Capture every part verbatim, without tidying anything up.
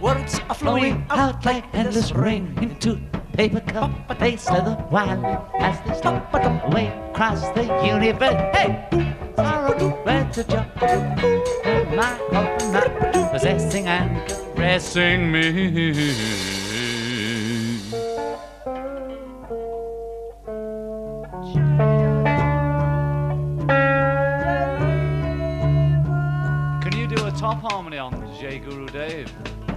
Words are flowing out like endless rain into paper cup, they slither wildly as they slip away across the universe. Hey! Sorrow, red to jump, my heart not possessing and caressing me. Can you do a top harmony on J Guru Dave?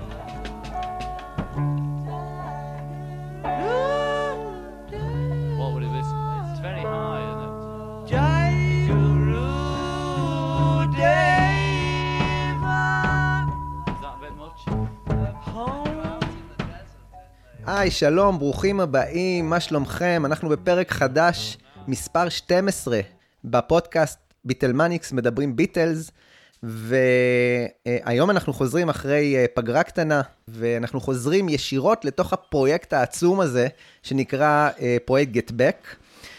What would it be? It's very high, isn't it? Jai Guru Deva. Is that a bit much? היי, שלום, ברוכים הבאים, מה שלומכם? אנחנו בפרק חדש, מספר שתים עשרה, בפודקאסט ביטלמניקס, מדברים ביטלס, והיום אנחנו חוזרים אחרי פגרה קטנה, ואנחנו חוזרים ישירות לתוך הפרויקט העצום הזה, שנקרא פרויקט Get Back.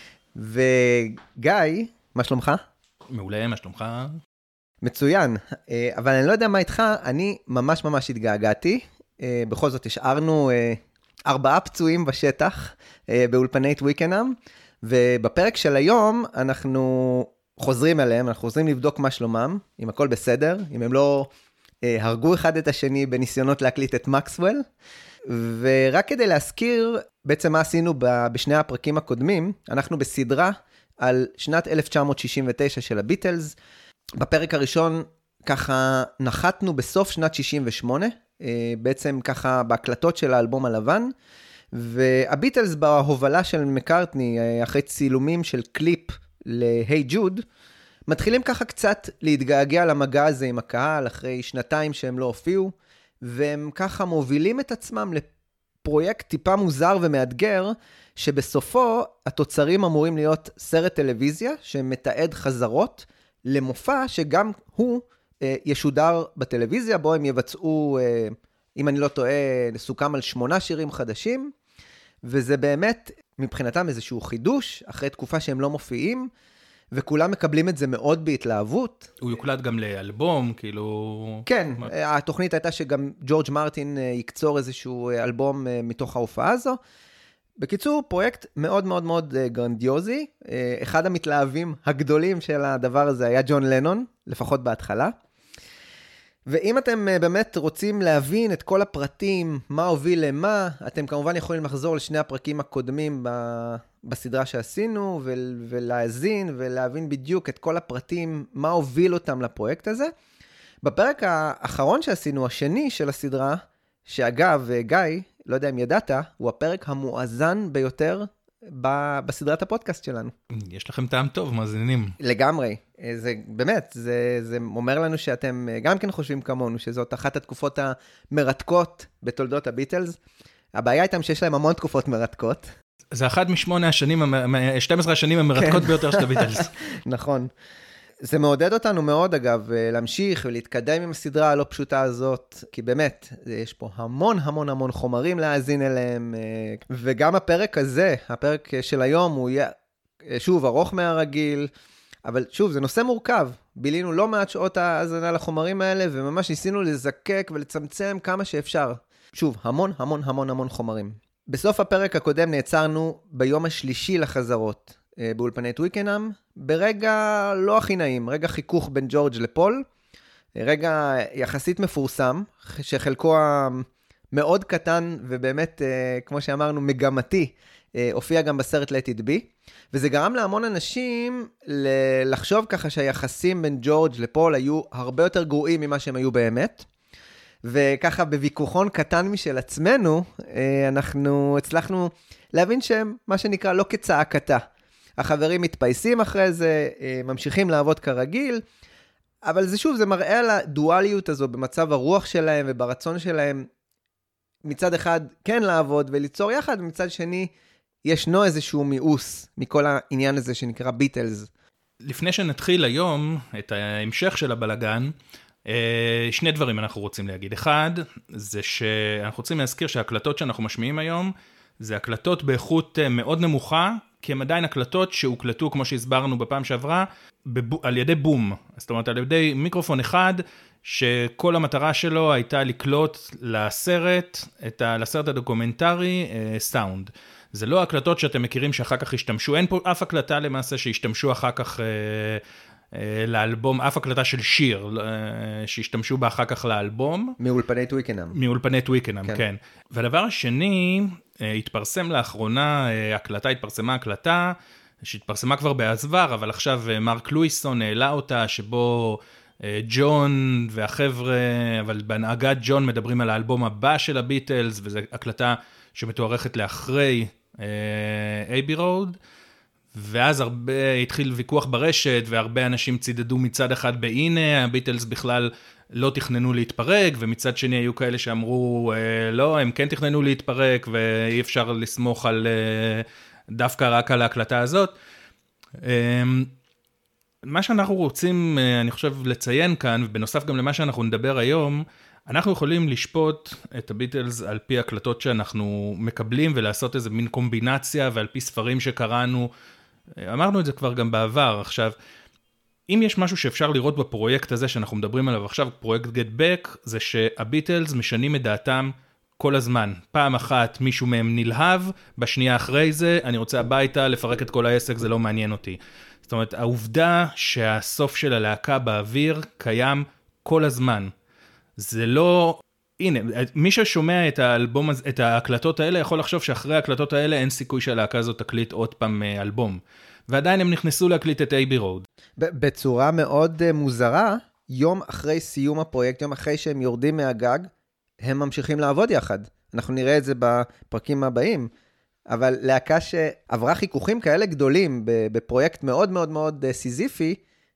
וגיא, מה שלומך? מעולה, מה שלומך? מצוין, אבל אני לא יודע מה איתך, אני ממש ממש התגעגעתי, בכל זאת השארנו ארבעה פצועים בשטח, באולפני טוויקנאם, ובפרק של היום אנחנו חוזרים אליהם, אנחנו חוזרים לבדוק מה שלומם, אם הכל בסדר, אם הם לא אה, הרגו אחד את השני בניסיונות להקליט את מקסוול, ורק כדי להזכיר בעצם מה עשינו ב, בשני הפרקים הקודמים, אנחנו בסדרה על שנת אלף תשע מאות שישים ותשע של הביטלס, בפרק הראשון ככה נחתנו בסוף שנת שישים ושמונה, אה, בעצם ככה בהקלטות של האלבום הלבן, והביטלס בהובלה של מקארטני, אחרי צילומים של קליפ להי ג'וד, מתחילים ככה קצת להתגעגע למגע הזה עם הקהל, אחרי שנתיים שהם לא הופיעו, והם ככה מובילים את עצמם לפרויקט טיפה מוזר ומאתגר, שבסופו התוצרים אמורים להיות סרט טלוויזיה, שמתעד חזרות למופע שגם הוא אה, ישודר בטלוויזיה, בו הם יבצעו, אה, אם אני לא טועה, סוכם על שמונה שירים חדשים, וזה באמת מבחינתם איזשהו חידוש, אחרי תקופה שהם לא מופיעים, וכולם מקבלים את זה מאוד בהתלהבות. הוא יוקלט גם לאלבום, כאילו... כן, התוכנית הייתה שגם ג'ורג' מרטין יקצור איזשהו אלבום מתוך ההופעה הזו. בקיצור, פרויקט מאוד מאוד מאוד גרנדיוזי. אחד המתלהבים הגדולים של הדבר הזה היה ג'ון לנון, לפחות בהתחלה. ואם אתם באמת רוצים להבין את כל הפרטים, מה הוביל למה, אתם כמובן יכולים לחזור לשני הפרקים הקודמים בסדרה שעשינו, ולהאזין ולהבין בדיוק את כל הפרטים, מה הוביל אותם לפרויקט הזה. בפרק האחרון שעשינו, השני של הסדרה, שאגב, גיא, לא יודע אם ידעת, הוא הפרק המואזן ביותר בסדרת הפודקאסט שלנו. יש לכם טעם טוב, מאזינים. לגמרי. זה באמת, זה, זה אומר לנו שאתם גם כן חושבים כמונו, שזאת אחת התקופות המרתקות בתולדות הביטלס. הבעיה איתם שיש להם המון תקופות מרתקות. זה אחת משמונה השנים, שתים עשרה השנים המרתקות ביותר של הביטלס. נכון. זה מעודד אותנו מאוד, אגב, להמשיך ולהתקדם עם הסדרה הלא פשוטה הזאת, כי באמת, יש פה המון המון המון חומרים להאזין אליהם, וגם הפרק הזה, הפרק של היום, הוא יהיה שוב ארוך מהרגיל, אבל שוב, זה נושא מורכב. בילינו לא מעט שעות ההאזנה לחומרים האלה, וממש ניסינו לזקק ולצמצם כמה שאפשר. שוב, המון המון המון המון חומרים. בסוף הפרק הקודם נעצרנו ביום השלישי לחזרות באולפני טוויקנאם, ברגע לא הכי נעים, רגע חיכוך בין ג'ורג' לפול, רגע יחסית מפורסם, שחלקו מאוד קטן ובאמת, כמו שאמרנו, מגמתי, הופיע גם בסרט Let It Be, וזה גרם להמון אנשים לחשוב ככה שהיחסים בין ג'ורג' לפול היו הרבה יותר גרועים ממה שהם היו באמת, וככה בוויכוחון קטן משל עצמנו, אנחנו הצלחנו להבין שהם מה שנקרא לא כצעקתה. החברים מתפייסים אחרי זה, ממשיכים לעבוד כרגיל, אבל זה שוב, זה מראה על הדואליות הזו במצב הרוח שלהם וברצון שלהם, מצד אחד כן לעבוד וליצור יחד, ומצד שני ישנו איזשהו מיאוס מכל העניין הזה שנקרא ביטלס. לפני שנתחיל היום את ההמשך של הבלגן, שני דברים אנחנו רוצים להגיד. אחד, זה שאנחנו רוצים להזכיר שההקלטות שאנחנו משמיעים היום, זה הקלטות באיכות מאוד נמוכה, כי הם עדיין הקלטות שהוקלטו, כמו שהסברנו בפעם שעברה, בב... על ידי בום. זאת אומרת, על ידי מיקרופון אחד, שכל המטרה שלו הייתה לקלוט לסרט, את ה... לסרט הדוקומנטרי, סאונד. זה לא הקלטות שאתם מכירים שאחר כך השתמשו, אין פה אף הקלטה למעשה שהשתמשו אחר כך... לאלבום, אף הקלטה של שיר, שהשתמשו בה אחר כך לאלבום. מאולפני טוויקנאם. מאולפני טוויקנאם, כן. כן. והדבר השני, התפרסם לאחרונה, הקלטה, התפרסמה הקלטה, שהתפרסמה כבר בעבר, אבל עכשיו מרק לואיסון העלה אותה, שבו ג'ון והחבר'ה, אבל בהנהגת ג'ון מדברים על האלבום הבא של הביטלס, וזו הקלטה שמתוארכת לאחרי אייבי רוד, ואז הרבה התחיל ויכוח ברשת, והרבה אנשים צידדו מצד אחד בהנה, הביטלס בכלל לא תכננו להתפרק, ומצד שני היו כאלה שאמרו, לא, הם כן תכננו להתפרק, ואי אפשר לסמוך על, דווקא רק על ההקלטה הזאת. מה שאנחנו רוצים, אני חושב, לציין כאן, ובנוסף גם למה שאנחנו נדבר היום, אנחנו יכולים לשפוט את הביטלס על פי הקלטות שאנחנו מקבלים, ולעשות איזה מין קומבינציה, ועל פי ספרים שקראנו, אמרנו את זה כבר גם בעבר. עכשיו, אם יש משהו שאפשר לראות בפרויקט הזה שאנחנו מדברים עליו עכשיו, פרויקט Get Back, זה שהביטלס משנים את דעתם כל הזמן. פעם אחת מישהו מהם נלהב, בשנייה אחרי זה, אני רוצה הביתה, לפרק את כל העסק, זה לא מעניין אותי. זאת אומרת, העובדה שהסוף של הלהקה באוויר קיים כל הזמן. זה לא... הנה, מי ששומע את האלבום, את ההקלטות האלה, יכול לחשוב שאחרי ההקלטות האלה אין סיכוי שהלהקה הזאת תקליט עוד פעם אלבום. ועדיין הם נכנסו להקליט את אייבי רוד. בצורה מאוד מוזרה, יום אחרי סיום הפרויקט, יום אחרי שהם יורדים מהגג, הם ממשיכים לעבוד יחד. אנחנו נראה את זה בפרקים הבאים. אבל להקה שעברה חיכוכים כאלה גדולים, בפרויקט מאוד מאוד מאוד סיזיפי,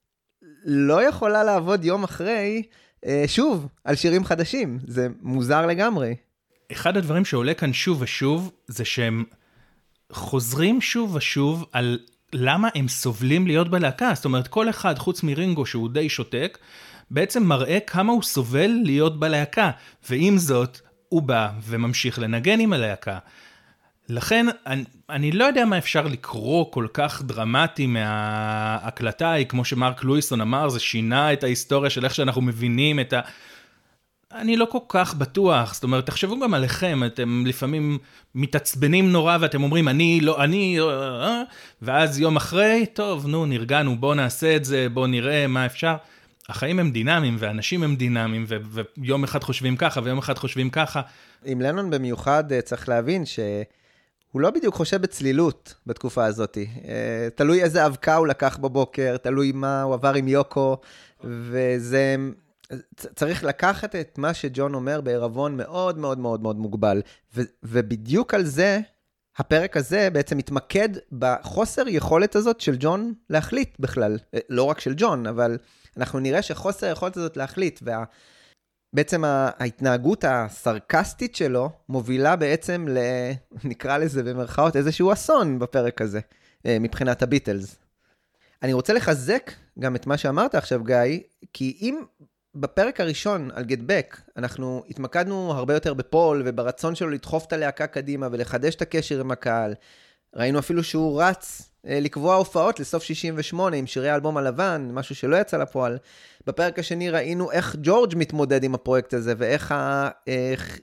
לא יכולה לעבוד יום אחרי... שוב, על שירים חדשים, זה מוזר לגמרי. אחד הדברים שעולה כאן שוב ושוב, זה שהם חוזרים שוב ושוב על למה הם סובלים להיות בלהקה. זאת אומרת, כל אחד, חוץ מרינגו שהוא די שותק, בעצם מראה כמה הוא סובל להיות בלהקה. ועם זאת, הוא בא וממשיך לנגן עם הלהקה. לכן, אני, אני לא יודע מה אפשר לקרוא כל כך דרמטי מההקלטה היא, כמו שמרק לואיסון אמר, זה שינה את ההיסטוריה של איך שאנחנו מבינים את ה... אני לא כל כך בטוח, זאת אומרת, תחשבו גם עליכם, אתם לפעמים מתעצבנים נורא, ואתם אומרים, אני לא, אני, אה, ואז יום אחרי, טוב, נו, נרגענו, בוא נעשה את זה, בוא נראה מה אפשר. החיים הם דינמיים, ואנשים הם דינמיים, ו- ויום אחד חושבים ככה, ויום אחד חושבים ככה. עם לנון במיוחד צריך להבין ש... הוא לא בדיוק חושב בצלילות בתקופה הזאת. תלוי איזה אבקה הוא לקח בבוקר, תלוי מה הוא עבר עם יוקו, וזה... צריך לקחת את מה שג'ון אומר בערבון מאוד מאוד מאוד מאוד מוגבל. ו... ובדיוק על זה, הפרק הזה בעצם מתמקד בחוסר יכולת הזאת של ג'ון להחליט בכלל. לא רק של ג'ון, אבל אנחנו נראה שחוסר יכולת הזאת להחליט, וה... בעצם ההתנהגות הסרקסטית שלו מובילה בעצם ל... נקרא לזה במרכאות איזשהו אסון בפרק הזה, מבחינת הביטלס. אני רוצה לחזק גם את מה שאמרת עכשיו, גיא, כי אם בפרק הראשון על Get Back, אנחנו התמקדנו הרבה יותר בפול וברצון שלו לדחוף את הלהקה קדימה ולחדש את הקשר עם הקהל. ראינו אפילו שהוא רץ לקבוע הופעות לסוף שישים ושמונה עם שירי האלבום הלבן, משהו שלא יצא לפועל. בפרק השני ראינו איך ג'ורג' מתמודד עם הפרויקט הזה, ואיך ה, איך,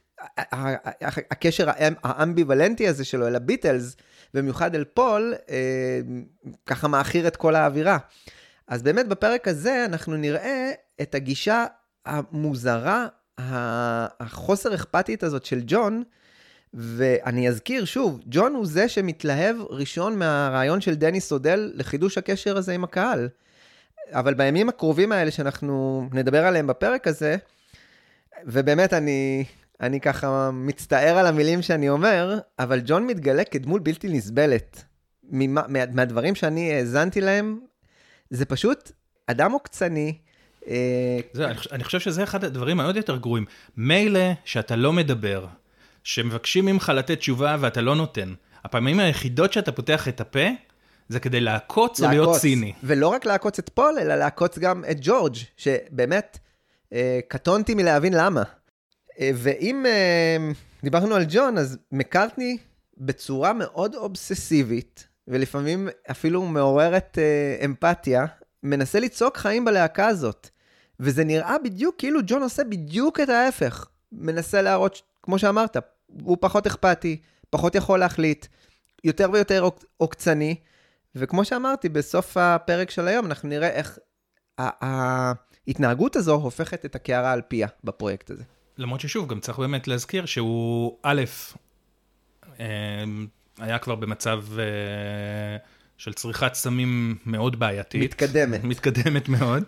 הקשר האמביוולנטי הזה שלו אל הביטלס, במיוחד אל פול, ככה מאחיר את כל האווירה. אז באמת בפרק הזה אנחנו נראה את הגישה המוזרה, החוסר אכפתית הזאת של ג'ון, ואני אזכיר שוב, ג'ון הוא זה שמתלהב ראשון מהרעיון של דני סודל לחידוש הקשר הזה עם הקהל. אבל בימים הקרובים האלה שאנחנו נדבר עליהם בפרק הזה, ובאמת אני, אני ככה מצטער על המילים שאני אומר, אבל ג'ון מתגלה כדמול בלתי נסבלת. ממה, מה, מהדברים שאני האזנתי להם, זה פשוט אדם עוקצני. זה, אני, אני חושב שזה אחד הדברים מאוד יותר גרועים. מילא שאתה לא מדבר, שמבקשים ממך לתת תשובה ואתה לא נותן. הפעמים היחידות שאתה פותח את הפה, זה כדי לעקוץ או להיות ציני. ולא רק לעקוץ את פול, אלא לעקוץ גם את ג'ורג', שבאמת אה, קטונתי מלהבין למה. אה, ואם אה, דיברנו על ג'ון, אז מקארטני בצורה מאוד אובססיבית, ולפעמים אפילו מעוררת אה, אמפתיה, מנסה ליצוק חיים בלהקה הזאת. וזה נראה בדיוק כאילו ג'ון עושה בדיוק את ההפך. מנסה להראות, כמו שאמרת, הוא פחות אכפתי, פחות יכול להחליט, יותר ויותר עוקצני, וכמו שאמרתי, בסוף הפרק של היום אנחנו נראה איך ההתנהגות הזו הופכת את הקערה על פיה בפרויקט הזה. למרות ששוב, גם צריך באמת להזכיר שהוא א', היה כבר במצב של צריכת סמים מאוד בעייתית. מתקדמת. מתקדמת מאוד.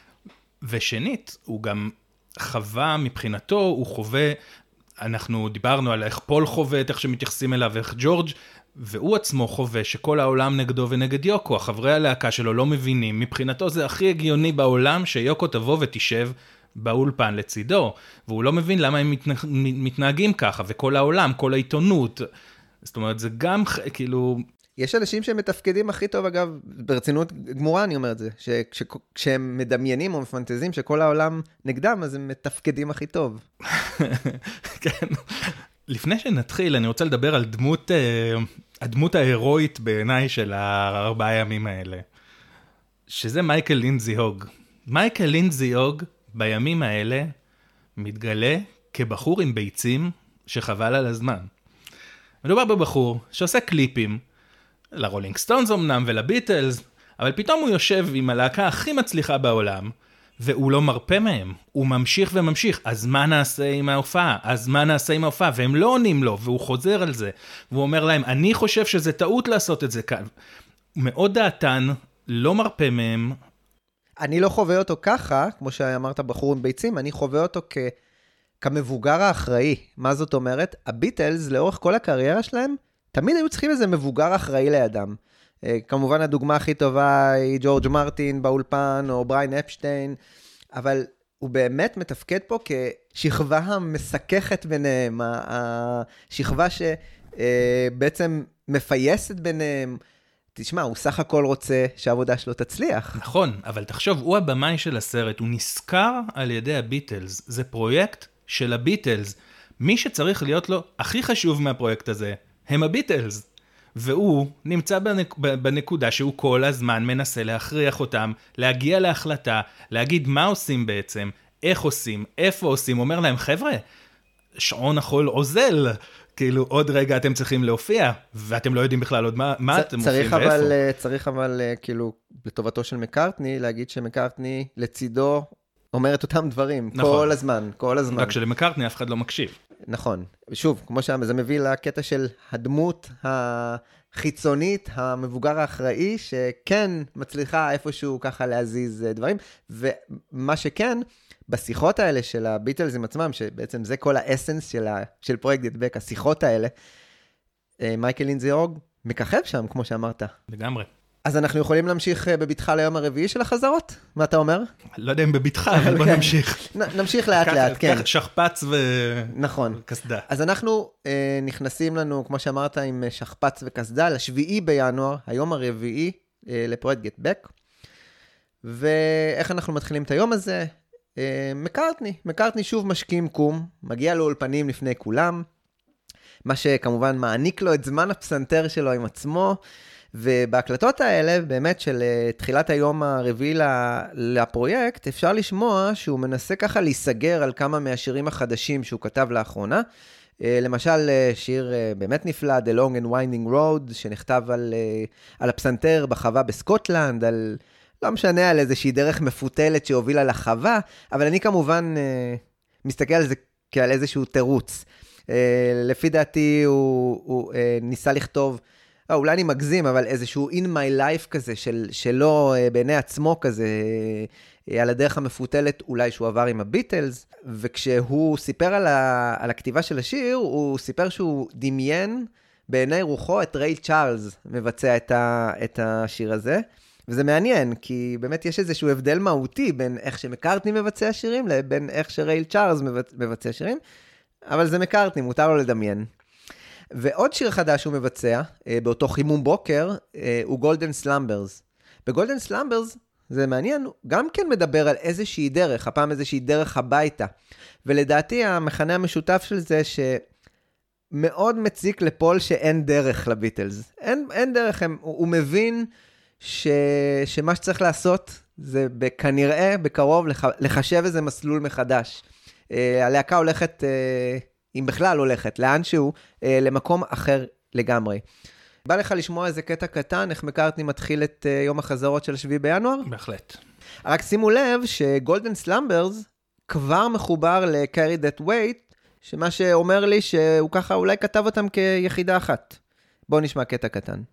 ושנית, הוא גם חווה מבחינתו, הוא חווה, אנחנו דיברנו על איך פול חווה, את איך שמתייחסים אליו, איך ג'ורג', והוא עצמו חווה שכל העולם נגדו ונגד יוקו, החברי הלהקה שלו לא מבינים, מבחינתו זה הכי הגיוני בעולם שיוקו תבוא ותשב באולפן לצידו, והוא לא מבין למה הם מתנהגים ככה, וכל העולם, כל העיתונות, זאת אומרת, זה גם כאילו... יש אנשים שמתפקדים הכי טוב, אגב, ברצינות גמורה אני אומר את זה, שכשהם מדמיינים או מפנטזים שכל העולם נגדם, אז הם מתפקדים הכי טוב. כן. לפני שנתחיל, אני רוצה לדבר על דמות, הדמות ההירואית בעיניי של הארבעה ימים האלה, שזה מייקל לינדזי הוג. מייקל לינדזי הוג בימים האלה מתגלה כבחור עם ביצים שחבל על הזמן. מדובר בבחור שעושה קליפים, לרולינג סטונס אמנם ולביטלס, אבל פתאום הוא יושב עם הלהקה הכי מצליחה בעולם, והוא לא מרפא מהם, הוא ממשיך וממשיך, אז מה נעשה עם ההופעה? אז מה נעשה עם ההופעה? והם לא עונים לו, והוא חוזר על זה, והוא אומר להם, אני חושב שזה טעות לעשות את זה כאן. מאוד דעתן, לא מרפא מהם. אני לא חווה אותו ככה, כמו שאמרת בחור עם ביצים, אני חווה אותו כ... כמבוגר האחראי. מה זאת אומרת? הביטלס, לאורך כל הקריירה שלהם, תמיד היו צריכים איזה מבוגר אחראי לידם. כמובן הדוגמה הכי טובה היא ג'ורג' מרטין באולפן, או בריין אפשטיין, אבל הוא באמת מתפקד פה כשכבה המסככת ביניהם, השכבה שבעצם מפייסת ביניהם. תשמע, הוא סך הכל רוצה שהעבודה שלו תצליח. נכון, אבל תחשוב, הוא הבמאי של הסרט, הוא נזכר על ידי הביטלס, זה פרויקט של הביטלס. מי שצריך להיות לו הכי חשוב מהפרויקט הזה, הם הביטלס. והוא נמצא בנק... בנקודה שהוא כל הזמן מנסה להכריח אותם, להגיע להחלטה, להגיד מה עושים בעצם, איך עושים, איפה עושים, אומר להם, חבר'ה, שעון החול עוזל, כאילו עוד רגע אתם צריכים להופיע, ואתם לא יודעים בכלל עוד מה, מה אתם מופיעים ואיפה. אבל, צריך אבל, כאילו, לטובתו של מקארטני, להגיד שמקארטני לצידו אומר את אותם דברים, נכון. כל הזמן, כל הזמן. רק שלמקארטני אף אחד לא מקשיב. נכון. שוב, כמו שאמר, זה מביא לקטע של הדמות החיצונית, המבוגר האחראי, שכן מצליחה איפשהו ככה להזיז דברים, ומה שכן, בשיחות האלה של הביטלס עם עצמם, שבעצם זה כל האסנס של, ה, של פרויקט גט-בק, השיחות האלה, מייקל לינדזי הוג מככב שם, כמו שאמרת. לגמרי. אז אנחנו יכולים להמשיך בביטחה ליום הרביעי של החזרות? מה אתה אומר? לא יודע אם בביטחה, אבל בוא נמשיך. נמשיך לאט לאט, כן. קח שכפץ וקסדה. נכון. אז אנחנו נכנסים לנו, כמו שאמרת, עם שכפץ וקסדה, לשביעי בינואר, היום הרביעי לפרויקט גט-בק. ואיך אנחנו מתחילים את היום הזה? מקארטני. מקארטני שוב משכים קום, מגיע לאולפנים לפני כולם, מה שכמובן מעניק לו את זמן הפסנתר שלו עם עצמו, ובהקלטות האלה, באמת של תחילת היום הרביעי לפרויקט, אפשר לשמוע שהוא מנסה ככה להיסגר על כמה מהשירים החדשים שהוא כתב לאחרונה. למשל, שיר באמת נפלא, The Long and Winding Road, שנכתב על, על הפסנתר בחווה בסקוטלנד, על, לא משנה, על איזושהי דרך מפותלת שהובילה לחווה, אבל אני כמובן מסתכל על זה כעל איזשהו תירוץ. לפי דעתי הוא, הוא ניסה לכתוב, או, אולי אני מגזים, אבל איזשהו in my life כזה, של, שלו בעיני עצמו כזה, על הדרך המפותלת אולי שהוא עבר עם הביטלס, וכשהוא סיפר על, ה, על הכתיבה של השיר, הוא סיפר שהוא דמיין בעיני רוחו את ריי צ'ארלס מבצע את, ה, את השיר הזה, וזה מעניין, כי באמת יש איזשהו הבדל מהותי בין איך שמקארטני מבצע שירים, לבין איך שריי צ'ארלס מבצע שירים, אבל זה מקארטני, מותר לו לדמיין. ועוד שיר חדש הוא מבצע, באותו חימום בוקר, הוא גולדן סלמברס. בגולדן סלמברס, זה מעניין, הוא גם כן מדבר על איזושהי דרך, הפעם איזושהי דרך הביתה. ולדעתי המכנה המשותף של זה, מאוד מציק לפול שאין דרך לביטלס. אין, אין דרך, הם, הוא, הוא מבין ש, שמה שצריך לעשות זה כנראה בקרוב לח, לחשב איזה מסלול מחדש. אה, הלהקה הולכת, אה, אם בכלל הולכת, לאנשהו, אה, למקום אחר לגמרי. בא לך לשמוע איזה קטע קטן, איך מקארטני מתחיל את אה, יום החזרות של השביעי בינואר? בהחלט. רק שימו לב שגולדן סלאמברס כבר מחובר ל-Carry That Weight, שמה שאומר לי שהוא ככה אולי כתב אותם כיחידה אחת. בואו נשמע קטע קטן.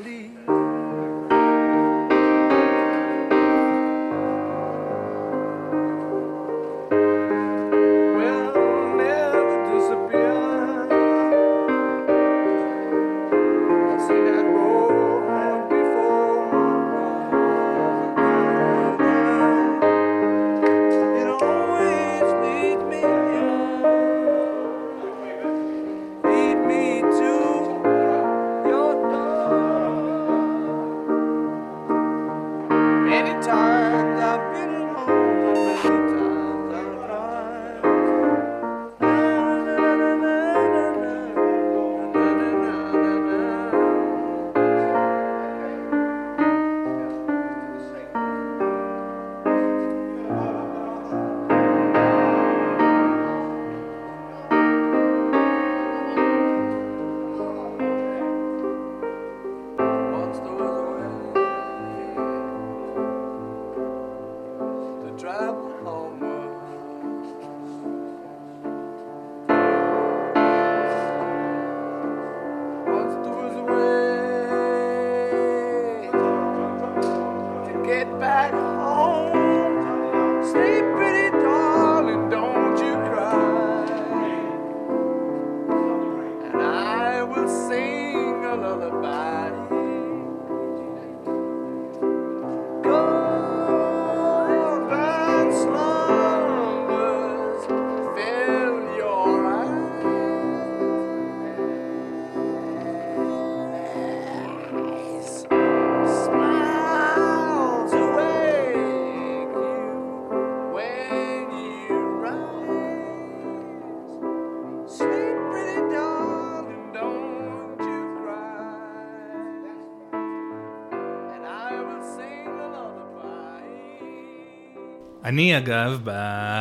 אני אגב, ב...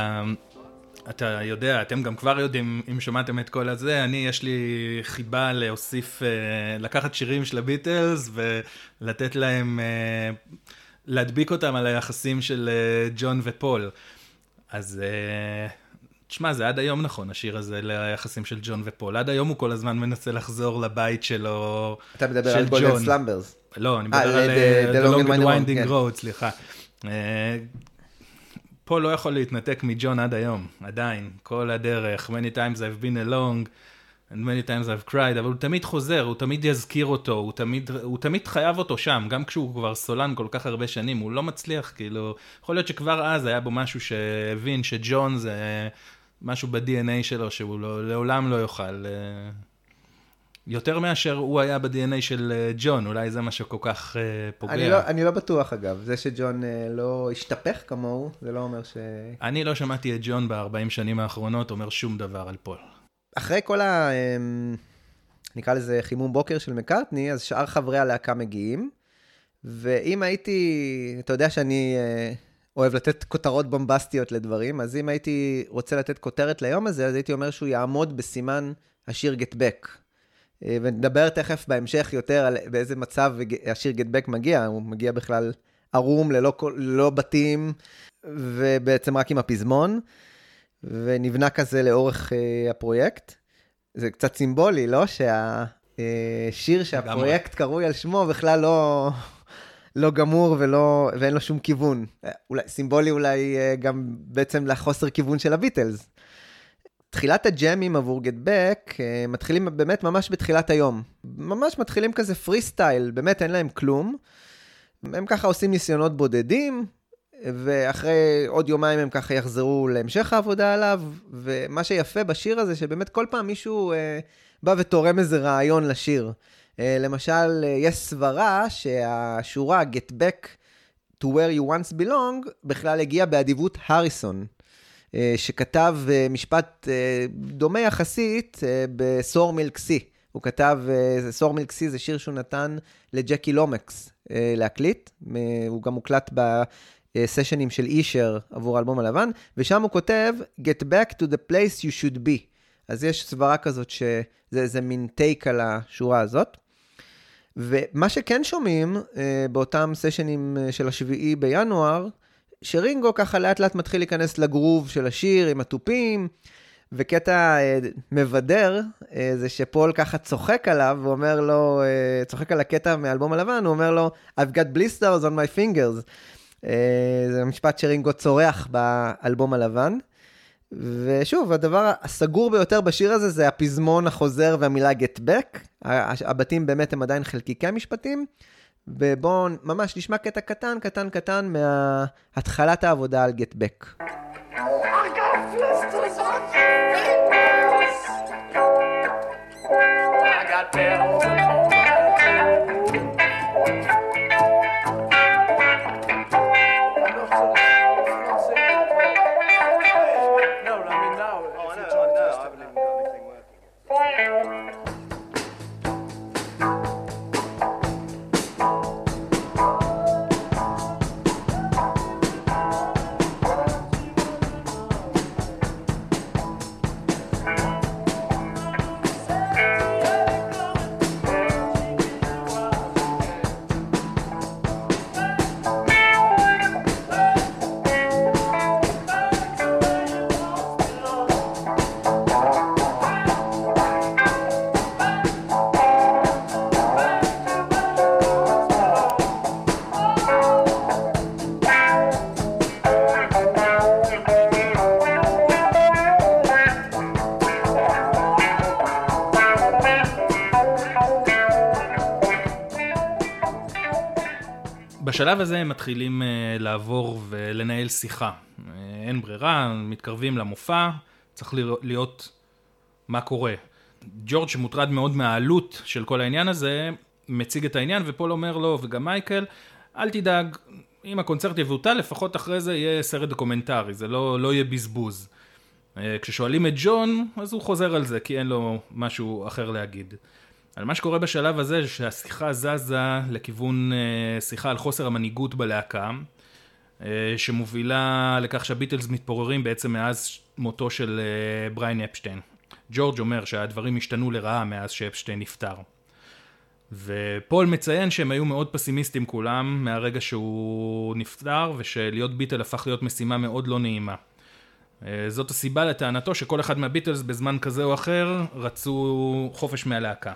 אתה יודע, אתם גם כבר יודעים, אם שמעתם את כל הזה, אני, יש לי חיבה להוסיף, לקחת שירים של הביטלס ולתת להם, להדביק אותם על היחסים של ג'ון ופול. אז תשמע, זה עד היום נכון, השיר הזה ליחסים של ג'ון ופול. עד היום הוא כל הזמן מנסה לחזור לבית שלו, אתה מדבר על גולדן סלאמברס. לא, אני מדבר על The Long and Winding Road, סליחה. פול לא יכול להתנתק מג'ון עד היום, עדיין, כל הדרך, many times I've been along, and many times I've cried, אבל הוא תמיד חוזר, הוא תמיד יזכיר אותו, הוא תמיד, הוא תמיד חייב אותו שם, גם כשהוא כבר סולן כל כך הרבה שנים, הוא לא מצליח, כאילו, יכול להיות שכבר אז היה בו משהו שהבין שג'ון זה משהו ב-די אן איי שלו, שהוא לא, לעולם לא יוכל, יותר מאשר הוא היה ב-די אן איי של ג'ון, אולי זה מה שכל כך פוגע. אני לא, אני לא בטוח אגב, זה שג'ון לא השתפך כמוהו, זה לא אומר ש... אני לא שמעתי את ג'ון ב-ארבעים שנים האחרונות אומר שום דבר על פול. אחרי כל ה... נקרא לזה חימום בוקר של מקארטני, אז שאר חברי הלהקה מגיעים, ואם הייתי, אתה יודע שאני אוהב לתת כותרות בומבסטיות לדברים, אז אם הייתי רוצה לתת כותרת ליום הזה, אז הייתי אומר שהוא יעמוד בסימן השיר Get Back. ונדבר תכף בהמשך יותר על באיזה מצב השיר Get Back מגיע, הוא מגיע בכלל ערום, ללא, ללא בתים, ובעצם רק עם הפזמון, ונבנה כזה לאורך uh, הפרויקט. זה קצת סימבולי, לא? שהשיר uh, שהפרויקט קרוי על שמו בכלל לא, לא גמור ולא, ואין לו שום כיוון. אולי, סימבולי אולי uh, גם בעצם לחוסר כיוון של הביטלס. תחילת הג'מים עבור Get Back uh, מתחילים באמת ממש בתחילת היום. ממש מתחילים כזה פרי סטייל, באמת אין להם כלום. הם ככה עושים ניסיונות בודדים, ואחרי עוד יומיים הם ככה יחזרו להמשך העבודה עליו, ומה שיפה בשיר הזה, שבאמת כל פעם מישהו אה, בא ותורם איזה רעיון לשיר. אה, למשל, אה, יש סברה שהשורה Get Back to where you once belong, בכלל הגיעה באדיבות הריסון. שכתב משפט דומה יחסית בסור מילקסי. הוא כתב, סור מילקסי זה שיר שהוא נתן לג'קי לומקס להקליט, הוא גם מוקלט בסשנים של אישר עבור האלבום הלבן, ושם הוא כותב, Get back to the place you should be. אז יש סברה כזאת שזה מין טייק על השורה הזאת. ומה שכן שומעים באותם סשנים של השביעי בינואר, שרינגו ככה לאט לאט מתחיל להיכנס לגרוב של השיר עם הטופים, וקטע מבדר זה שפול ככה צוחק עליו, ואומר לו, צוחק על הקטע מאלבום הלבן, הוא אומר לו, I've got blisters on my fingers. זה משפט שרינגו צורח באלבום הלבן. ושוב, הדבר הסגור ביותר בשיר הזה זה הפזמון החוזר והמילה get back. הבתים באמת הם עדיין חלקיקי משפטים. ובואו ממש נשמע קטע קטן, קטן, קטן מהתחלת העבודה על get back. בשלב הזה הם מתחילים uh, לעבור ולנהל שיחה. Uh, אין ברירה, מתקרבים למופע, צריך להיות מה קורה. ג'ורג' שמוטרד מאוד מהעלות של כל העניין הזה, מציג את העניין, ופול אומר לו, וגם מייקל, אל תדאג, אם הקונצרט יבוטל, לפחות אחרי זה יהיה סרט דוקומנטרי, זה לא, לא יהיה בזבוז. Uh, כששואלים את ג'ון, אז הוא חוזר על זה, כי אין לו משהו אחר להגיד. על מה שקורה בשלב הזה, שהשיחה זזה לכיוון uh, שיחה על חוסר המנהיגות בלהקה, uh, שמובילה לכך שהביטלס מתפוררים בעצם מאז מותו של uh, בריין אפשטיין. ג'ורג' אומר שהדברים השתנו לרעה מאז שאפשטיין נפטר. ופול מציין שהם היו מאוד פסימיסטים כולם מהרגע שהוא נפטר, ושלהיות ביטל הפך להיות משימה מאוד לא נעימה. Uh, זאת הסיבה לטענתו שכל אחד מהביטלס בזמן כזה או אחר רצו חופש מהלהקה.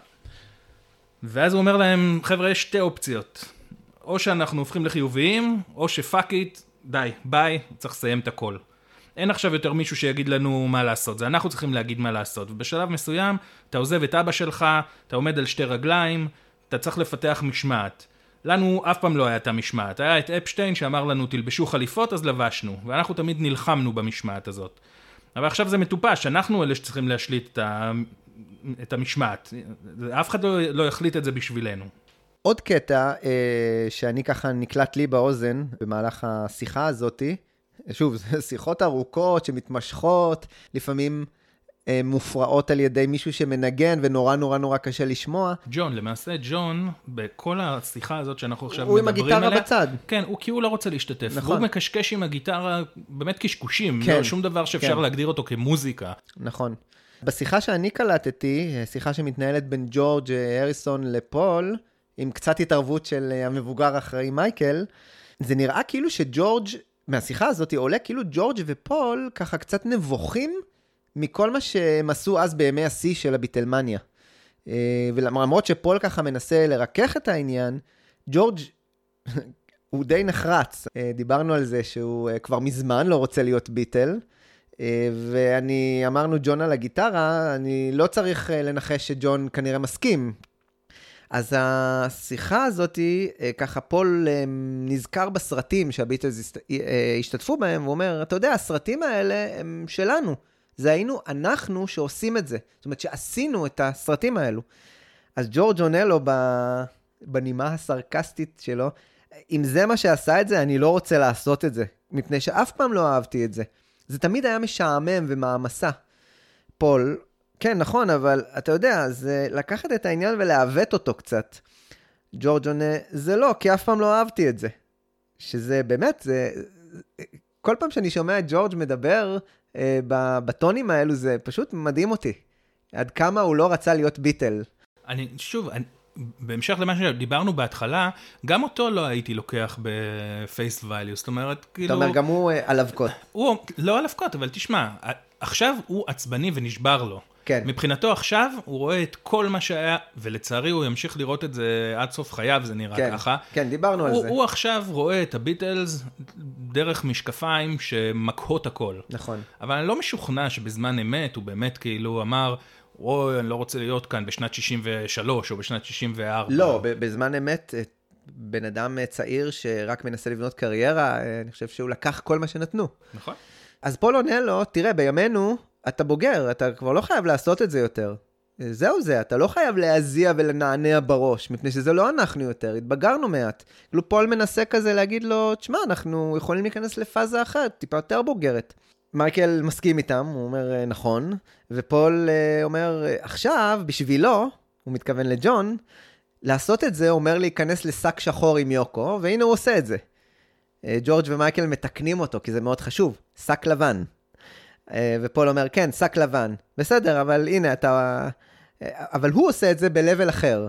ואז הוא אומר להם, חבר'ה, יש שתי אופציות. או שאנחנו הופכים לחיוביים, או שפאק איט, די, ביי, צריך לסיים את הכל. אין עכשיו יותר מישהו שיגיד לנו מה לעשות, זה אנחנו צריכים להגיד מה לעשות. ובשלב מסוים, אתה עוזב את אבא שלך, אתה עומד על שתי רגליים, אתה צריך לפתח משמעת. לנו אף פעם לא היה את המשמעת. היה את אפשטיין שאמר לנו, תלבשו חליפות, אז לבשנו. ואנחנו תמיד נלחמנו במשמעת הזאת. אבל עכשיו זה מטופש, אנחנו אלה שצריכים להשליט את ה... את המשמעת. אף אחד לא, לא יחליט את זה בשבילנו. עוד קטע אה, שאני ככה נקלט לי באוזן במהלך השיחה הזאת, שוב, זה שיחות ארוכות שמתמשכות, לפעמים אה, מופרעות על ידי מישהו שמנגן ונורא נורא נורא קשה לשמוע. ג'ון, למעשה ג'ון, בכל השיחה הזאת שאנחנו עכשיו הוא מדברים עם הגיטרה עליה, בצד. כן, הוא כי הוא לא רוצה להשתתף. נכון. והוא מקשקש עם הגיטרה, באמת קשקושים, כן, לא שום דבר שאפשר כן. להגדיר אותו כמוזיקה. נכון. בשיחה שאני קלטתי, שיחה שמתנהלת בין ג'ורג' הריסון לפול, עם קצת התערבות של המבוגר אחרי מייקל, זה נראה כאילו שג'ורג', מהשיחה הזאת עולה כאילו ג'ורג' ופול ככה קצת נבוכים מכל מה שהם עשו אז בימי השיא של הביטלמניה. ולמרות שפול ככה מנסה לרכך את העניין, ג'ורג' הוא די נחרץ. דיברנו על זה שהוא כבר מזמן לא רוצה להיות ביטל, ואני אמרנו ג'ון על הגיטרה, אני לא צריך לנחש שג'ון כנראה מסכים. אז השיחה הזאת, ככה פול נזכר בסרטים שהביטלס השתתפו בהם, והוא אומר, אתה יודע, הסרטים האלה הם שלנו. זה היינו אנחנו שעושים את זה. זאת אומרת שעשינו את הסרטים האלו. אז ג'ורג' עונה לו בנימה הסרקסטית שלו, אם זה מה שעשה את זה, אני לא רוצה לעשות את זה. מפני שאף פעם לא אהבתי את זה. זה תמיד היה משעמם ומעמסה. פול, כן, נכון, אבל אתה יודע, זה לקחת את העניין ולעוות אותו קצת. ג'ורג' עונה, זה לא, כי אף פעם לא אהבתי את זה. שזה באמת, זה... כל פעם שאני שומע את ג'ורג' מדבר אה, בטונים האלו, זה פשוט מדהים אותי. עד כמה הוא לא רצה להיות ביטל. אני, שוב, אני, בהמשך למה שדיברנו בהתחלה, גם אותו לא הייתי לוקח בפייס ואליו, זאת אומרת, כאילו... אתה אומר, גם הוא אה, על אבקות. הוא לא על אבקות, אבל תשמע, עכשיו הוא עצבני ונשבר לו. כן. מבחינתו עכשיו הוא רואה את כל מה שהיה, ולצערי הוא ימשיך לראות את זה עד סוף חייו, זה נראה כן, ככה. כן, דיברנו הוא, על זה. הוא עכשיו רואה את הביטלס דרך משקפיים שמקהות הכל. נכון. אבל אני לא משוכנע שבזמן אמת הוא באמת כאילו אמר, אוי, אני לא רוצה להיות כאן בשנת שישים ושלוש או בשנת שישים וארבע. לא, בזמן אמת, בן אדם צעיר שרק מנסה לבנות קריירה, אני חושב שהוא לקח כל מה שנתנו. נכון. אז פול עונה לו, תראה, בימינו אתה בוגר, אתה כבר לא חייב לעשות את זה יותר. זהו זה, אתה לא חייב להזיע ולנענע בראש, מפני שזה לא אנחנו יותר, התבגרנו מעט. כאילו פול מנסה כזה להגיד לו, תשמע, אנחנו יכולים להיכנס לפאזה אחרת, טיפה יותר בוגרת. מייקל מסכים איתם, הוא אומר נכון, ופול אומר, עכשיו, בשבילו, הוא מתכוון לג'ון, לעשות את זה אומר להיכנס לשק שחור עם יוקו, והנה הוא עושה את זה. ג'ורג' ומייקל מתקנים אותו, כי זה מאוד חשוב, שק לבן. ופול אומר, כן, שק לבן. בסדר, אבל הנה, אתה... אבל הוא עושה את זה בלבל אחר.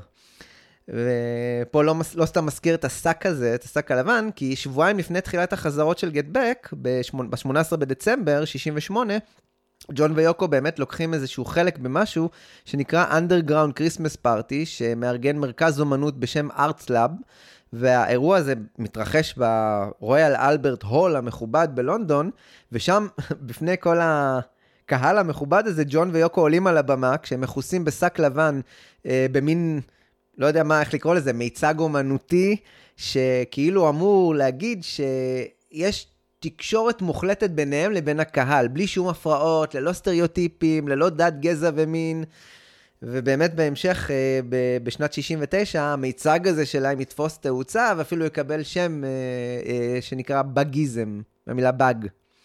ופול לא, לא סתם מזכיר את השק הזה, את השק הלבן, כי שבועיים לפני תחילת החזרות של Get Back, ב-שמונה עשרה בדצמבר, שישים ושמונה, ג'ון ויוקו באמת לוקחים איזשהו חלק במשהו שנקרא Underground Christmas Party, שמארגן מרכז אומנות בשם Arts Lab, והאירוע הזה מתרחש ברויאל אלברט הול המכובד בלונדון, ושם בפני כל הקהל המכובד הזה, ג'ון ויוקו עולים על הבמה, כשהם מכוסים בשק לבן, אה, במין, לא יודע מה, איך לקרוא לזה, מיצג אומנותי, שכאילו אמור להגיד שיש תקשורת מוחלטת ביניהם לבין הקהל, בלי שום הפרעות, ללא סטריאוטיפים, ללא דת, גזע ומין, ובאמת בהמשך, בשנת שישים ותשע, המיצג הזה שלהם יתפוס תאוצה, ואפילו יקבל שם שנקרא בגיזם, במילה בג.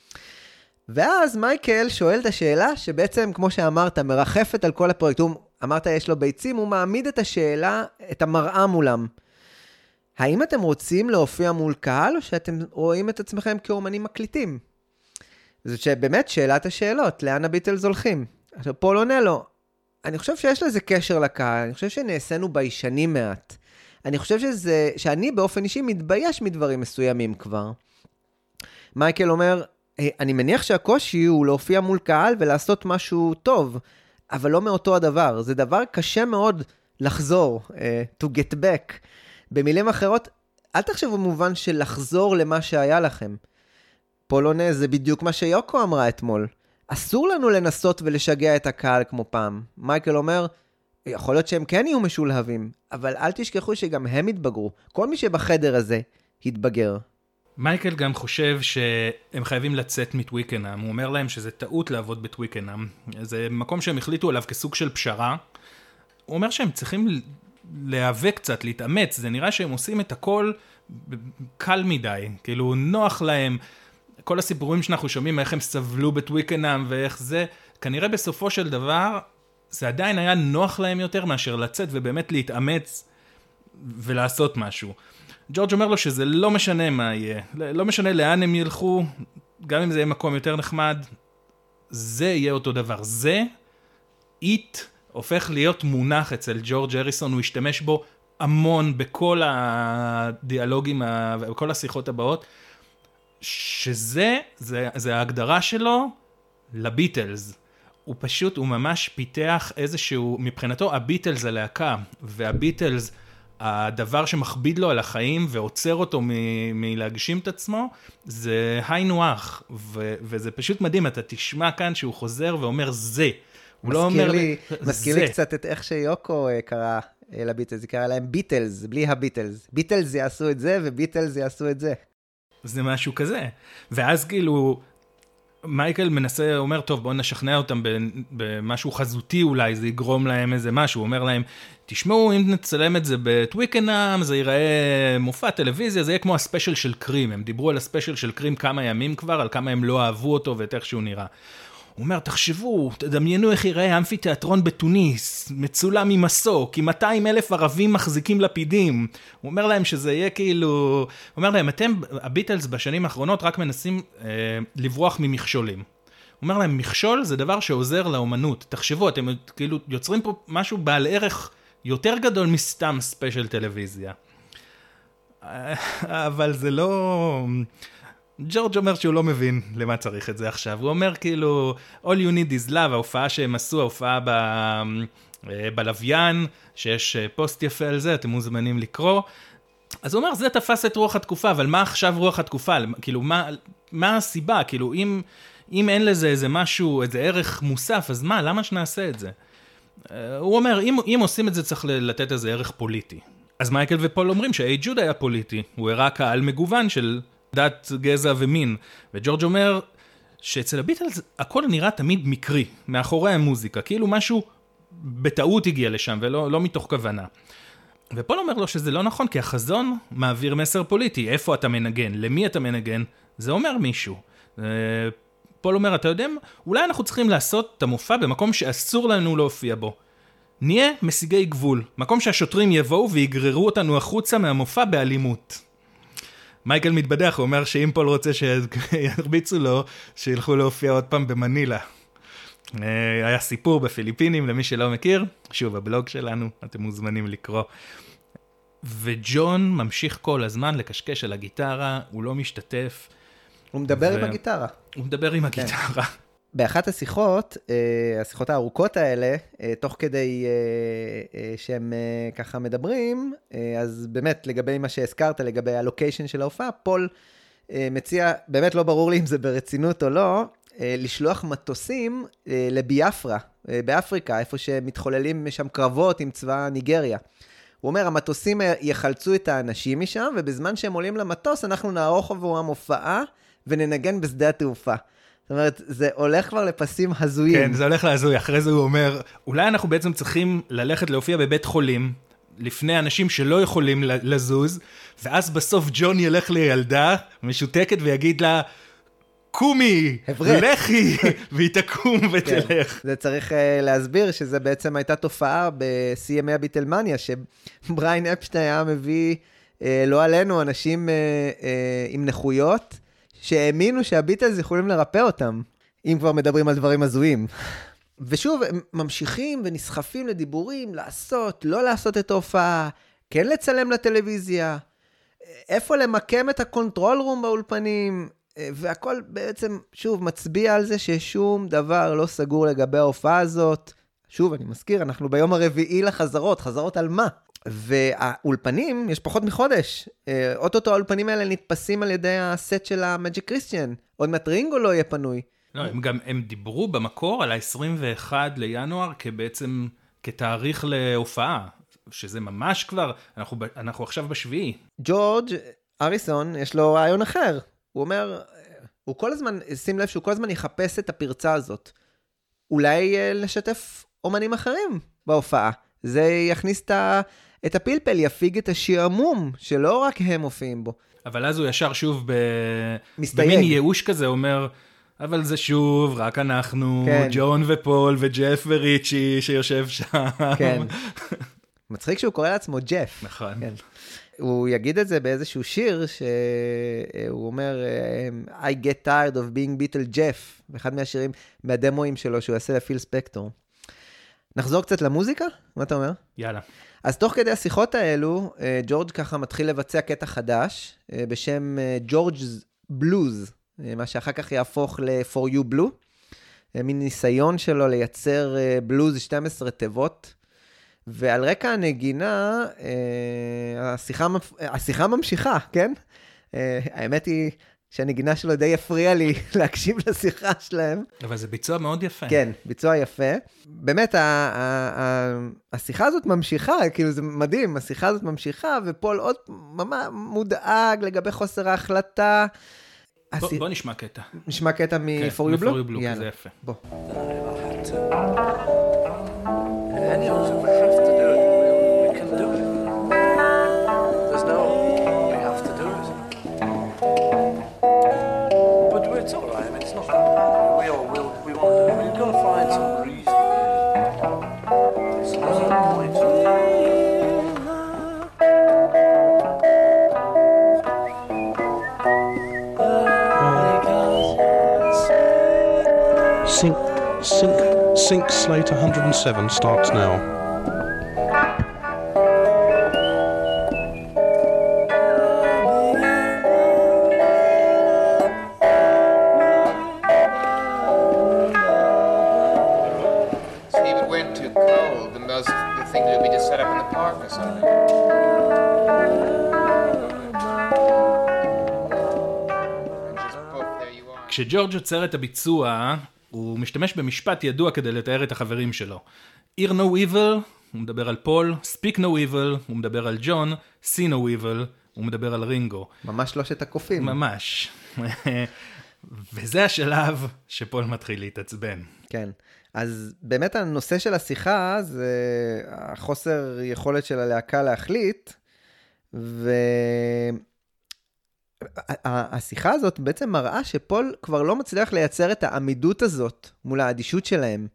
ואז מייקל שואל את השאלה, שבעצם, כמו שאמרת, מרחפת על כל הפרויקט. הוא אמרת, יש לו ביצים, הוא מעמיד את השאלה, את המראה מולם. האם אתם רוצים להופיע מול קהל, או שאתם רואים את עצמכם כאומנים מקליטים? זאת שבאמת שאלת השאלות, לאן הביטלס הולכים? עכשיו, פול עונה לו, אני חושב שיש לזה קשר לקהל, אני חושב שנעשינו ביישנים מעט. אני חושב שזה, שאני באופן אישי מתבייש מדברים מסוימים כבר. מייקל אומר, אני מניח שהקושי הוא להופיע מול קהל ולעשות משהו טוב, אבל לא מאותו הדבר. זה דבר קשה מאוד לחזור, uh, to get back. במילים אחרות, אל תחשבו במובן של לחזור למה שהיה לכם. פול עונה, זה בדיוק מה שיוקו אמרה אתמול. אסור לנו לנסות ולשגע את הקהל כמו פעם. מייקל אומר, יכול להיות שהם כן יהיו משולהבים, אבל אל תשכחו שגם הם התבגרו. כל מי שבחדר הזה התבגר. מייקל גם חושב שהם חייבים לצאת מטוויקנאם. הוא אומר להם שזה טעות לעבוד בטוויקנאם. זה מקום שהם החליטו עליו כסוג של פשרה. הוא אומר שהם צריכים להיאבק קצת, להתאמץ. זה נראה שהם עושים את הכל קל מדי. כאילו נוח להם. כל הסיפורים שאנחנו שומעים, איך הם סבלו בטוויקנאם ואיך זה, כנראה בסופו של דבר, זה עדיין היה נוח להם יותר מאשר לצאת ובאמת להתאמץ ולעשות משהו. ג'ורג' אומר לו שזה לא משנה מה יהיה, לא משנה לאן הם ילכו, גם אם זה יהיה מקום יותר נחמד, זה יהיה אותו דבר. זה, it, הופך להיות מונח אצל ג'ורג' הריסון, הוא השתמש בו המון בכל הדיאלוגים, בכל השיחות הבאות, שזה, זה, זה ההגדרה שלו לביטלס. הוא פשוט, הוא ממש פיתח איזשהו, מבחינתו הביטלס הלהקה, והביטלס, הדבר שמכביד לו על החיים ועוצר אותו מ- מלהגשים את עצמו, זה היינו הך, ו- וזה פשוט מדהים, אתה תשמע כאן שהוא חוזר ואומר זה. הוא לא אומר לי, מזכיר לי קצת את איך שיוקו קרא לביטלס, זה קרא להם ביטלס, בלי הביטלס. ביטלס יעשו את זה וביטלס יעשו את זה. זה משהו כזה. ואז כאילו, מייקל מנסה, אומר, טוב, בואו נשכנע אותם במשהו חזותי אולי, זה יגרום להם איזה משהו. הוא אומר להם, תשמעו, אם נצלם את זה בטוויקנאם, זה ייראה מופע טלוויזיה, זה יהיה כמו הספיישל של קרים. הם דיברו על הספיישל של קרים כמה ימים כבר, על כמה הם לא אהבו אותו ואת איך שהוא נראה. הוא אומר, תחשבו, תדמיינו איך ייראה אמפיתיאטרון בתוניס, מצולם עם מסוק, עם מאתיים אלף ערבים מחזיקים לפידים. הוא אומר להם שזה יהיה כאילו... הוא אומר להם, אתם, הביטלס בשנים האחרונות רק מנסים אה, לברוח ממכשולים. הוא אומר להם, מכשול זה דבר שעוזר לאומנות. תחשבו, אתם כאילו יוצרים פה משהו בעל ערך יותר גדול מסתם ספיישל טלוויזיה. אבל זה לא... ג'ורג' אומר שהוא לא מבין למה צריך את זה עכשיו. הוא אומר כאילו, All you need is love, ההופעה שהם עשו, ההופעה ב... בלוויין, שיש פוסט יפה על זה, אתם מוזמנים לקרוא. אז הוא אומר, זה תפס את רוח התקופה, אבל מה עכשיו רוח התקופה? כאילו, מה, מה הסיבה? כאילו, אם, אם אין לזה איזה משהו, איזה ערך מוסף, אז מה? למה שנעשה את זה? הוא אומר, אם, אם עושים את זה, צריך לתת איזה ערך פוליטי. אז מייקל ופול אומרים שהאי ג'וד היה פוליטי. הוא הראה קהל מגוון של דת, גזע ומין. וג'ורג' אומר שאצל הביטלס הכל נראה תמיד מקרי, מאחורי המוזיקה, כאילו משהו בטעות הגיע לשם, ולא לא מתוך כוונה. ופול אומר לו שזה לא נכון, כי החזון מעביר מסר פוליטי. איפה אתה מנגן? למי אתה מנגן? זה אומר מישהו. פול אומר, אתה יודע, אולי אנחנו צריכים לעשות את המופע במקום שאסור לנו להופיע בו. נהיה משיגי גבול. מקום שהשוטרים יבואו ויגררו אותנו החוצה מהמופע באלימות. מייקל מתבדח, הוא אומר שאם פול רוצה שירביצו לו, שילכו להופיע עוד פעם במנילה. היה סיפור בפיליפינים, למי שלא מכיר, שוב, הבלוג שלנו, אתם מוזמנים לקרוא. וג'ון ממשיך כל הזמן לקשקש על הגיטרה, הוא לא משתתף. הוא מדבר ו... עם הגיטרה. הוא מדבר עם הגיטרה. באחת השיחות, השיחות הארוכות האלה, תוך כדי שהם ככה מדברים, אז באמת לגבי מה שהזכרת, לגבי הלוקיישן של ההופעה, פול מציע, באמת לא ברור לי אם זה ברצינות או לא, לשלוח מטוסים לביאפרה, באפריקה, איפה שמתחוללים שם קרבות עם צבא ניגריה. הוא אומר, המטוסים יחלצו את האנשים משם, ובזמן שהם עולים למטוס, אנחנו נערוך עבורם הופעה, וננגן בשדה התעופה. זאת אומרת, זה הולך כבר לפסים הזויים. כן, זה הולך להזוי. אחרי זה הוא אומר, אולי אנחנו בעצם צריכים ללכת להופיע בבית חולים, לפני אנשים שלא יכולים לזוז, ואז בסוף ג'ון ילך לילדה משותקת ויגיד לה, קומי, לכי, והיא תקום ותלך. זה צריך להסביר שזה בעצם הייתה תופעה בשיא ימי הביטלמניה, שבריין אפשטיין היה מביא, לא עלינו, אנשים עם נכויות, שהאמינו שהביטלס יכולים לרפא אותם, אם כבר מדברים על דברים הזויים. ושוב, הם ממשיכים ונסחפים לדיבורים, לעשות, לא לעשות את ההופעה, כן לצלם לטלוויזיה, איפה למקם את הקונטרול רום באולפנים, והכל בעצם, שוב, מצביע על זה ששום דבר לא סגור לגבי ההופעה הזאת. שוב, אני מזכיר, אנחנו ביום הרביעי לחזרות, חזרות על מה? והאולפנים, יש פחות מחודש. אוטוטו האולפנים האלה נתפסים על ידי הסט של המג'יק קריסטיאן. עוד מעט רינגו לא יהיה פנוי. לא, הם גם, הם דיברו במקור על ה-עשרים ואחד לינואר, כבעצם, כתאריך להופעה. שזה ממש כבר, אנחנו, אנחנו עכשיו בשביעי. ג'ורג' אריסון, יש לו רעיון אחר. הוא אומר, הוא כל הזמן, שים לב שהוא כל הזמן יחפש את הפרצה הזאת. אולי לשתף אומנים אחרים בהופעה. זה יכניס את, את הפלפל, יפיג את השעמום, שלא רק הם מופיעים בו. אבל אז הוא ישר שוב ב... במין ייאוש כזה, אומר, אבל זה שוב, רק אנחנו, כן. ג'ון ופול וג'ף וריצ'י שיושב שם. כן. מצחיק שהוא קורא לעצמו ג'ף. נכון. כן. הוא יגיד את זה באיזשהו שיר, שהוא אומר, I get tired of being Beatle Jeff, באחד מהשירים, מהדמואים שלו, שהוא עושה לפיל ספקטור. נחזור קצת למוזיקה? מה אתה אומר? יאללה. אז תוך כדי השיחות האלו, ג'ורג' ככה מתחיל לבצע קטע חדש, בשם ג'ורג'ס בלוז, מה שאחר כך יהפוך ל-For You Blue, מין ניסיון שלו לייצר בלוז שתים עשרה תיבות, ועל רקע הנגינה, השיחה, השיחה ממשיכה, כן? האמת היא שהנגינה שלו די הפריע לי להקשיב לשיחה שלהם. אבל זה ביצוע מאוד יפה. כן, ביצוע יפה. באמת, השיחה הזאת ממשיכה, כאילו זה מדהים, השיחה הזאת ממשיכה, ופול עוד ממש מודאג לגבי חוסר ההחלטה. בוא, בוא נשמע קטע. נשמע קטע מ-For You Blue? מ-For You Blue, זה יפה. בוא. Any of us, if we have to do it, we, we can do it. There's no, we have to do it. But it's all right, I mean, it's not that bad. We all will, we want to do it. We've got to find some reason, really. So there's no point. Sync, sync, sync slate one hundred seven starts now. See, if it weren't too cold, then those the things would be just set up in the park or something. And just poof, there you are. כשג'ורג' יוצר את הביצוע, הוא משתמש במשפט ידוע כדי לתאר את החברים שלו. Hear no evil, הוא מדבר על פול, Speak no evil, הוא מדבר על ג'ון, See no evil, הוא מדבר על רינגו. ממש שלושת הקופים. ממש. וזה השלב שפול מתחיל להתעצבן. כן. אז באמת הנושא של השיחה זה החוסר יכולת של הלהקה להחליט, והשיחה הזאת בעצם מראה שפול כבר לא מצליח לייצר את העמידות הזאת מול האדישות שלהם,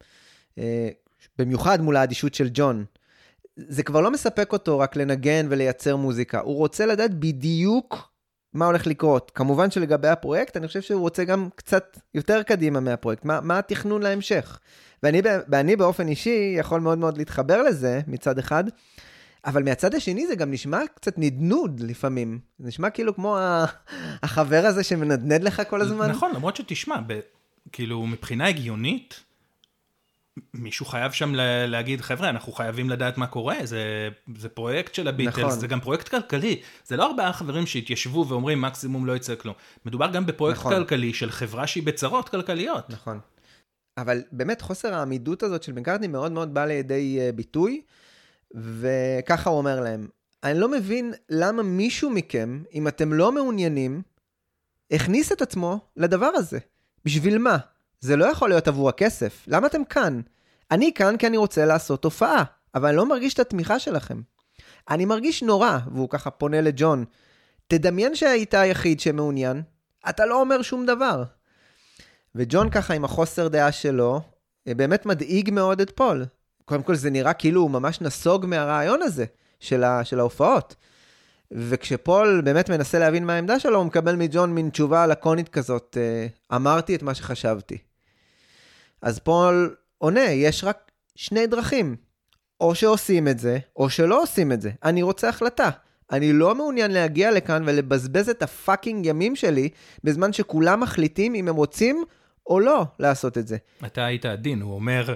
במיוחד מול האדישות של ג'ון. זה כבר לא מספק אותו רק לנגן ולייצר מוזיקה, הוא רוצה לדעת בדיוק מה הולך לקרות. כמובן שלגבי הפרויקט, אני חושב שהוא רוצה גם קצת יותר קדימה מהפרויקט, מה, מה התכנון להמשך. ואני, ואני באופן אישי יכול מאוד מאוד להתחבר לזה מצד אחד, אבל מהצד השני זה גם נשמע קצת נדנוד לפעמים. זה נשמע כאילו כמו החבר הזה שמנדנד לך כל הזמן. נכון, למרות שתשמע, ב, כאילו מבחינה הגיונית, מישהו חייב שם להגיד, חבר'ה, אנחנו חייבים לדעת מה קורה, זה, זה פרויקט של הביטלס, נכון. זה גם פרויקט כלכלי, זה לא ארבעה חברים שהתיישבו ואומרים מקסימום לא יצא כלום, מדובר גם בפרויקט נכון. כלכלי של חברה שהיא בצרות כלכליות. נכון, אבל באמת חוסר העמידות הזאת של מקארטני מאוד מאוד בא לידי ביטוי, וככה הוא אומר להם, אני לא מבין למה מישהו מכם, אם אתם לא מעוניינים, הכניס את עצמו לדבר הזה, בשביל מה? זה לא יכול להיות עבור הכסף. למה אתם כאן? אני כאן כי אני רוצה לעשות תופעה, אבל אני לא מרגיש את התמיכה שלכם. אני מרגיש נורא, והוא ככה פונה לג'ון. תדמיין שהיית היחיד שמעוניין, אתה לא אומר שום דבר. וג'ון ככה עם החוסר דעה שלו, באמת מדאיג מאוד את פול. קודם כל זה נראה כאילו הוא ממש נסוג מהרעיון הזה, של, ה, של ההופעות. וכשפול באמת מנסה להבין מה העמדה שלו, הוא מקבל מג'ון מין תשובה לקונית כזאת, אמרתי את מה שחשבתי. אז פול עונה, יש רק שני דרכים, או שעושים את זה, או שלא עושים את זה. אני רוצה החלטה. אני לא מעוניין להגיע לכאן ולבזבז את הפאקינג ימים שלי, בזמן שכולם מחליטים אם הם רוצים או לא לעשות את זה. אתה היית עדין, הוא אומר,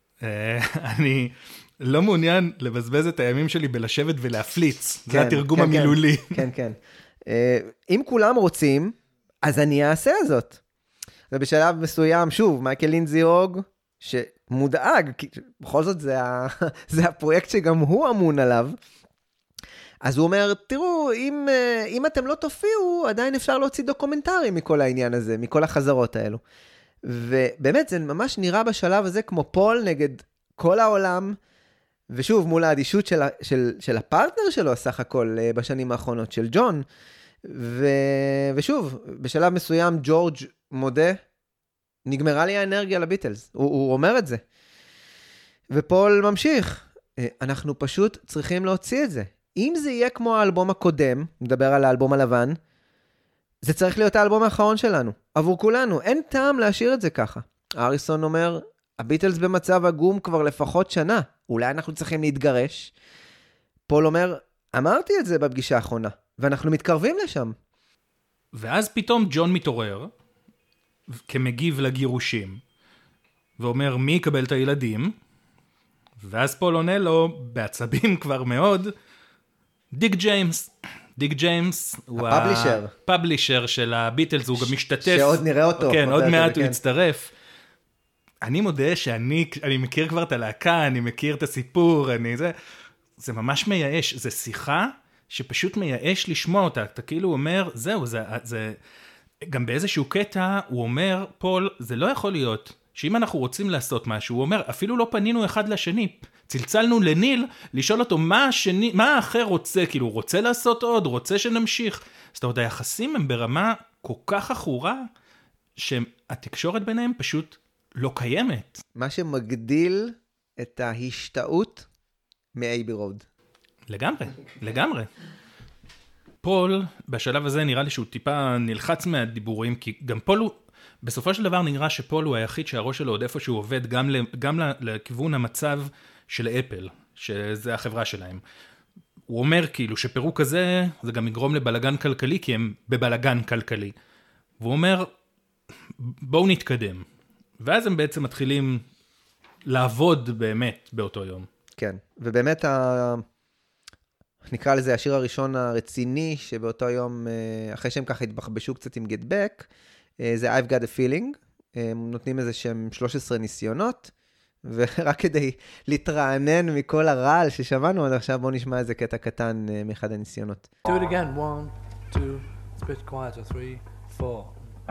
אני לא מעוניין לבזבז את הימים שלי בלשבת ולהפליץ. כן, זה התרגום כן, המילולי. כן, כן. כן. אם כולם רוצים, אז אני אעשה זאת. ובשלב מסוים, שוב, מייקל לינזי הוג, שמודאג, כי בכל זאת זה, ה... זה הפרויקט שגם הוא אמון עליו, אז הוא אומר, תראו, אם, אם אתם לא תופיעו, עדיין אפשר להוציא דוקומנטרי מכל העניין הזה, מכל החזרות האלו. ובאמת, זה ממש נראה בשלב הזה כמו פול נגד כל העולם, ושוב, מול האדישות של, של, של הפרטנר שלו, סך הכל, בשנים האחרונות, של ג'ון. ו... ושוב, בשלב מסוים, ג'ורג' מודה, נגמרה לי האנרגיה לביטלס. הוא, הוא אומר את זה. ופול ממשיך. אנחנו פשוט צריכים להוציא את זה. אם זה יהיה כמו האלבום הקודם, מדבר על האלבום הלבן, זה צריך להיות האלבום האחרון שלנו. עבור כולנו. אין טעם להשאיר את זה ככה. אריסון אומר, הביטלס במצב עגום כבר לפחות שנה. אולי אנחנו צריכים להתגרש. פול אומר, אמרתי את זה בפגישה האחרונה, ואנחנו מתקרבים לשם. ואז פתאום ג'ון מתעורר, כמגיב לגירושים, ואומר, מי יקבל את הילדים? ואז פול עונה לו, בעצבים כבר מאוד, דיק ג'יימס. דיק ג'יימס הוא הפאבלישר. הפאבלישר של הביטלס, הוא גם משתתף. שעוד נראה אותו. כן, עוד מעט הוא יצטרף. אני מודה שאני אני מכיר כבר את הלהקה, אני מכיר את הסיפור, אני זה, זה ממש מייאש, זה שיחה שפשוט מייאש לשמוע אותה, אתה כאילו אומר, זהו, זה, זה, גם באיזשהו קטע הוא אומר, פול, זה לא יכול להיות, שאם אנחנו רוצים לעשות משהו, הוא אומר, אפילו לא פנינו אחד לשני, צלצלנו לניל, לשאול אותו מה השני, מה האחר רוצה, כאילו, הוא רוצה לעשות עוד, רוצה שנמשיך. זאת אומרת, היחסים הם ברמה כל כך אחורה, שהתקשורת ביניהם פשוט לא קיימת. מה שמגדיל את ההשתאות מאייבי רוד. לגמרי, לגמרי. פול, בשלב הזה נראה לי שהוא טיפה נלחץ מהדיבורים, כי גם פול הוא, בסופו של דבר נראה שפול הוא היחיד שהראש שלו עוד איפה שהוא עובד, גם, גם לכיוון המצב של אפל, שזה החברה שלהם. הוא אומר כאילו שפירוק כזה, זה גם יגרום לבלגן כלכלי, כי הם בבלגן כלכלי. והוא אומר, בואו נתקדם. ואז הם בעצם מתחילים לעבוד באמת באותו יום. כן, ובאמת ה... נקרא לזה השיר הראשון הרציני, שבאותו יום, אחרי שהם ככה התבחבשו קצת עם Get Back, זה I've Got a Feeling, הם נותנים איזה שהם שלוש עשרה ניסיונות, ורק כדי להתרענן מכל הרעל ששמענו עד עכשיו, בואו נשמע איזה קטע קטן מאחד הניסיונות. Do it again, one, two, it's a bit quieter, three, four.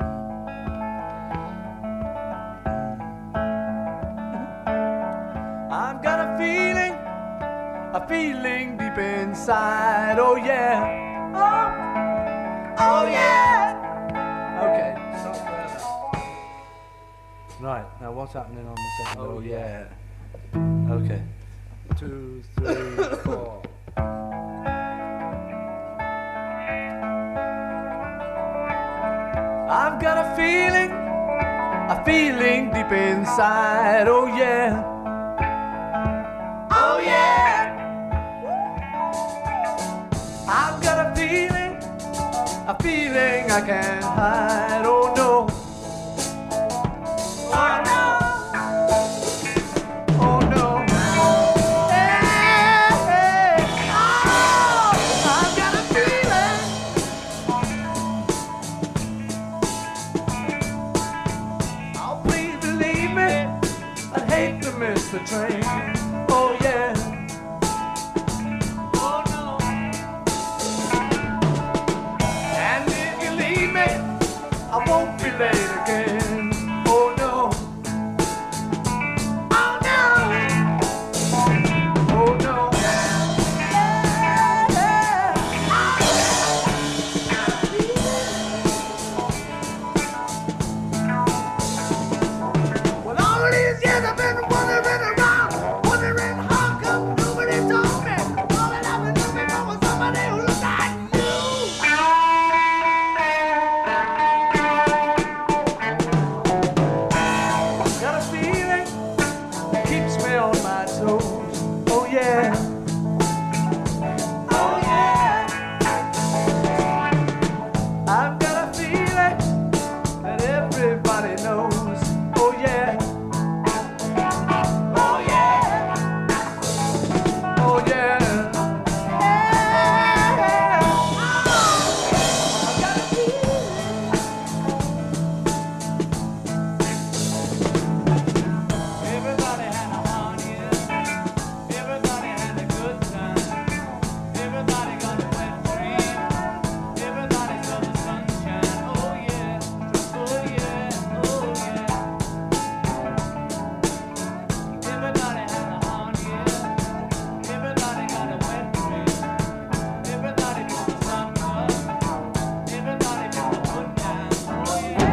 I've got a feeling, a feeling deep inside, oh yeah, oh, oh yeah. Okay, stop there. Right, now what's happening on the second? Oh, oh yeah. Okay, two, three, four. I've got a feeling, a feeling deep inside, oh yeah. Oh yeah. I've got a feeling, a feeling I can't hide, oh no. Oh no. Oh no. Hey, hey. Oh, I've got a feeling. Oh, please believe me, I'd hate to miss the train. Oh yeah. Oh no. And if you leave me, I won't be late again. Oh no. Oh no. Oh no. Well, all these years I've been wandering around, wondering how come nobody told me. All that I've been looking for was somebody who looked like you. Got a feeling that keeps me on my toes. Oh yeah. Oh yeah. I've got a feeling that everybody knows. Oh yeah. Oh yeah. Oh yeah. Yeah. I've got a feeling. Everybody had a honey, everybody had a good time, everybody got a wet dream, everybody saw the sunshine. Oh yeah, oh yeah, oh yeah. Everybody had a honey, everybody got a wet dream, everybody put the sun up, everybody put the foot down. Oh yeah.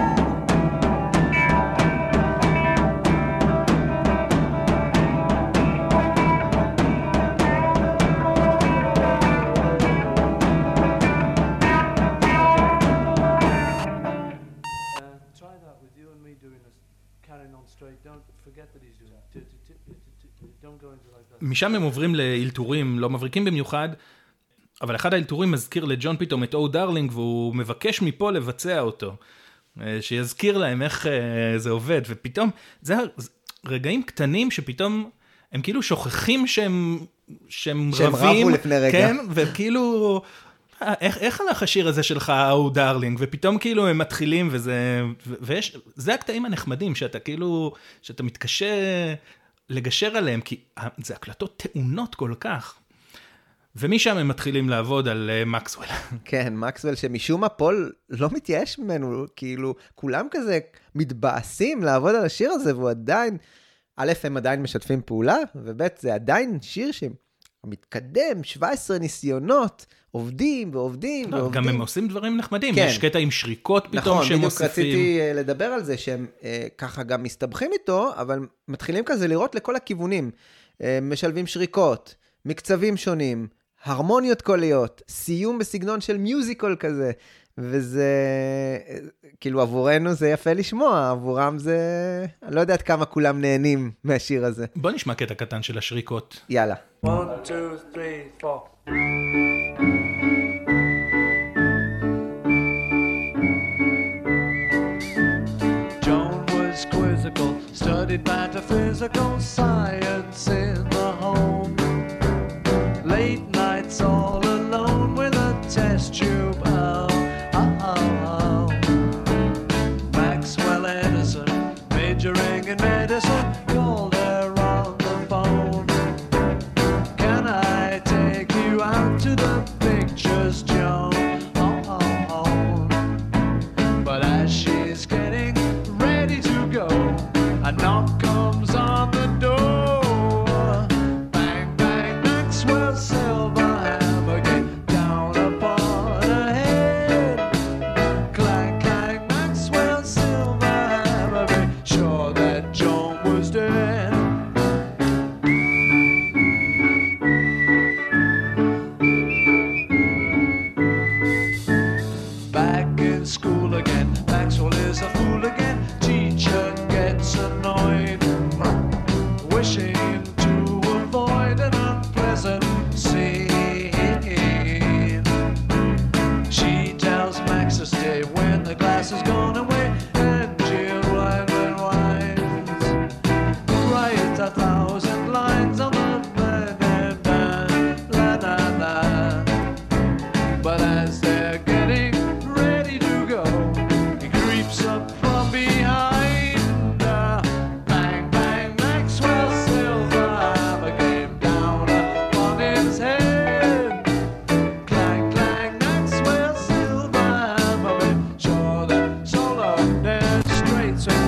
Uh, try that with you and me doing this, carrying on straight. Don't forget that he's doing it. Don't go into like that. משם הם עוברים לאלתורים, לא מבריקים במיוחד, אבל אחד האלתורים מזכיר לג'ון פתאום את או דרלינג, והוא מבקש מפה לבצע אותו, שיזכיר להם איך זה עובד, ופתאום, זה רגעים קטנים שפתאום הם כאילו שוכחים שהם, שהם, שהם רבים, רבו לפני רגע. כן, וכאילו, איך, איך הלך השיר הזה שלך, או דרלינג, ופתאום כאילו הם מתחילים, וזה, ויש, זה הקטעים הנחמדים, שאתה כאילו, שאתה מתקשה לגשר עליהם, כי זה הקלטות טעונות כל כך. ומשם הם מתחילים לעבוד על uh, מקסוול. כן, מקסוול שמשום מה פול לא מתייאש ממנו, כאילו כולם כזה מתבאסים לעבוד על השיר הזה, והוא עדיין, א' הם עדיין משתפים פעולה, וב' זה עדיין שיר שמתקדם, שבע עשרה ניסיונות, עובדים ועובדים לא, ועובדים. גם הם עושים דברים נחמדים, כן. יש קטע עם שריקות פתאום נכון, שהם בדיוק מוסיפים. רציתי uh, לדבר על זה, שהם uh, ככה גם מסתבכים איתו, אבל מתחילים כזה לראות לכל הכיוונים. Uh, משלבים שריקות, מקצבים שונים, הרמוניות קוליות, סיום בסגנון של מיוזיקול כזה, וזה, כאילו עבורנו זה יפה לשמוע, עבורם זה, אני לא יודעת כמה כולם נהנים מהשיר הזה. בוא נשמע קטע קטן של השריקות. יאללה. One, two, three, four. Joan was quizzical, studied metaphysical science in the home. Late nights all alone with a test tube. Oh, oh, oh, oh. Maxwell Edison, majoring in medicine, called her on the phone. Can I take you out to the pictures, Joan? Oh, oh, oh. But as she's getting ready to go, a knock comes on the door. Bang, bang, Maxwell's silver hammer came down upon her head. Clang, clang, Maxwell's silver hammer made sure that Joan was dead. Back in school again, Maxwell is a fool again. Teacher gets annoyed, wishing to avoid an unpleasant scene. She tells Max to stay when the class has gone away, and Jill whines and whines, writes a thousand lines on the blah, la la la. But as they're getting ready to go, he creeps up from behind. Uh, bang, bang, Maxwell's silver hammer came down upon his head. Clang, clang, Maxwell's silver hammer made sure that Solar dead straight. So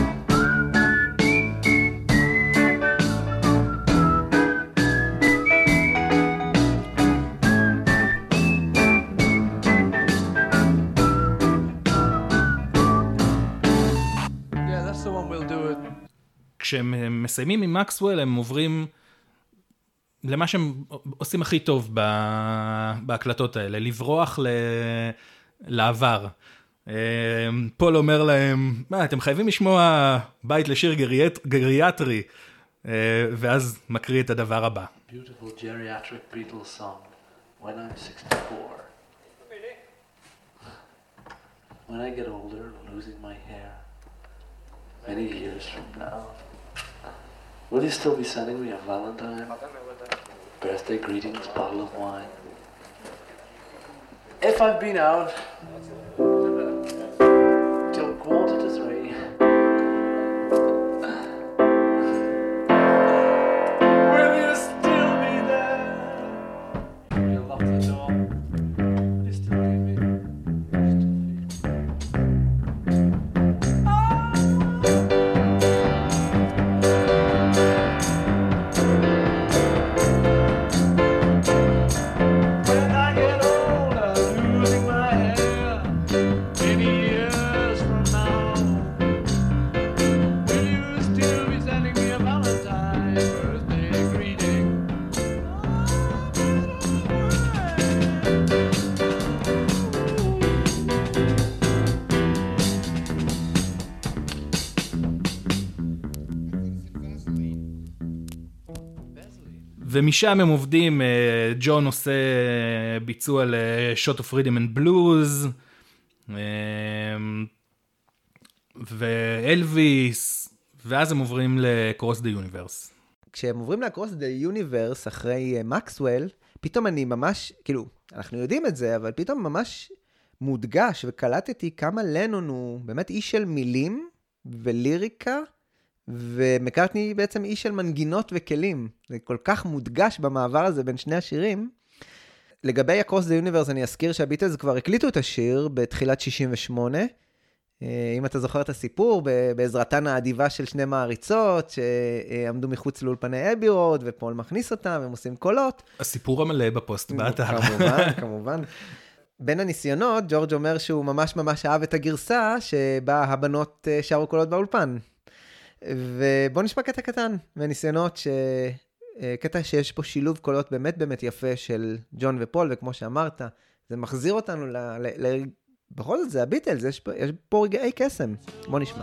yeah, that's the one we'll do it. כשהם מסיימים עם מקסוול, הם עוברים למה שהם עושים הכי טוב ב- בהקלטות האלה, לברוח ל- לעבר. אה, פול אומר להם, מה, אתם חייבים לשמוע בית לשיר גריאט- גריאטרי, אה, ואז מקריא את הדבר הבא. Beautiful geriatric Beatles song, When I'm sixty-four. When I get older, losing my hair, many years from now, will you still be sending me a Valentine, birthday greetings, bottle of wine? If I've been out till quarter to three, will you still be there? You lock the door. You still need me? When I get older, losing my hair, many years from now, will you still be sending me a Valentine birthday greeting? ומשם הם עובדים, אה, ג'ון עושה ביצוע ל-Shot of Rhythm and Blues, אה, ואלוויס, ואז הם עוברים ל-Cross the Universe. כשהם עוברים ל-Across the Universe אחרי מקסוול, פתאום אני ממש, כאילו, אנחנו יודעים את זה, אבל פתאום ממש מודגש וקלטתי כמה לנון הוא באמת איש של מילים וליריקה, ומקארטני בעצם איש של מנגינות וכלים. זה כל כך מודגש במעבר הזה בין שני השירים, לגבי Across the Universe, אני אזכיר שהביטלס כבר הקליטו את השיר בתחילת שישים ושמונה. אם אתה זוכר את הסיפור, בעזרתן האדיבה של שני מעריצות, שעמדו מחוץ לאולפני אבי רוד, ופול מכניס אותם, והם עושים קולות. הסיפור המלא בפוסט באתר. כמובן, כמובן. בין הניסיונות, ג'ורג' אומר שהוא ממש ממש אהב את הגרסה, שבה הבנות שרו קולות באולפן. ובוא נשמע קטע קטן מהניסיונות, ש... קטע שיש פה שילוב קולות באמת באמת יפה של ג'ון ופול, וכמו שאמרת, זה מחזיר אותנו ל... ל... בכל זאת זה הביטלס, יש פה, יש פה רגעי קסם. בוא נשמע.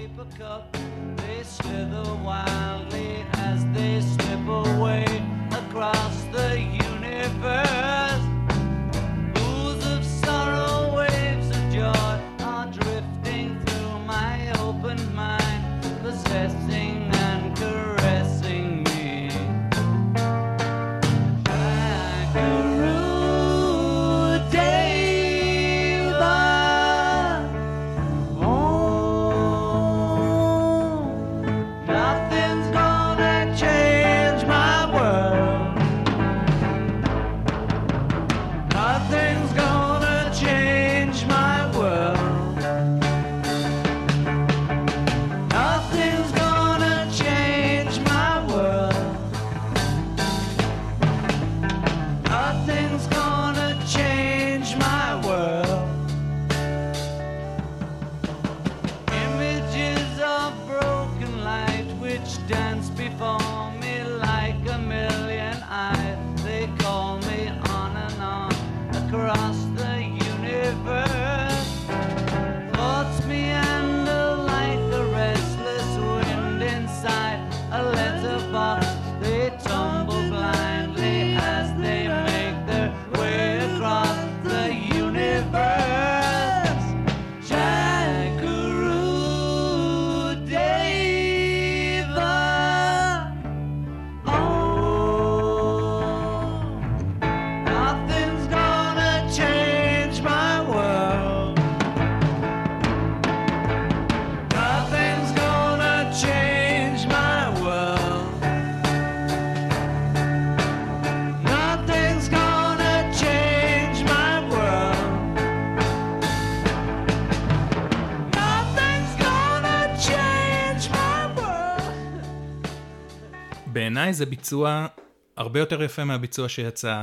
בעיניי זה ביצוע הרבה יותר יפה מהביצוע שיצא,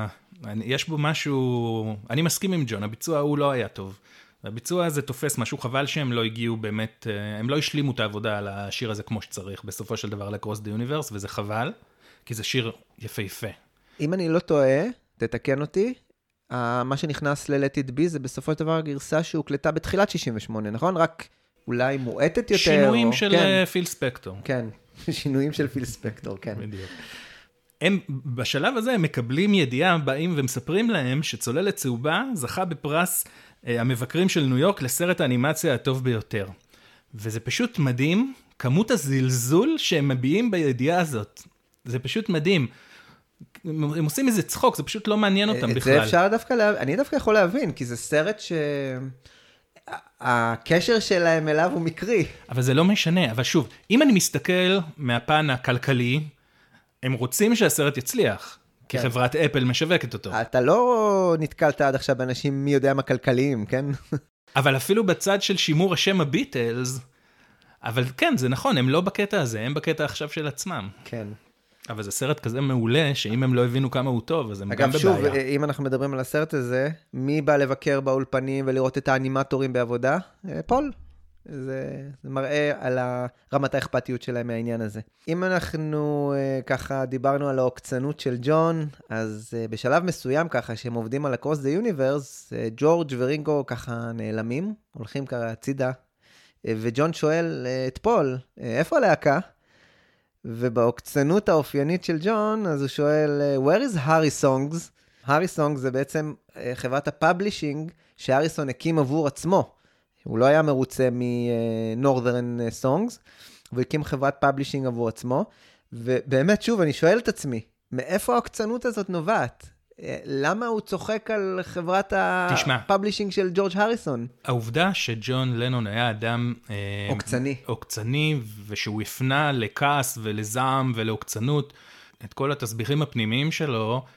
יש בו משהו, אני מסכים עם ג'ון, הביצוע הוא לא היה טוב. הביצוע הזה תופס משהו, חבל שהם לא הגיעו באמת, הם לא השלימו את העבודה על השיר הזה כמו שצריך, בסופו של דבר ל-Across the Universe, וזה חבל, כי זה שיר יפה יפה. אם אני לא טועה, תתקן אותי, מה שנכנס ל-Let It Be זה בסופו של דבר הגרסה שהוקלטה בתחילת שישים ושמונה, נכון? רק אולי מועטת יותר. שינויים או... של כן. פיל ספקטור. כן, שינויים של פיל ספקטור, כן. בדיוק. הם, בשלב הזה הם מקבלים ידיעה, באים ומספרים להם שצוללת צהובה זכה בפרס אה, המבקרים של ניו יורק לסרט האנימציה הטוב ביותר. וזה פשוט מדהים, כמות הזלזול שהם מביעים בידיעה הזאת. זה פשוט מדהים. הם עושים איזה צחוק, זה פשוט לא מעניין אותם את בכלל. זה אפשר דווקא להבין, אני דווקא יכול להבין, כי זה סרט ש... הקשר שלהם אליו הוא מקרי. אבל זה לא משנה, אבל שוב, אם אני מסתכל מהפן הכלכלי, הם רוצים שהסרט יצליח, כי כן. חברת אפל משווקת אותו. אתה לא נתקלת עד עכשיו באנשים מי יודע מה כלכליים, כן? אבל אפילו בצד של שימור השם הביטלס, אבל כן, זה נכון, הם לא בקטע הזה, הם בקטע עכשיו של עצמם. כן. אבל זה סרט כזה מעולה, שאם הם לא הבינו כמה הוא טוב, אז הם אגב, גם בבעיה. שוב, אם אנחנו מדברים על הסרט הזה, מי בא לבקר באולפנים ולראות את האנימטורים בעבודה? פול. זה, זה מראה על רמת האכפתיות שלהם מהעניין הזה. אם אנחנו ככה דיברנו על העוקצנות של ג'ון, אז בשלב מסוים ככה, שהם עובדים על Across the Universe, ג'ורג' ורינגו ככה נעלמים, הולכים ככה הצידה, וג'ון שואל את פול, איפה הלהקה? ובעוקצנות האופיינית של ג'ון, אז הוא שואל, where is Harry Songs? Harry Songs זה בעצם חברת הפאבלישינג שהריסון הקים עבור עצמו. הוא לא היה מרוצה מ-Northern Songs, והוא הקים חברת פאבלישינג עבור עצמו. ובאמת, שוב, אני שואל את עצמי, מאיפה העוקצנות הזאת נובעת? למה הוא צוחק על חברת הפאבלישינג של ג'ורג' הריסון? העובדה שג'ון לנון היה אדם עוקצני. עוקצני, ושהוא הפנה לכעס ולזעם ולעוקצנות, את כל התסביכים הפנימיים שלו,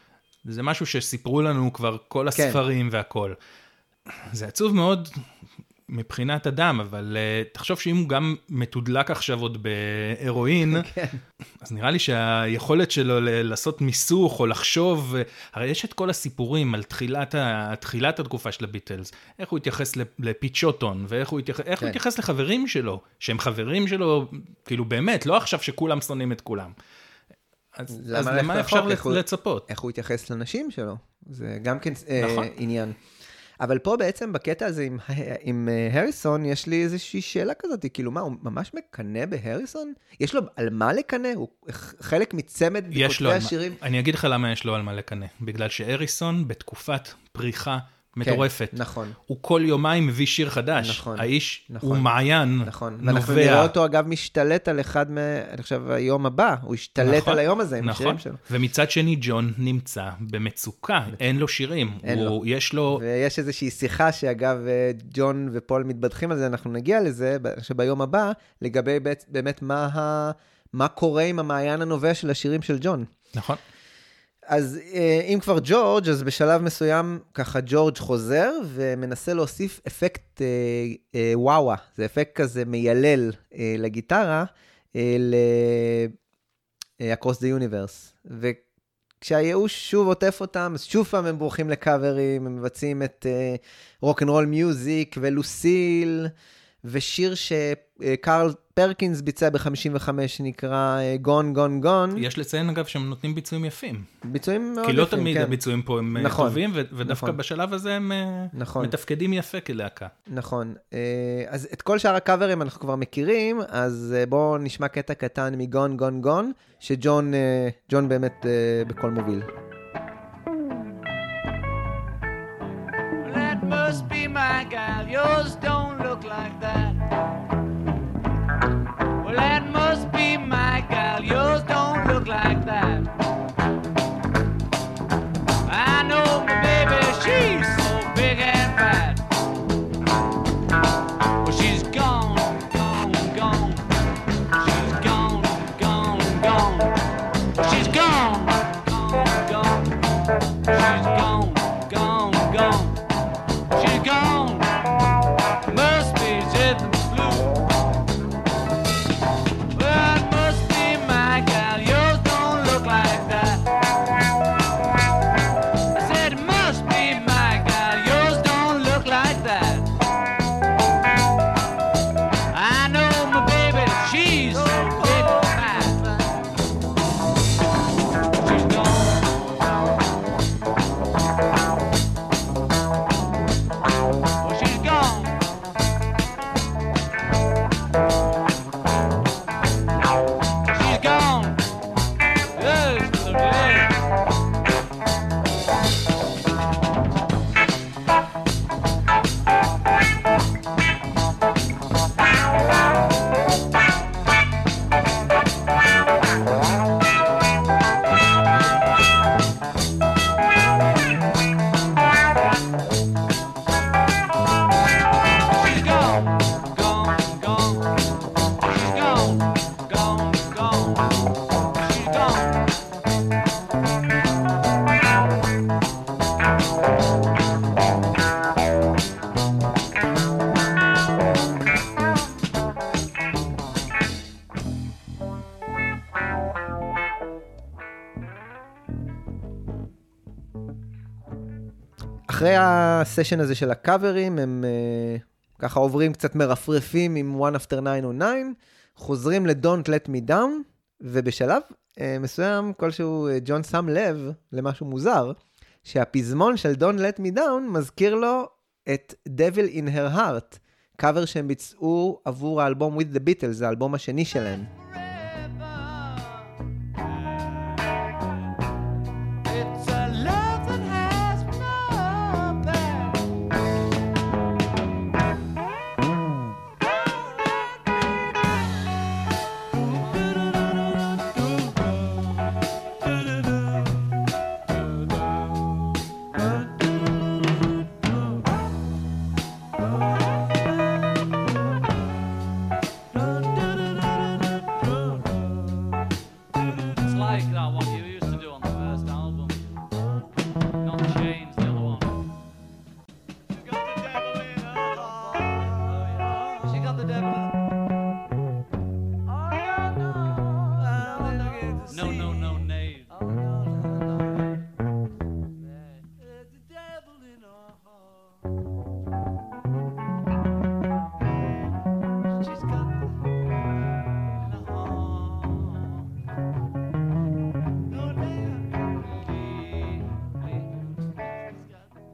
זה משהו שסיפרו לנו כבר כל הספרים והכל. זה עצוב מאוד מבחינת אדם, אבל uh, תחשוב שאם הוא גם מתודלק עכשיו עוד בהירואין, אז נראה לי שהיכולת שלו ל- לעשות מיסוך או לחשוב, הרי יש את כל הסיפורים על תחילת, ה- תחילת התקופה של הביטלס, איך הוא התייחס לפיט שוטון, ואיך הוא התייחס, איך הוא התייחס לחברים שלו, שהם חברים שלו, כאילו באמת, לא עכשיו שכולם שונאים את כולם. אז, אז למה אפשר לצפות? איך הוא התייחס לנשים שלו? זה גם כן נכון. עניין. אבל פה בעצם בקטע הזה עם, עם הריסון, יש לי איזושהי שאלה כזאת, כאילו מה, הוא ממש מקנה בהריסון? יש לו על מה לקנה? הוא חלק מצמד בכותבי השירים? אני אגיד לך למה יש לו על מה לקנה. בגלל שהריסון בתקופת פריחה מטורפת. כן, נכון. הוא כל יומיים מביא שיר חדש. נכון. האיש נכון. הוא מעיין, נכון. נובע. ואנחנו נראה אותו אגב משתלט על אחד, מ... אני חושב, היום הבא. הוא השתלט נכון, על היום הזה עם נכון. השירים שלו. ומצד שני, ג'ון נמצא במצוקה. אין לו שירים. אין הוא, לו. יש לו... ויש איזושהי שיחה שאגב, ג'ון ופול מתבדחים על זה, אנחנו נגיע לזה, שביום הבא, לגבי באמת מה, ה... מה קורה עם המעיין הנובע של השירים של ג'ון. נכון. אז אם כבר ג'ורג', אז בשלב מסוים ככה ג'ורג' חוזר ומנסה להוסיף אפקט אה, אה, וואווה, זה אפקט כזה מיילל אה, לגיטרה, אה, ל... אה, Across the Universe. וכשהייאוש שוב עוטף אותם, אז שוב פעם הם בורחים לקאברים, הם מבצעים את רוק אנד רול מיוזיק ולוסיל, ושיר שקרל פרקינס ביצע ב-חמישים וחמש, שנקרא גון, גון, גון. יש לציין אגב שהם נותנים ביצועים יפים. ביצועים מאוד יפים, כי לא יפים, תמיד כן. הביצועים פה הם נכון, טובים, ודווקא נכון. בשלב הזה הם נכון. מתפקדים יפה כלהקה. נכון. אז את כל שאר הקאברים אנחנו כבר מכירים, אז בואו נשמע קטע קטן מגון, גון, גון, שג'ון ג'ון באמת בכל מוביל. That must be my gal, yours don't look like that. Well, that must be my gal, yours don't look like that. I know my baby, she's so big and fat. Well, she's gone, gone, gone. She's gone, gone, gone. She's gone, gone, gone. She's gone, gone, gone. She's gone, must be in the blue. Well, it must be my gal, yours don't look like that. I said it must be my gal, yours don't look like that. I know my baby, she's so big and fat. She's gone. Well, she's gone. She's gone. Yes, lovely. She's gone, gone, gone. She's gone, gone, gone. She's gone. אחרי הסשן הזה של הקאברים, הם uh, ככה עוברים קצת מרפרפים עם one after nine oh nine, חוזרים ל-Don't let me down, ובשלב uh, מסוים כלשהו uh, ג'ון שם לב למשהו מוזר, שהפזמון של Don't let me down מזכיר לו את Devil in her heart, קאבר שהם ביצעו עבור האלבום With the Beatles, האלבום השני שלהם. It's a love that has no back. No, no, no, Nate. Oh, no, no, no. There's the devil in our heart. She's got the devil in her heart. No, damn. She's got the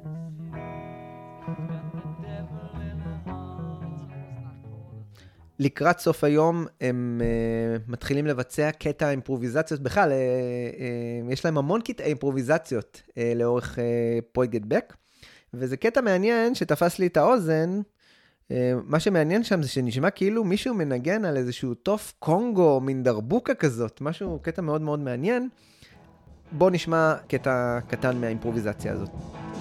devil in her heart. לקראת סוף היום הם uh, מתחילים לבצע קטע אימפרוביזציות. בכלל, uh, uh, יש להם המון קטעי אימפרוביזציות uh, לאורך uh, פרויקט Get Back, וזה קטע מעניין שתפס לי את האוזן. Uh, מה שמעניין שם זה שנשמע כאילו מישהו מנגן על איזשהו תוף קונגו, מין דרבוקה כזאת, משהו, קטע מאוד מאוד מעניין. בואו נשמע קטע קטן מהאימפרוביזציה הזאת.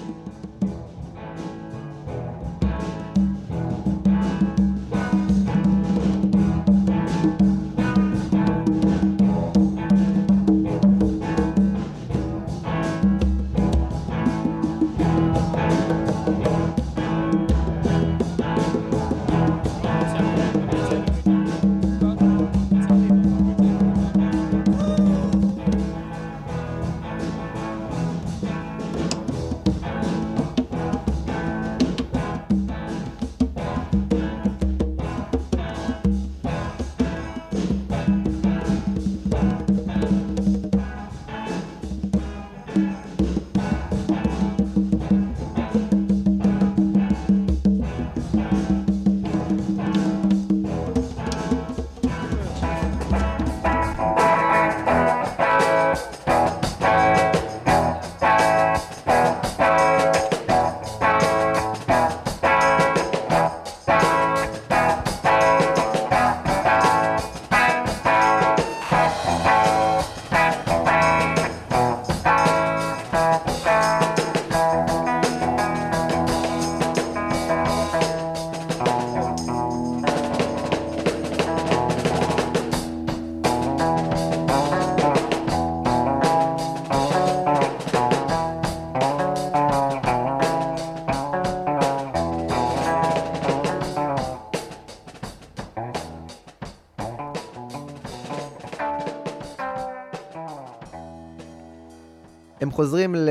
הם חוזרים ל...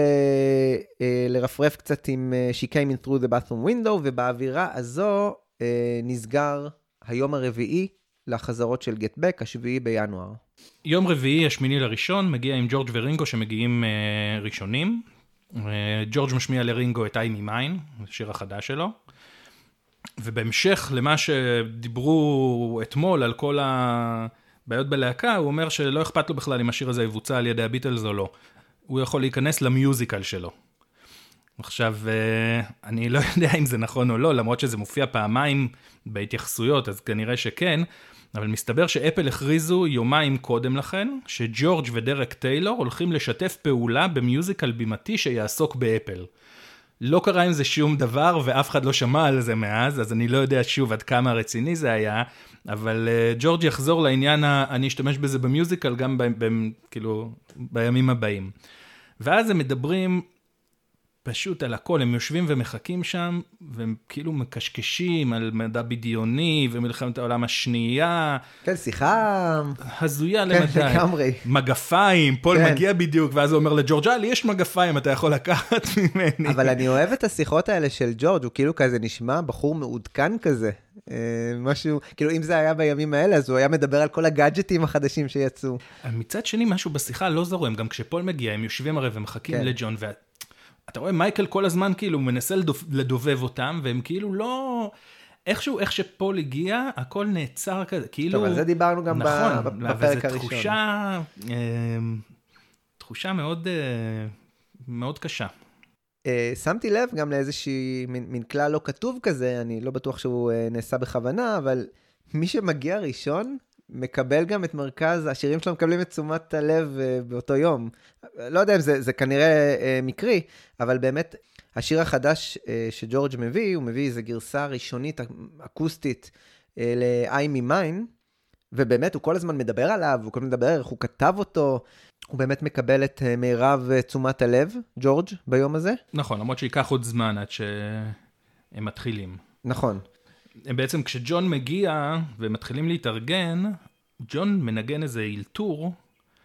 לרפרף קצת עם She Came in through the bathroom window, ובאווירה הזו נסגר היום הרביעי לחזרות של Get Back, השביעי בינואר. יום רביעי, השמיני לראשון, מגיע עם ג'ורג' ורינגו שמגיעים uh, ראשונים. Uh, ג'ורג' משמיע לרינגו את I'm Mine, השיר החדש שלו. ובהמשך למה שדיברו אתמול על כל הבעיות בלהקה, הוא אומר שלא אכפת לו בכלל אם השיר הזה יבוצע על ידי הביטלס או לא. הוא יכול להיכנס למיוזיקל שלו. עכשיו, אני לא יודע אם זה נכון או לא, למרות שזה מופיע פעמיים בהתייחסויות, אז כנראה שכן, אבל מסתבר שאפל הכריזו יומיים קודם לכן, שג'ורג' ודרק טיילור הולכים לשתף פעולה במיוזיקל בימתי שיעסוק באפל. לא קרה עם זה שום דבר, ואף אחד לא שמע על זה מאז, אז אני לא יודע שוב עד כמה רציני זה היה, אבל uh, ג'ורג' יחזור לעניין, ה- אני אשתמש בזה במיוזיקל גם ב- ב- כאילו, בימים הבאים. ואז הם מדברים פשוט על הכל, הם יושבים ומחכים שם, והם כאילו מקשקשים על מדע בדיוני, ומלחמת העולם השנייה. כן, שיחה... הזויה כן, למדי. לגמרי. מגפיים, פול כן. מגיע בדיוק, ואז הוא אומר לג'ורג', לי יש מגפיים, אתה יכול לקחת ממני. אבל אני אוהב את השיחות האלה של ג'ורג', הוא כאילו כזה נשמע בחור מעודכן כזה. אה, משהו, כאילו אם זה היה בימים האלה, אז הוא היה מדבר על כל הגאדג'טים החדשים שיצאו. מצד שני, משהו בשיחה לא זורם, גם כשפול מגיע, הם יושבים הרי ומחכים כן. לג'ון, ואתה רואה, מייקל כל הזמן כאילו מנסה לדוב, לדובב אותם, והם כאילו לא... איכשהו, איך שפול הגיע, הכל נעצר כזה, כאילו... טוב, על זה דיברנו גם נכון, בפרק הראשון. וזו תחושה, אה, תחושה מאוד, אה, מאוד קשה. Uh, שמתי לב גם לאיזושהי מין, מין כלל לא כתוב כזה, אני לא בטוח שהוא uh, נעשה בכוונה, אבל מי שמגיע ראשון, מקבל גם את מרכז, השירים שלו מקבלים את תשומת הלב uh, באותו יום. לא יודע אם זה, זה כנראה uh, מקרי, אבל באמת, השיר החדש uh, שג'ורג' מביא, הוא מביא איזו גרסה ראשונית, אקוסטית, uh, ל-I'm Mine, ובאמת הוא כל הזמן מדבר עליו, הוא כל הזמן מדבר איך הוא כתב אותו, הוא באמת מקבל את מירב תשומת הלב, ג'ורג', ביום הזה. נכון, למרות שיקח עוד זמן עד שהם מתחילים. נכון. הם בעצם כשג'ון מגיע ומתחילים להתארגן, ג'ון מנגן איזה אילתור,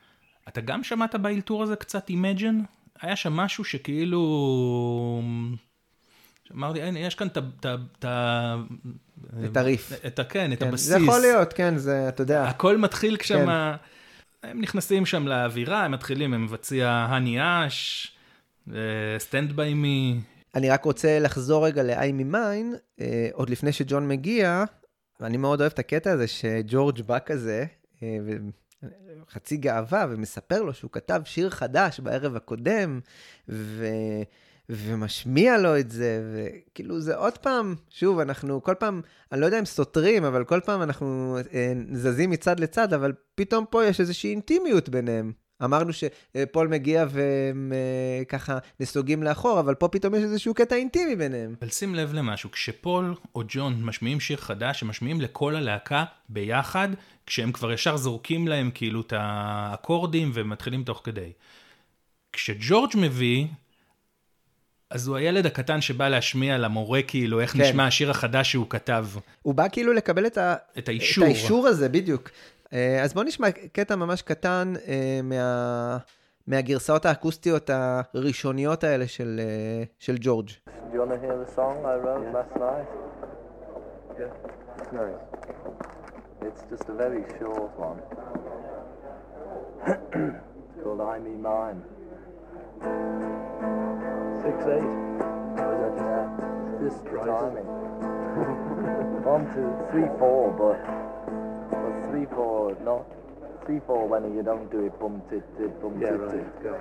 אתה גם שמעת באלתור הזה קצת Imagine? היה שם משהו שכאילו... אמרתי, אין, יש כאן את ה... את הריף. את ה... כן, את כן, הבסיס. זה יכול להיות, כן, זה, אתה יודע. הכל מתחיל כשם... כן. הם נכנסים שם לאווירה, הם מתחילים, הם מבצע הני אש, סטנד ביי מי. אני רק רוצה לחזור רגע ל-I'm Mine, אה, עוד לפני שג'ון מגיע, ואני מאוד אוהב את הקטע הזה שג'ורג' בא כזה, אה, חצי גאווה, ומספר לו שהוא כתב שיר חדש בערב הקודם, ו... ומשמיע לו את זה, וכאילו זה עוד פעם, שוב, אנחנו כל פעם, אני לא יודע אם סותרים, אבל כל פעם אנחנו אה, זזים מצד לצד, אבל פתאום פה יש איזושהי אינטימיות ביניהם. אמרנו שפול מגיע והם אה, ככה נסוגים לאחור, אבל פה פתאום יש איזשהו קטע אינטימי ביניהם. אבל שים לב למשהו, כשפול או ג'ון משמיעים שיר חדש, הם משמיעים לכל הלהקה ביחד, כשהם כבר ישר זורקים להם כאילו את האקורדים ומתחילים תוך כדי. כשג'ורג' מביא, אז הוא הילד הקטן שבא להשמיע למורה כאילו איך כן. נשמע השיר החדש שהוא כתב. הוא בא כאילו לקבל את, ה... את האישור. את האישור הזה, בדיוק. אז בוא נשמע קטע ממש קטן מה... מהגרסאות האקוסטיות הראשוניות האלה של, של ג'ורג'. Do you want to hear the song I wrote yeah. last night? Yeah. It's nice. It's just a very short one. It's called I Me Mine. Six eight. Oh, is that just yeah. This timing? One, two, three, four, but, but three, four, not three, four when you don't do it, bum, tit, tit, bum, tit, tit. Yeah, right. Go.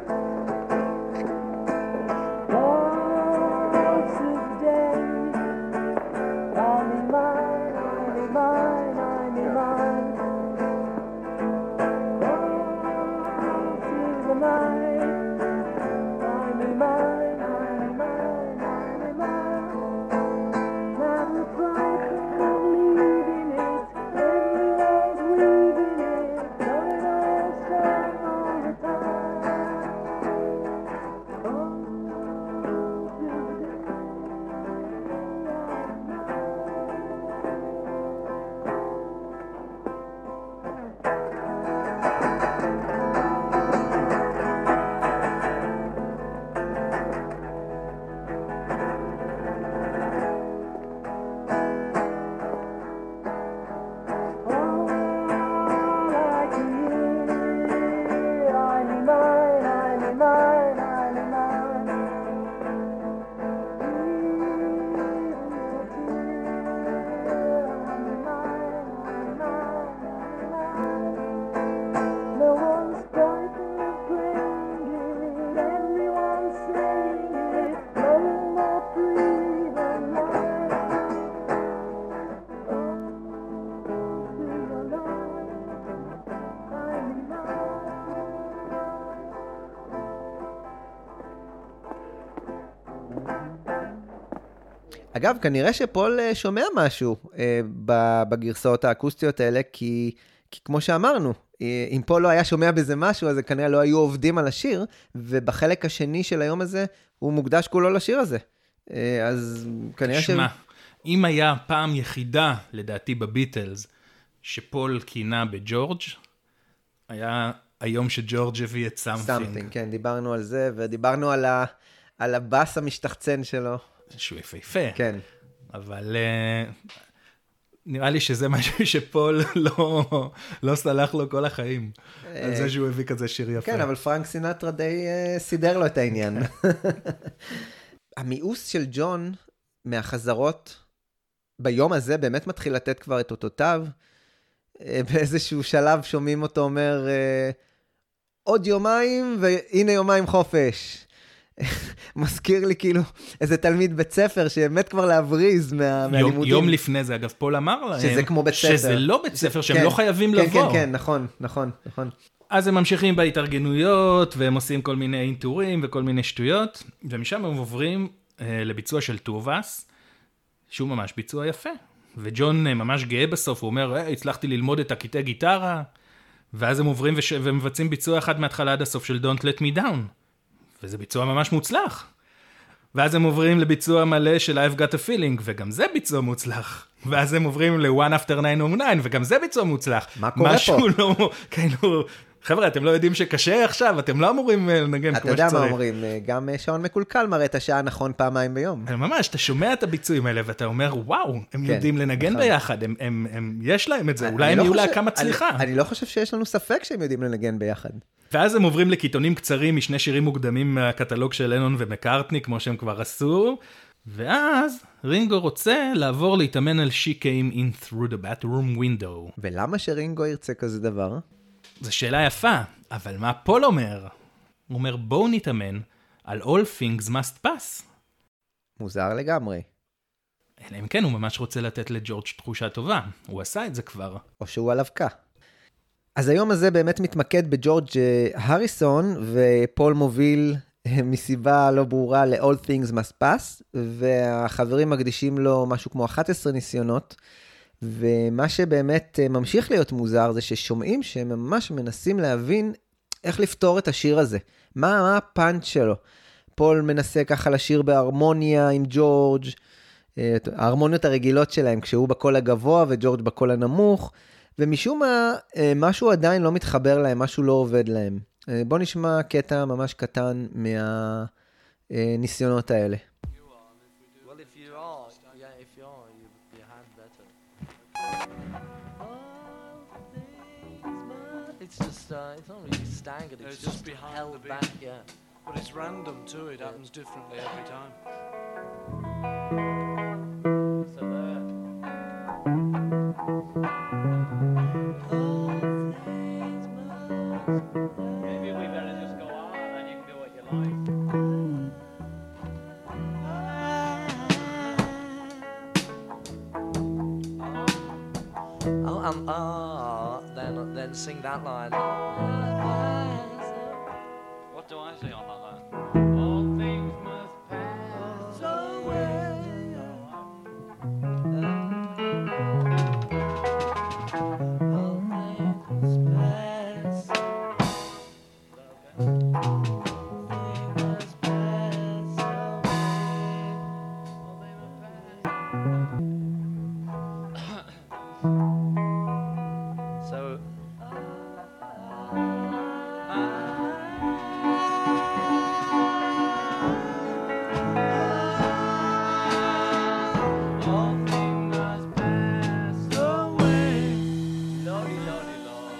אגב, כנראה שפול שומע משהו אה, בגרסאות האקוסטיות האלה, כי, כי כמו שאמרנו, אה, אם פול לא היה שומע בזה משהו, אז כנראה לא היו עובדים על השיר, ובחלק השני של היום הזה, הוא מוקדש כולו לשיר הזה. אה, אז כנראה תשמע, ש... אם היה פעם יחידה, לדעתי בביטלס, שפול קינה בג'ורג', היה היום שג'ורג' הביא את סאמפינג. Something, כן, דיברנו על זה, ודיברנו על, ה, על הבאס המשתחצן שלו. שהוא יפהפה. כן. אבל uh, נראה לי שזה משהו שפול לא, לא סלח לו כל החיים. על זה שהוא הביא כזה שיר יפה. כן, אבל פרנק סינטרה די uh, סידר לו את העניין. המיאוס של ג'ון מהחזרות ביום הזה באמת מתחיל לתת כבר את אותותיו. באיזשהו שלב שומעים אותו אומר, עוד יומיים והנה יומיים חופש. מזכיר לי כאילו איזה תלמיד בית ספר שמת כבר להבריז מה, מהלימודים. יום לפני זה, אגב, פול אמר להם, שזה כמו בית ספר. שזה לא בית ספר, שהם כן, לא חייבים כן, לבוא. כן, כן, נכון, נכון, נכון. אז הם ממשיכים בהתארגנויות, והם עושים כל מיני אינטורים וכל מיני שטויות, ומשם הם עוברים אה, לביצוע של טובס, שהוא ממש ביצוע יפה. וג'ון אה, ממש גאה בסוף, הוא אומר, אה, הצלחתי ללמוד את הקטעי גיטרה, ואז הם עוברים וש... ומבצעים ביצוע אחד מההתחלה עד הסוף של Don't Let Me Down. וזה ביצוע ממש מוצלח. ואז הם עוברים לביצוע מלא של I've Got a Feeling, וגם זה ביצוע מוצלח. ואז הם עוברים ל-One After nine oh nine, וגם זה ביצוע מוצלח. מה קורה משהו פה? לא, כאילו, חבר'ה, אתם לא יודעים שקשה עכשיו, אתם לא אמורים לנגן אתה כמו יודע מה שצריך. אומרים, גם שעון מקולקל מראה את השעה נכון פעמיים ביום. ממש, אתה שומע את הביצועים האלה, ואתה אומר, וואו, הם כן, יודעים לנגן נכון. ביחד, הם- הם- הם- יש להם את זה, אני אולי הם לא יהיו חושב- להקה מצליחה. אני- אני לא חושב שיש לנו ספק שהם יודעים לנגן ביחד. ואז הם עוברים לקיתונים קצרים משני שירים מוקדמים מהקטלוג של לנון ומקארטני, כמו שהם כבר עשו, ואז רינגו רוצה לעבור להתאמן על She Came In Through the Bathroom Window. ולמה שרינגו ירצה כזה דבר? זו שאלה יפה, אבל מה פול אומר? הוא אומר, בואו נתאמן על All Things Must Pass. מוזר לגמרי. אלא אם כן, הוא ממש רוצה לתת לג'ורג' תחושה טובה. הוא עשה את זה כבר. או שהוא על אבקה. אז היום הזה באמת מתמקד בג'ורג' אה, הריסון, ופול מוביל אה, מסיבה לא ברורה ל-All Things Must Pass, והחברים מקדישים לו משהו כמו אחת עשרה ניסיונות, ומה שבאמת אה, ממשיך להיות מוזר זה ששומעים שהם ממש מנסים להבין איך לפתור את השיר הזה. מה, מה הפאנץ' שלו? פול מנסה ככה לשיר בהרמוניה עם ג'ורג', אה, ההרמוניות הרגילות שלהם, כשהוא בקול הגבוה וג'ורג' בקול הנמוך, ומשום מה, אה, משהו עדיין לא מתחבר להם, משהו לא עובד להם. אה, בוא נשמע קטע ממש קטן מהניסיונות האלה. Well, if you are, yeah, if you are, you, you had better. It's just, uh, it's not really staggered, it's, It's just, just behind held the beat. back, yeah. But it's random too, it happens differently every time. So there. Maybe we better just go on and you can do what you like. Oh, um, ah, then, then sing that line. What do I say on that line? All things must pass away. So, All things must pass away. Lordy, lordy, lord.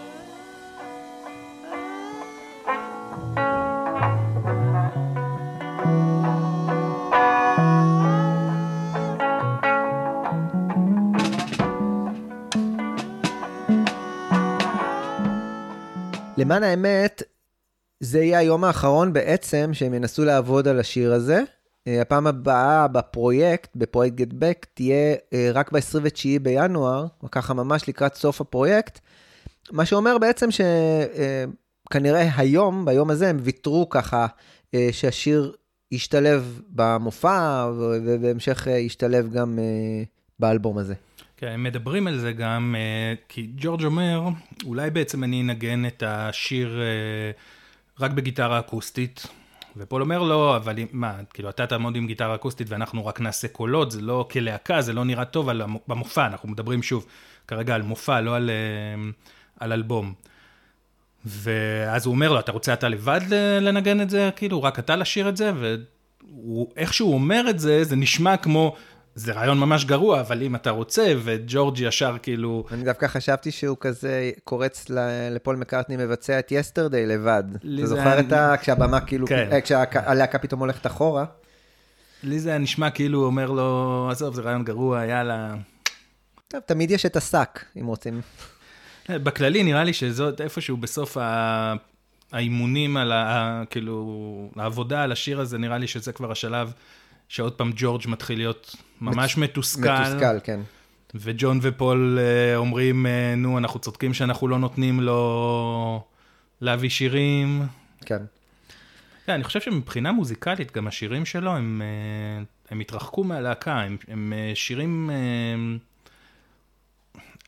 למען האמת, זה יהיה היום האחרון בעצם שהם ינסו לעבוד על השיר הזה. אה, הפעם הבאה בפרויקט, בפרויקט Get Back, תהיה אה, רק ב-עשרים ותשעה בינואר, או ככה ממש לקראת סוף הפרויקט, מה שאומר בעצם שכנראה היום, ביום הזה, הם ויתרו ככה אה, שהשיר ישתלב במופע, ו- ובהמשך אה, ישתלב גם אה, באלבום הזה. כן, הם מדברים על זה גם, אה, כי ג'ורג' אומר, אולי בעצם אני אנגן את השיר אה, רק בגיטרה אקוסטית, ופול אומר לא, אבל אם- מה, כאילו אתה תעמוד עם גיטרה אקוסטית ואנחנו רק נעשה קולות, זה לא כלהקה, זה לא נראה טוב על המו- במופע, אנחנו מדברים שוב כרגע על מופע, לא על, אה, על אלבום. ואז הוא אומר לו, אתה רוצה אתה לבד ל- לנגן את זה, כאילו רק אתה לשיר את זה, ואיך שהוא אומר את זה, זה נשמע כמו, זה רעיון ממש גרוע, אבל אם אתה רוצה, וג'ורג' ישר כאילו, אני דווקא חשבתי שהוא כזה קורץ ל- לפול מקארטני מבצע את יסטרדיי לבד. לי אתה זה זוכר היה- את ה... כשהבמה כאילו, כן. אה, כשהלהקה פתאום הולכת אחורה. לי זה נשמע כאילו הוא אומר לו, עזוב, זה רעיון גרוע, יאללה. טוב, תמיד יש את השק, אם רוצים. בכללי נראה לי שזאת איפשהו בסוף ה... האימונים על ה... כאילו, העבודה על השיר הזה, נראה לי שזה כבר השלב שעוד פעם ג'ורג' מתחיל להיות ממש מתוסכל. מתוסכל, כן. וג'ון ופול אה, אומרים, אה, נו, אנחנו צודקים שאנחנו לא נותנים לו להביא שירים. כן. כן, אני חושב שמבחינה מוזיקלית, גם השירים שלו, הם, אה, הם התרחקו מהלהקה, הם, הם אה, שירים... אה,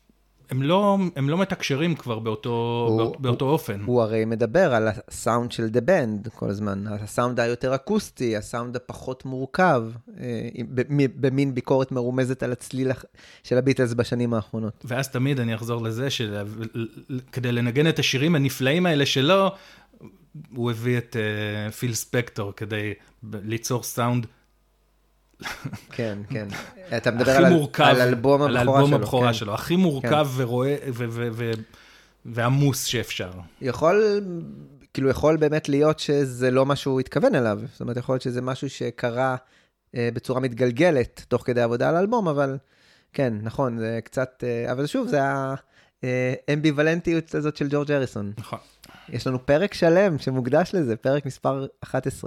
הם לא, הם לא מתקשרים כבר באותו, הוא- באותו, באותו אופן. הוא הרי מדבר על הסאונד של The Band כל הזמן, הסאונד היותר אקוסטי, הסאונד הפחות מורכב, אה, במ- במין ביקורת מרומזת על הצליל הח- של הביטלס בשנים האחרונות. ואז תמיד אני אחזור לזה, שכדי לנגן את השירים הנפלאים האלה שלו, הוא הביא את uh, פיל ספקטור כדי ב- ליצור סאונד כן, כן. אתה מדבר הכי על, מורכב, על אלבום על הבכורה האלבום שלו. הבכורה כן. שלו, הכי מורכב ורואה, ו- ו- ו- ועמוס שאפשר. יכול, כאילו יכול באמת להיות שזה לא מה שהוא התכוון אליו, זאת אומרת, יכול להיות שזה משהו שקרה אה, בצורה מתגלגלת תוך כדי עבודה על האלבום, אבל כן, נכון, זה קצת, אה, אבל שוב, זה האמביוולנטיות הזאת של ג'ורג' הריסון. נכון. יש לנו פרק שלם שמוקדש לזה, פרק מספר אחת עשרה.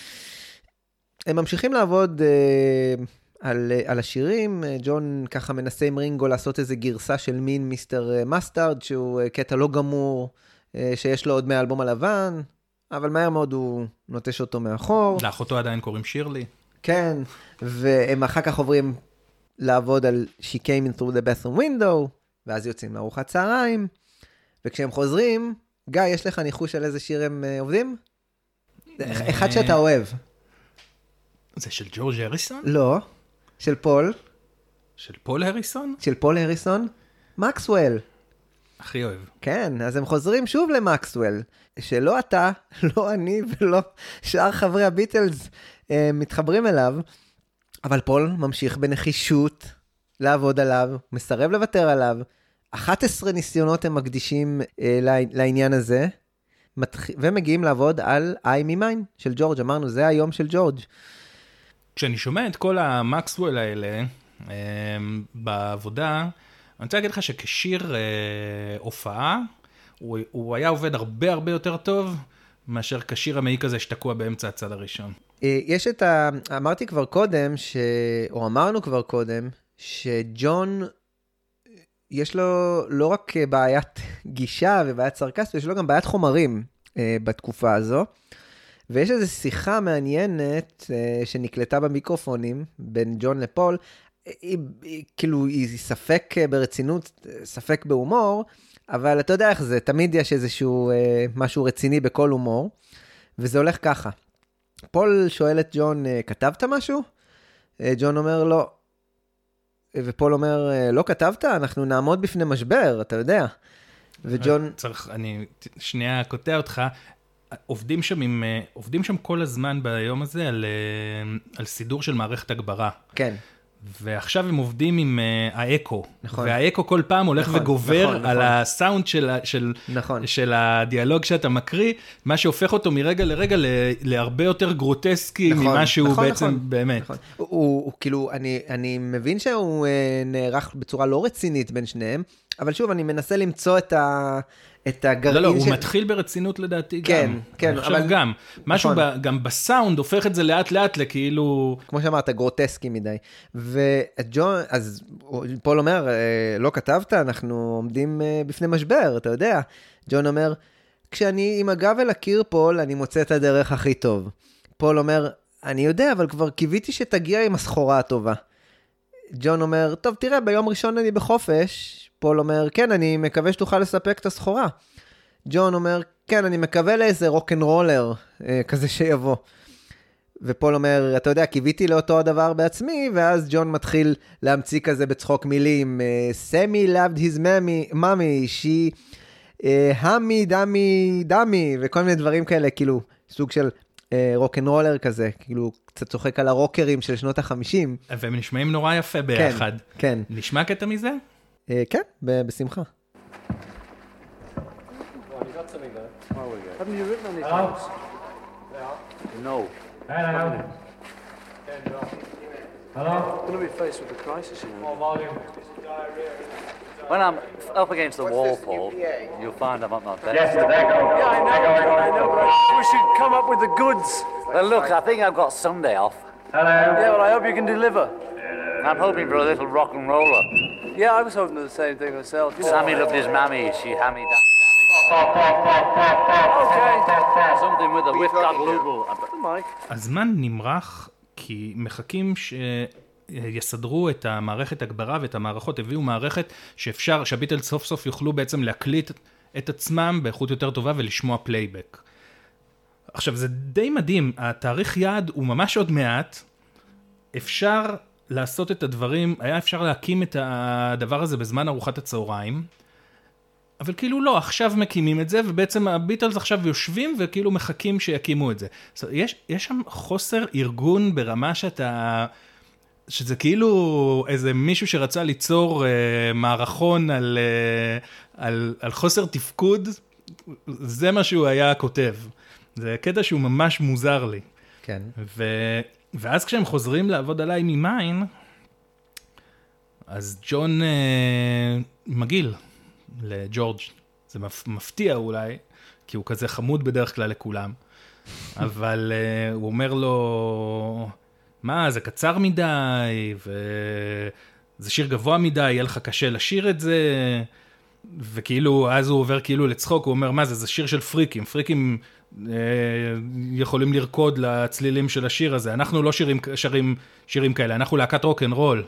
הם ממשיכים לעבוד אה, על, על השירים, אה, ג'ון ככה מנסה עם רינגו לעשות איזה גרסה של מין מיסטר אה, מסטארד, שהוא אה, קטע לא גמור, אה, שיש לו עוד מהאלבום הלבן, אבל מהר מאוד הוא נוטש אותו מאחור. לאחותו עדיין קוראים שירלי. כן, והם אחר כך עוברים לעבוד על She Came In Through the Bathroom Window, ואז יוצאים לארוחת צהריים, וכשהם חוזרים, גיא, יש לך ניחוש על איזה שיר הם אה, עובדים? אחד שאתה אוהב. זה של ג'ורג' הריסון? לא, של פול, של פול הריסון? של פול הריסון, מקסוול. הכי אוהב. כן, אז הם חוזרים שוב למקסוול, שלא אתה, לא אני ולא שאר חברי הביטלס אה, מתחברים אליו, אבל פול ממשיך בנחישות לעבוד עליו, מסרב לוותר עליו, אחת עשרה ניסיונות הם מקדישים אה, לעניין הזה, מתח... ומגיעים לעבוד על I Me Mine של ג'ורג', אמרנו, זה היום של ג'ורג'. כשאני שומע את כל המקסוול האלה אה, בעבודה, אני רוצה להגיד לך שכשיר אה, הופעה, הוא, הוא היה עובד הרבה הרבה יותר טוב, מאשר כשיר המעיק הזה שתקוע באמצע הצד הראשון. אה, יש את ה... אמרתי כבר קודם, ש... או אמרנו כבר קודם, שג'ון, יש לו לא רק בעיית גישה ובעיית סרקסט, יש לו גם בעיית חומרים אה, בתקופה הזו. ויש איזו שיחה מעניינת אה, שנקלטה במיקרופונים בין ג'ון לפול, היא, היא, כאילו היא ספק ברצינות, ספק בהומור, אבל אתה יודע איך זה, תמיד יש איזשהו אה, משהו רציני בכל הומור, וזה הולך ככה. פול שואל את ג'ון, אה, כתבת משהו? אה, ג'ון אומר לא. ופול אומר, אה, לא כתבת? אנחנו נעמוד בפני משבר, אתה יודע. וג'ון... צריך, אני שנייה קוטע אותך, עובדים שם, עם, עובדים שם כל הזמן ביום הזה על, על סידור של מערכת הגברה. כן. ועכשיו הם עובדים עם uh, האקו. נכון. והאקו כל פעם הולך נכון, וגובר נכון, על נכון. הסאונד של, של, נכון. של הדיאלוג שאתה מקריא, מה שהופך אותו מרגע לרגע ל, להרבה יותר גרוטסקי נכון, ממה שהוא נכון, בעצם נכון, באמת. נכון. הוא, הוא, הוא כאילו, אני, אני מבין שהוא אה, נערך בצורה לא רצינית בין שניהם, אבל שוב, אני מנסה למצוא את ה... את הגרעין לא, לא, של... הוא מתחיל ברצינות לדעתי כן, גם. כן, אני חושב אבל- גם. משהו נכון. ב, גם בסאונד הופך את זה לאט לאט לכאילו... כמו שאמרת, גרוטסקי מדי. וג'ון, אז פול אומר, "אה, לא כתבת, אנחנו עומדים אה, בפני משבר, אתה יודע. ג'ון אומר, כשאני עם הגב אל הקיר, פול, אני מוצא את הדרך הכי טוב. פול אומר, אני יודע, אבל כבר קיוויתי שתגיע עם הסחורה הטובה. ג'ון אומר, טוב, תראה, ביום ראשון אני בחופש. פול אומר, כן, אני מקווה שתוכל לספק את הסחורה. ג'ון אומר, כן, אני מקווה לאיזה רוק'נ'רולר אה, כזה שיבוא. ופול אומר, אתה יודע, קיוויתי לאותו הדבר בעצמי, ואז ג'ון מתחיל להמציא כזה בצחוק מילים, סמי loved his mommy, mommy, she, המי, דמי, דמי, וכל מיני דברים כאלה, כאילו, סוג של רוק'נ'רולר כזה, כאילו, קצת צוחק על הרוקרים של שנות החמישים. והם נשמעים נורא יפה ביחד. כן, נשמע קטע מזה? אה, כן, ב- בשמחה. Haven't you written any times? No. Hello. Hello. I'm going to be faced with a crisis, you know. Volume. When I'm up against the wall, Paul, you'll find I'm at my best. Yes, with echo. Yeah, I know, I know, but I, we should come up with the goods. Well, look, I think I've got Sunday off. Hello. Yeah, well, I hope you can deliver. I'm hoping for a little rock and roller. Yeah, I was hoping for the same thing myself. You know. Sammy loved his mammy, she hammy dammy Okay. dammy. Something with a whip that looble. Mike. הזמן נמרח כי מחכים ש... יסדרו את המערכת הגברה ואת המערכות, הביאו מערכת שאפשר, שהביטלס סוף סוף יוכלו בעצם להקליט את עצמם באיכות יותר טובה ולשמוע פלייבק. עכשיו, זה די מדהים, התאריך יעד הוא ממש עוד מעט, אפשר לעשות את הדברים, היה אפשר להקים את הדבר הזה בזמן ארוחת הצהריים, אבל כאילו לא, עכשיו מקימים את זה, ובעצם הביטלס עכשיו יושבים וכאילו מחכים שיקימו את זה. So, יש, יש שם חוסר ארגון ברמה שאתה, שזה כאילו איזה מישהו שרצה ליצור אה, מערכון על, אה, על, על חוסר תפקוד, זה מה שהוא היה כותב. זה קטע שהוא ממש מוזר לי. כן. ו... ואז כשהם חוזרים לעבוד עליי ממיין, אז ג'ון אה, מגיל לג'ורג'. זה מפתיע אולי, כי הוא כזה חמוד בדרך כלל לכולם. אבל אה, הוא אומר לו, מה, זה קצר מדי, וזה שיר גבוה מדי, יהיה לך קשה לשיר את זה. וכאילו, אז הוא עובר כאילו לצחוק, הוא אומר, מה זה, זה שיר של פריקים. פריקים אה, יכולים לרקוד לצלילים של השיר הזה. אנחנו לא שירים, שרים, שירים כאלה, אנחנו להקת רוק אנד רול.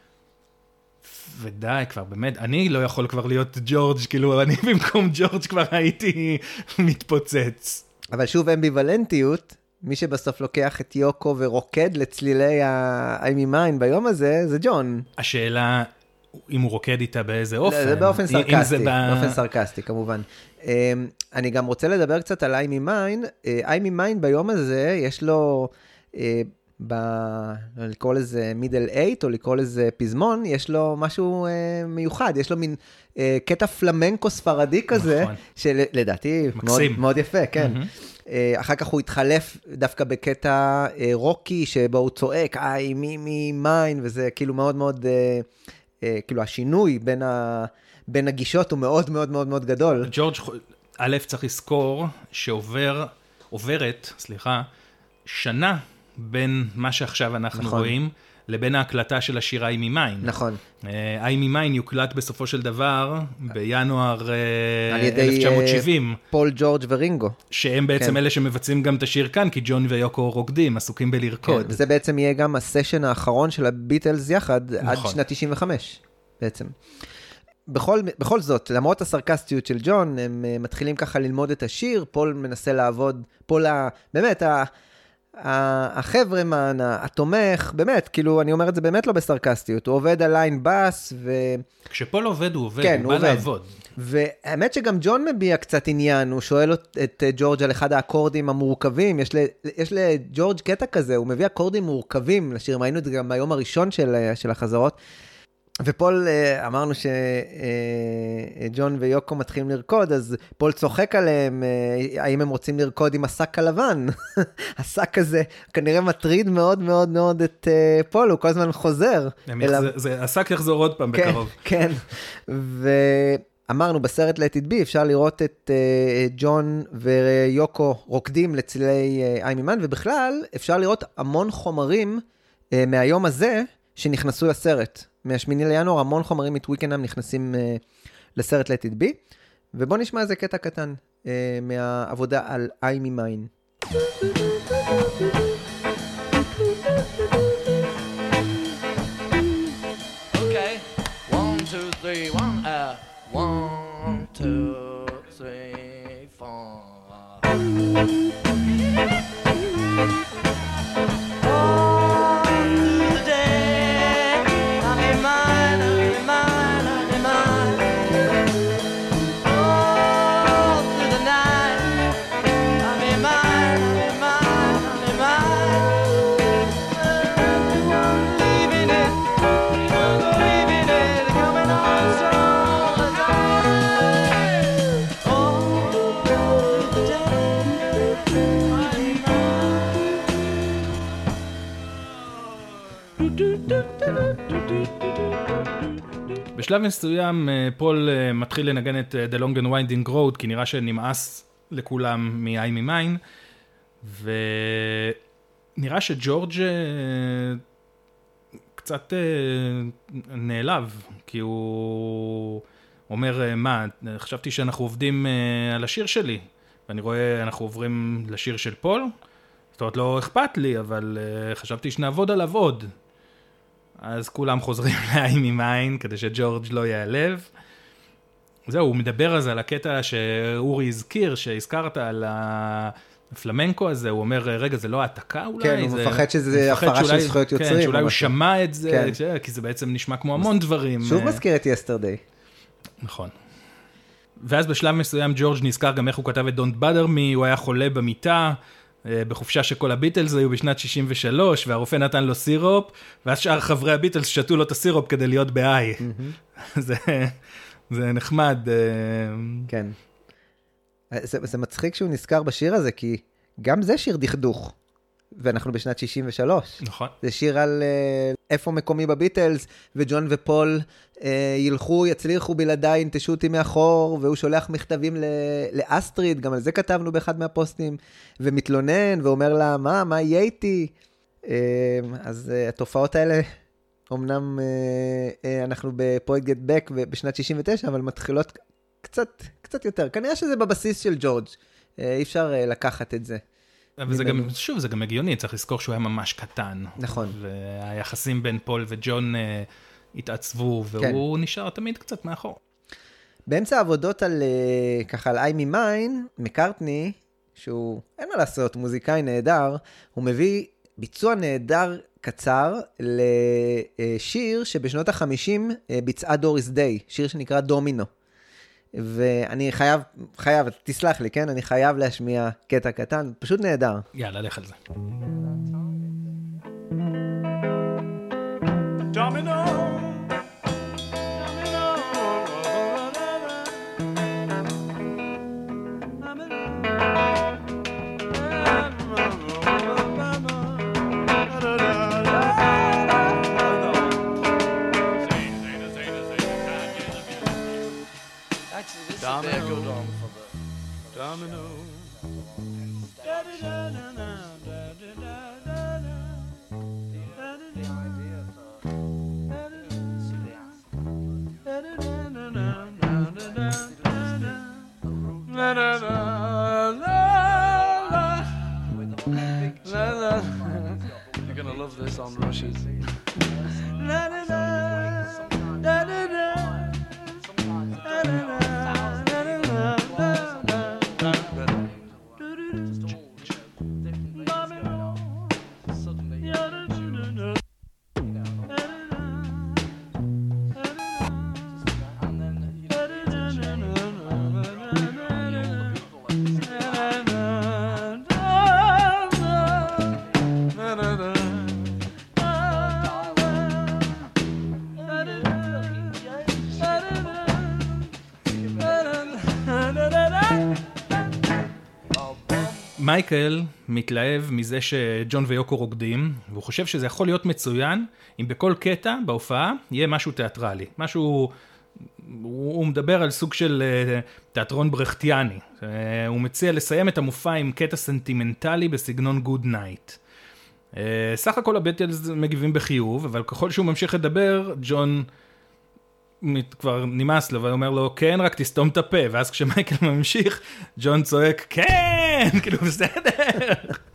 ודי, כבר באמת, אני לא יכול כבר להיות ג'ורג', כאילו, אני במקום ג'ורג' כבר הייתי מתפוצץ. אבל שוב אמביוולנטיות, מי שבסוף לוקח את יוקו ורוקד לצלילי ה-I'm in mine ביום הזה, זה ג'ון. השאלה, אם הוא רוקד איתה באיזה אופן. זה באופן סרקסטי, ב... באופן סרקסטי, כמובן. אני גם רוצה לדבר קצת על I'm in mine. I'm in mine ביום הזה, יש לו, ב... לקרוא לזה מידל אייט, או לקרוא לזה פזמון, יש לו משהו מיוחד, יש לו מין קטע פלמנקו ספרדי כזה, שלדעתי מאוד, מאוד יפה, כן. אחר כך הוא התחלף דווקא בקטע רוקי, שבו הוא צועק, איי, מי, מי, מיין, וזה כאילו מאוד מאוד, כאילו השינוי בין, ה, בין הגישות הוא מאוד מאוד מאוד מאוד גדול. ג'ורג' א' צריך לזכור שעובר, עוברת, סליחה, שנה בין מה שעכשיו אנחנו נכון. רואים, לבין ההקלטה של השיר I'm in mine. נכון. I'm in mine יוקלט בסופו של דבר בינואר אלף תשע מאות שבעים. פול, ג'ורג' ורינגו. שהם בעצם כן. אלה שמבצעים גם את השיר כאן, כי ג'ון ויוקו רוקדים, עסוקים בלרקוד. כן, וזה בעצם יהיה גם הסשן האחרון של הביטלס יחד, נכון. עד שנת תשעים וחמש בעצם. בכל, בכל זאת, למרות הסרקסטיות של ג'ון, הם מתחילים ככה ללמוד את השיר, פול מנסה לעבוד, פול, באמת, ה... החבר'ה מן, התומך, באמת, כאילו, אני אומר את זה באמת לא בסרקסטיות, הוא עובד על ליין בס, ו... כשפול עובד, הוא עובד, כן, הוא, הוא בא לעבוד. והאמת שגם ג'ון מביע קצת עניין, הוא שואל את ג'ורג' על אחד האקורדים המורכבים, יש, ל... יש לג'ורג' קטע כזה, הוא מביא אקורדים מורכבים לשיר, ראינו את זה גם ביום הראשון של, של החזרות, ופול, אמרנו שג'ון ויוקו מתחילים לרקוד, אז פול צוחק עליהם, האם הם רוצים לרקוד עם השק הלבן. השק הזה כנראה מטריד מאוד מאוד מאוד את פול, הוא כל הזמן חוזר. השק יחזור עוד פעם בקרוב. כן, ואמרנו בסרט Let It Be, אפשר לראות את ג'ון ויוקו רוקדים לצלילי I'm in mine, ובכלל אפשר לראות המון חומרים מהיום הזה שנכנסו לסרט. מהשמיני לינואר, המון חומרים מטוויקנאם נכנסים uh, לסרט Let It Be, ובוא נשמע איזה קטע קטן uh, מהעבודה על I'm in mine. Okay, one, two, three, one, uh, one, two, three, four. בשלב מסוים פול מתחיל לנגן את The Long and Winding Road, כי נראה שנמאס לכולם מ-I'm in mine, ונראה שג'ורג' קצת נעלב, כי הוא אומר, מה, חשבתי שאנחנו עובדים על השיר שלי, ואני רואה, אנחנו עוברים לשיר של פול, זאת אומרת, לא אכפת לי, אבל חשבתי שנעבוד עליו עוד. אז כולם חוזרים לעין ממיין, כדי שג'ורג' לא ייעלב. זהו, הוא מדבר אז על הקטע שאורי הזכיר, שהזכרת על הפלמנקו הזה, הוא אומר, רגע, זה לא העתקה אולי? כן, הוא מפחד שזה הפרה של זכויות יוצרים. כן, שאולי הוא שמע את זה, כי זה בעצם נשמע כמו המון דברים. שוב מזכיר את יסטרדי. נכון. ואז בשלב מסוים ג'ורג' נזכר גם איך הוא כתב את Don't Bother Me, הוא היה חולה במיטה, בחופשה שכל הביטלס היו בשנת שישים ושלוש, והרופא נתן לו סירופ, ואז שאר חברי הביטלס שתו לו את הסירופ כדי להיות ב-איי. זה... זה נחמד. כן. זה, זה מצחיק שהוא נזכר בשיר הזה, כי גם זה שיר דכדוך, ואנחנו בשנת שישים ושלוש. נכון. זה שיר על uh, איפה מקומי בביטלס, וג'ון ופול uh, ילכו, יצליחו בלעדיי, ינטשו אותי מאחור, והוא שולח מכתבים ל- לאסטריד, גם על זה כתבנו באחד מהפוסטים, ומתלונן, ואומר לה, מה, מה יהיה איתי? Uh, אז uh, התופעות האלה... אמנם אנחנו בפרויקט גט בק בשנת שישים ותשע, אבל מתחילות קצת, קצת יותר. כנראה שזה בבסיס של ג'ורג'. אי אפשר לקחת את זה. אבל זה גם, שוב, זה גם הגיוני, צריך לזכור שהוא היה ממש קטן. נכון. והיחסים בין פול וג'ון התעצבו, והוא נשאר תמיד קצת מאחור. באמצע העבודות על, ככה, על I Me Mine, מקארטני, שהוא, אין מה לעשות, מוזיקאי נהדר, הוא מביא ביצוע נהדר קצר לשיר שבשנות ה-חמישים ביצעה דוריס דיי, שיר שנקרא דומינו. ואני חייב, חייב, תסלח לי, כן? אני חייב להשמיע קטע קטן, פשוט נהדר. יאללה, לך על זה. Domino. Domino. Domino. You're gonna love this on Russian. מייקל מתלהב מזה שג'ון ויוקו רוקדים, והוא חושב שזה יכול להיות מצוין אם בכל קטע בהופעה יהיה משהו תיאטרלי, משהו, הוא מדבר על סוג של תיאטרון ברכטיאני, הוא מציע לסיים את המופע עם קטע סנטימנטלי בסגנון גוד נייט. סך הכל הביטלס מגיבים בחיוב, אבל ככל שהוא ממשיך לדבר, ג'ון כבר נמאס לו, ואומר לו, כן, רק תסתום את הפה, ואז כשמייקל ממשיך, ג'ון צועק, כן, כאילו, בסדר.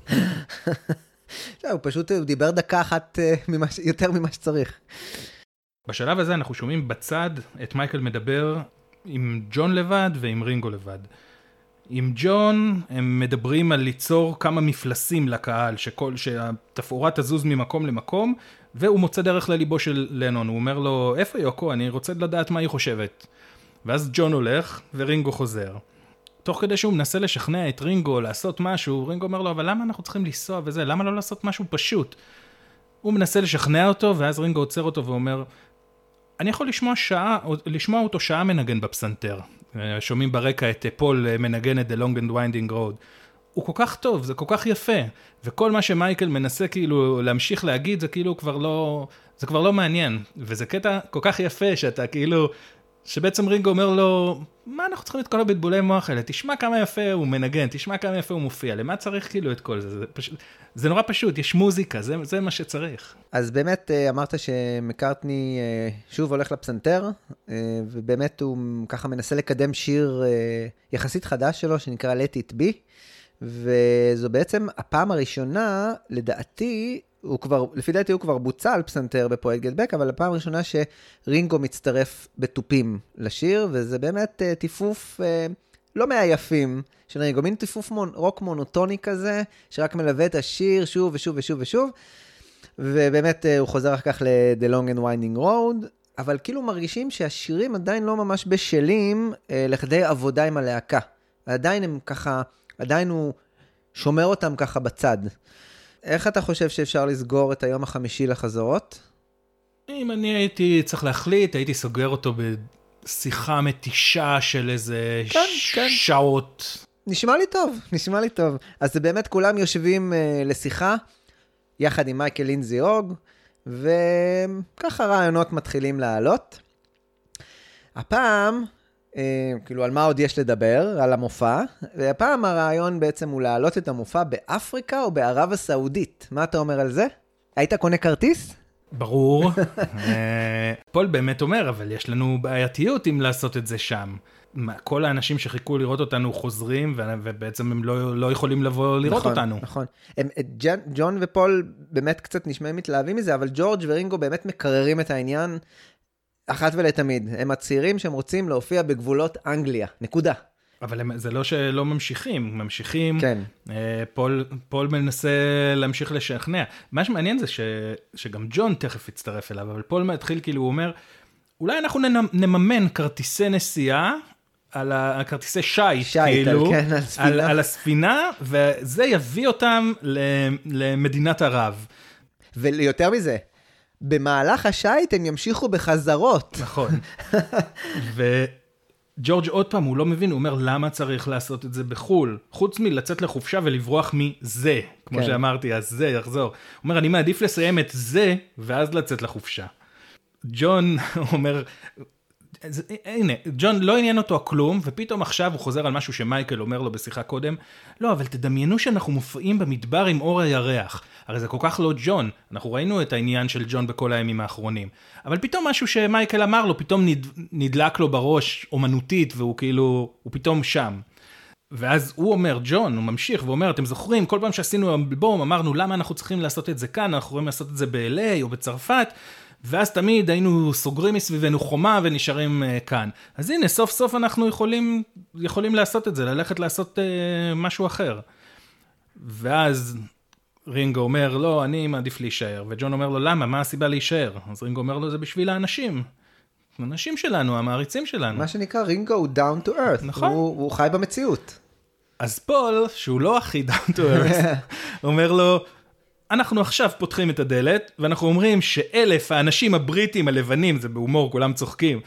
הוא פשוט דיבר דקה אחת יותר ממה שצריך. בשלב הזה אנחנו שומעים בצד את מייקל מדבר עם ג'ון לבד ועם רינגו לבד. עם ג'ון הם מדברים על ליצור כמה מפלסים לקהל, שכל, שהתפאורה תזוז ממקום למקום, והוא מוצא דרך לליבו של לנון. הוא אומר לו, איפה יוקו? אני רוצה לדעת מה היא חושבת. ואז ג'ון הולך ורינגו חוזר. תוך כדי שהוא מנסה לשכנע את רינגו לעשות משהו, רינגו אומר לו, אבל למה אנחנו צריכים לנסוע וזה? למה לא לעשות משהו פשוט? הוא מנסה לשכנע אותו, ואז רינגו עוצר אותו ואומר, אני יכול לשמוע שעה, לשמוע אותו שעה מנגן בפסנתר. שומעים ברקע את פול מנגן את The Long and Winding Road. הוא כל כך טוב, זה כל כך יפה. וכל מה שמייקל מנסה כאילו להמשיך להגיד, זה כאילו כבר לא, זה כבר לא מעניין. וזה קטע כל כך יפה שאתה כאילו, שבעצם רינגו אומר לו, מה אנחנו צריכים את כל הבלבולי מוח האלה? תשמע כמה יפה הוא מנגן, תשמע כמה יפה הוא מופיע. למה צריך כאילו את כל זה? זה, פשוט, זה נורא פשוט, יש מוזיקה, זה, זה מה שצריך. אז באמת אמרת שמקארטני שוב הולך לפסנתר, ובאמת הוא ככה מנסה לקדם שיר יחסית חדש שלו, שנקרא Let It Be, וזו בעצם הפעם הראשונה, לדעתי, הוא כבר, לפי דעתי הוא כבר בוצע על פסנתר בפרויקט גט בק, אבל הפעם הראשונה שרינגו מצטרף בתופים לשיר, וזה באמת uh, טיפוף uh, לא מהיפים של רינגו, מין טיפוף מונ, רוק מונוטוני כזה, שרק מלווה את השיר שוב ושוב ושוב ושוב, ובאמת uh, הוא חוזר אחר כך ל-The Long and Winding Road, אבל כאילו מרגישים שהשירים עדיין לא ממש בשלים uh, לכדי עבודה עם הלהקה. עדיין הם ככה, עדיין הוא שומר אותם ככה בצד. איך אתה חושב שאפשר לסגור את היום החמישי לחזרות? אם אני הייתי צריך להחליט, הייתי סוגר אותו בשיחה מתישה של איזה כן, ש- כן. שעות. נשמע לי טוב, נשמע לי טוב. אז זה באמת כולם יושבים uh, לשיחה, יחד עם מייקל לינזי הוג, וככה רעיונות מתחילים לעלות. הפעם, אה, כאילו על מה עוד יש לדבר, על המופע, והפעם הרעיון בעצם הוא להעלות את המופע באפריקה או בערב הסעודית. מה אתה אומר על זה? היית קונה כרטיס? ברור. אה, פול באמת אומר, אבל יש לנו בעייתיות אם לעשות את זה שם. מה, כל האנשים שחיכו לראות אותנו חוזרים, ו- ובעצם הם לא, לא יכולים לבוא לראות נכון, אותנו. נכון. הם, ג'ון, ג'ון ופול באמת קצת נשמעים מתלהבים מזה, אבל ג'ורג' ורינגו באמת מקררים את העניין אחת ולתמיד. הם הצעירים שהם רוצים להופיע בגבולות אנגליה. נקודה. אבל הם, זה לא שלא ממשיכים, ממשיכים, כן. אה, פול, פול מנסה להמשיך לשכנע. מה שמעניין זה ש, שגם ג'ון תכף יצטרף אליו, אבל פול מתחיל כאילו, הוא אומר, אולי אנחנו נממן כרטיסי נסיעה, על הכרטיסי שייט, שייט, כאילו, על, כן, על ספינה. על, על הספינה, וזה יביא אותם למדינת ערב. ויותר מזה, במהלך השייט הם ימשיכו בחזרות. נכון. וג'ורג' עוד פעם, הוא לא מבין, הוא אומר, למה צריך לעשות את זה בחול? חוץ מלצאת לחופשה ולברוח מזה, כמו כן. שאמרתי, אז זה יחזור. הוא אומר, אני מעדיף לסיים את זה, ואז לצאת לחופשה. ג'ון אומר, אז, הנה, ג'ון לא עניין אותו כלום, ופתאום עכשיו הוא חוזר על משהו שמייקל אומר לו בשיחה קודם, לא, אבל תדמיינו שאנחנו מופיעים במדבר עם אור הירח. הרי זה כל כך לא ג'ון, אנחנו ראינו את העניין של ג'ון בכל הימים האחרונים. אבל פתאום משהו שמייקל אמר לו, פתאום נד, נדלק לו בראש אומנותית, והוא כאילו, הוא פתאום שם. ואז הוא אומר, ג'ון, הוא ממשיך ואומר, אתם זוכרים, כל פעם שעשינו אלבום, אמרנו, למה אנחנו צריכים לעשות את זה כאן, אנחנו יכולים לעשות את זה ב-אל איי או בצרפת, ואז תמיד היינו סוגרים מסביבנו חומה ונשארים uh, כאן. אז הנה, סוף סוף אנחנו יכולים, יכולים לעשות את זה, ללכת לעשות uh, משהו אחר. ואז רינגו אומר, לא, אני מעדיף להישאר. וג'ון אומר לו, למה? מה הסיבה להישאר? אז רינגו אומר לו, זה בשביל האנשים. האנשים שלנו, המעריצים שלנו. מה שנקרא רינגו הוא down to earth. נכון. הוא, הוא חי במציאות. אז פול, שהוא לא הכי down to earth, אומר לו, אנחנו עכשיו פותחים את הדלת, ואנחנו אומרים שאלף האנשים הבריטים הלבנים, זה בהומור, כולם צוחקים,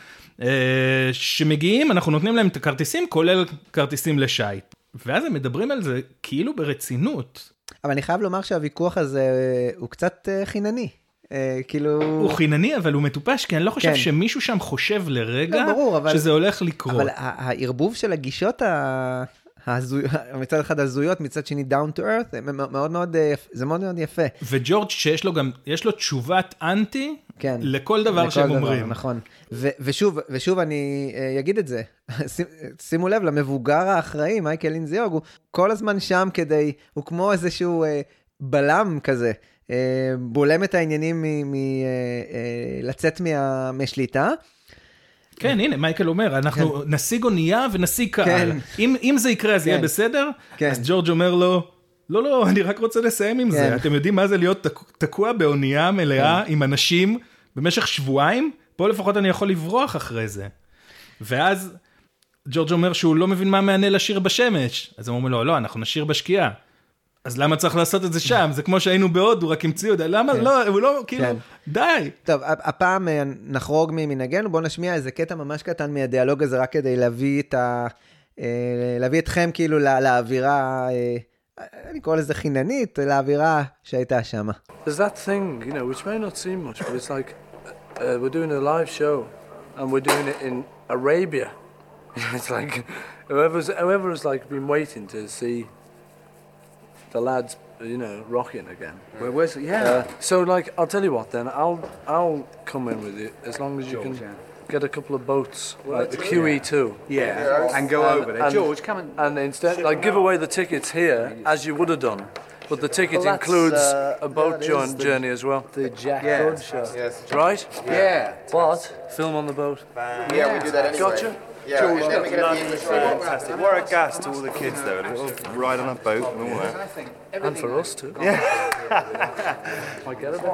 שמגיעים, אנחנו נותנים להם את הכרטיסים, כולל כרטיסים לשייט. ואז הם מדברים על זה כאילו ברצינות. אבל אני חייב לומר שהוויכוח הזה הוא קצת חינני. כאילו... הוא חינני, אבל הוא מטופש, כי אני לא חושב כן. שמישהו שם חושב לרגע לא, ברור, אבל... שזה הולך לקרות. אבל הערבוב של הגישות ה... מצד אחד הזויות, מצד שני down to earth, מאוד מאוד, זה מאוד מאוד יפה. וג'ורג' שיש לו גם, יש לו תשובת אנטי, כן. לכל דבר לכל שהם דבר, אומרים. נכון. ו- ושוב, ושוב אני אגיד את זה. שימו לב, למבוגר האחראי, מייקל לינזי הוג, הוא כל הזמן שם כדי, הוא כמו איזשהו בלם כזה, בולם את העניינים מ- מ- לצאת מה- משליטה. כן, הנה, מייקל אומר, אנחנו נשיג אונייה ונשיג קהל. כן. אם, אם זה יקרה, אז כן. יהיה בסדר? כן. אז ג'ורג' אומר לו, לא, לא, אני רק רוצה לסיים עם כן. זה. אתם יודעים מה זה להיות תק- תקוע באונייה מלאה עם אנשים במשך שבועיים? פה לפחות אני יכול לברוח אחרי זה. ואז ג'ורג' אומר שהוא לא מבין מה מענה לשיר בשמש. אז הם אומרים לו, לא, אנחנו נשיר בשקיעה. אז למה צריך לעשות את זה שם? זה כמו שהיינו בהודו, רק המציאו, למה לא, הוא לא, כאילו, די. טוב, הפעם נחרוג ממנהגנו, בואו נשמיע איזה קטע ממש קטן מהדיאלוג הזה, רק כדי להביא את ה... להביא אתכם כאילו לאווירה, אני קורא לזה חיננית, לאווירה שהייתה שם. There's that thing, you know, which may not seem much, but it's like uh, we're doing a live show and we're doing it in Arabia. It's like whoever's whoever's like been waiting to see the lads, you know, rocking again. Where was it? Yeah. Uh, so like, I'll tell you what then, I'll I'll come in with you as long as you George, can yeah. get a couple of boats, like the Q E two. Yeah. And go And- over there. and- George, come and... And instead, like, give away the tickets here as you would have done But the ticket Well, that's, includes uh, a boat that is jour- the- journey as well. The Jack Hood show. Yes. Right? Yeah. But Film on the boat. Yeah, we do that anyway. Gotcha. Yeah, and then we get the English audience. Fantastic. We're a gas to all the kids though. They all ride on a boat and all that. And for us too. Yeah. I get it.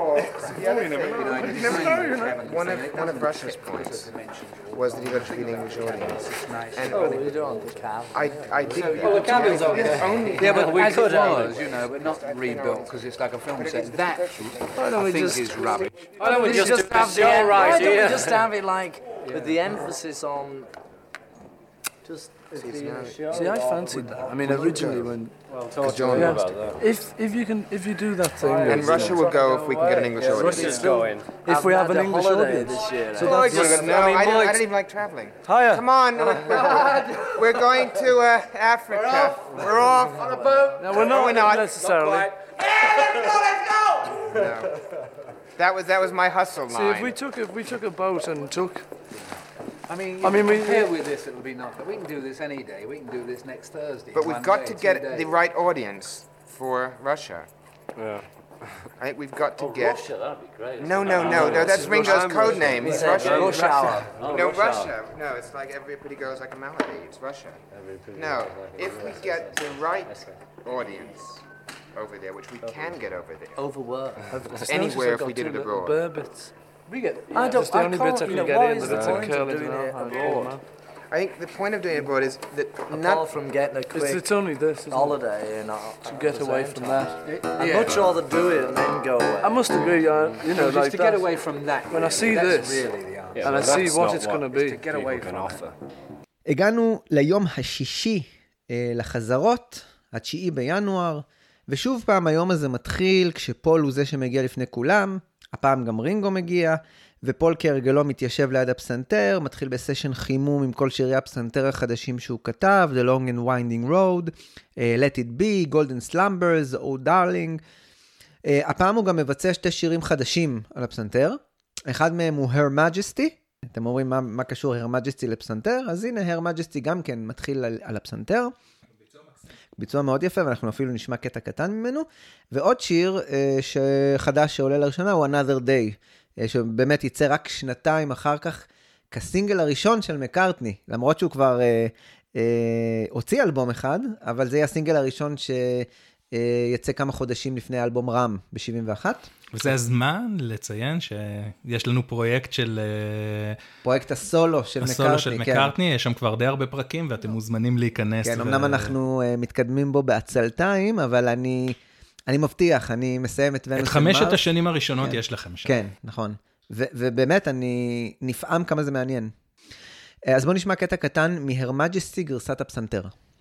One of one of Russia's points was that he got to be an English audience. And oh, we don't the cab. I I did. Well, the cabin's okay. Only Yeah, but we as could it have. was, you know, but not rebuilt because it's like a film set. That Why don't I we think just- is rubbish. Why don't we just do have the the show end, right Why don't here? we just have it like with the emphasis on just it being a show? See, I fancied that. I mean, originally when Well, talk to John me about about that. if if you can if you do that thing, And Russia will go if we can get an English audience. Russia's going. if we have an had a English holiday audience, this year. so eh? that's No, just, I, I mean, don't, I Mike's- don't even like traveling. Hiya. Come on, we're, we're going to uh, Africa. We're off on a boat. No, we're not, No, we're not. necessarily. No. That was that was my hustle line. See, if we took if we took a boat and took, I mean, I mean, we- here with this, it'll be nothing. We can do this any day. We can do this next Thursday. but we've one got day, to two get days. the right audience for Russia. Yeah. I think we've got to get. Russia, that'd be great. No, no, no, no. That's Ringo's code name. It's Said Russia. Rush hour. No, Russia. No, it's like everybody goes like a melody. It's Russia. No, if we get the right audience over there, which we can get over there, Overwork. anywhere if we did it abroad. Burr bits. We get. Yeah, I don't. just the I only can't, bits I you can know, get why in, is but the it's a point of curling doing and it a hand abroad? man. I think the point of doing it abroad is that Apart not. from getting a It's, quick it's only this. Isn't it? holiday and To get away from that. I'd much rather do it and then go away. I must agree. Uh, you know, just like to that. get away from that. When I really, see that's this, really the answer. and I see what it's going to be. To get away from it. הגענו ליום השישי אה, לחזרות, התשיעי בינואר, ושוב פעם היום הזה מתחיל כשפול הוא זה שמגיע לפני כולם, הפעם גם רינגו מגיע, ופול כהרגלו מתיישב ליד הפסנתר, מתחיל בסשן חימום עם כל שירי הפסנתר החדשים שהוא כתב, The Long and Winding Road, uh, Let It Be, Golden Slumbers, Oh Darling. Uh, הפעם הוא גם מבצע שתי שירים חדשים על הפסנתר, אחד מהם הוא Her Majesty, אתם אומרים מה, מה קשור Her Majesty לפסנתר, אז הנה Her Majesty גם כן מתחיל על, על הפסנתר. ביצוע מאוד יפה, ואנחנו אפילו נשמע קטע קטן ממנו. ועוד שיר אה, שחדש שעולה לראשונה הוא Another Day, אה, שבאמת יצא רק שנתיים אחר כך כסינגל הראשון של מקארטני, למרות שהוא כבר אה, אה, הוציא אלבום אחד, אבל זה יהיה הסינגל הראשון שיצא כמה חודשים לפני אלבום רם ב-שבעים ואחת. וזה הזמן לציין שיש לנו פרויקט של... פרויקט הסולו של מקארטני. הסולו של מקארטני, יש שם כבר די הרבה פרקים, ואתם מוזמנים להיכנס. כן, אמנם אנחנו מתקדמים בו בעצלתיים, אבל אני אני מבטיח, אני מסיים את ונוס. את חמשת השנים הראשונות יש לכם שם. כן, נכון. ובאמת, אני נפעם כמה זה מעניין. אז בואו נשמע קטע קטן מהר מג'סטי גרסת הפסנתר.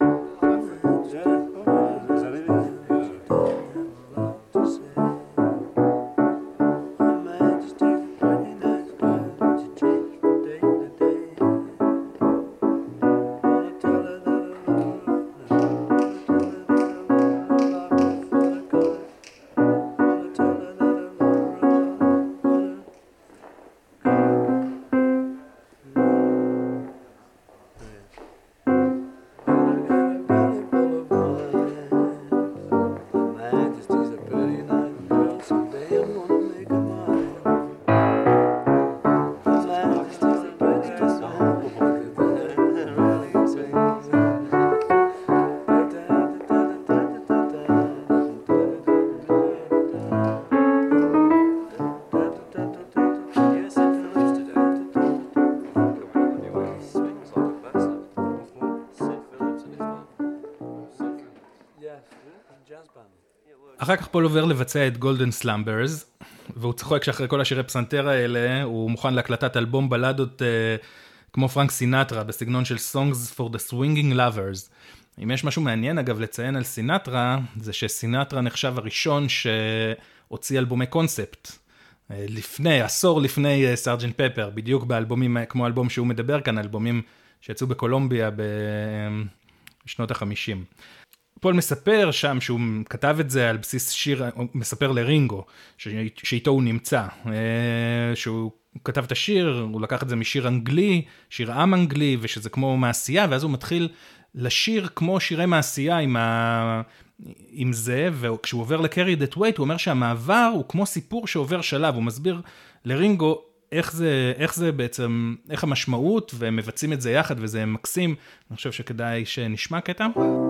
אחר כך פול עובר לבצע את גולדן סלאמברס, והוא צוחק שאחרי כל השירי פסנתר האלה, הוא מוכן להקלטת אלבום בלדות uh, כמו פרנק סינטרה, בסגנון של Songs for the Swinging Lovers. אם יש משהו מעניין אגב לציין על סינטרה, זה שסינטרה נחשב הראשון שהוציא אלבומי קונספט. לפני, עשור לפני סארג'נט פפר, בדיוק באלבומים, כמו האלבום שהוא מדבר כאן, אלבומים שיצאו בקולומביה בשנות החמישים. פול מספר שם שהוא כתב את זה על בסיס שיר, הוא מספר לרינגו, שאיתו הוא נמצא, שהוא כתב את השיר, הוא לקח את זה משיר אנגלי, שיר עם אנגלי, ושזה כמו מעשייה, ואז הוא מתחיל לשיר כמו שירי מעשייה עם, ה... עם זה, וכשהוא עובר ל-Carry That Weight, הוא אומר שהמעבר הוא כמו סיפור שעובר שלב, הוא מסביר לרינגו איך זה, איך זה בעצם, איך המשמעות, והם מבצעים את זה יחד, וזה מקסים. אני חושב שכדאי שנשמע קטע.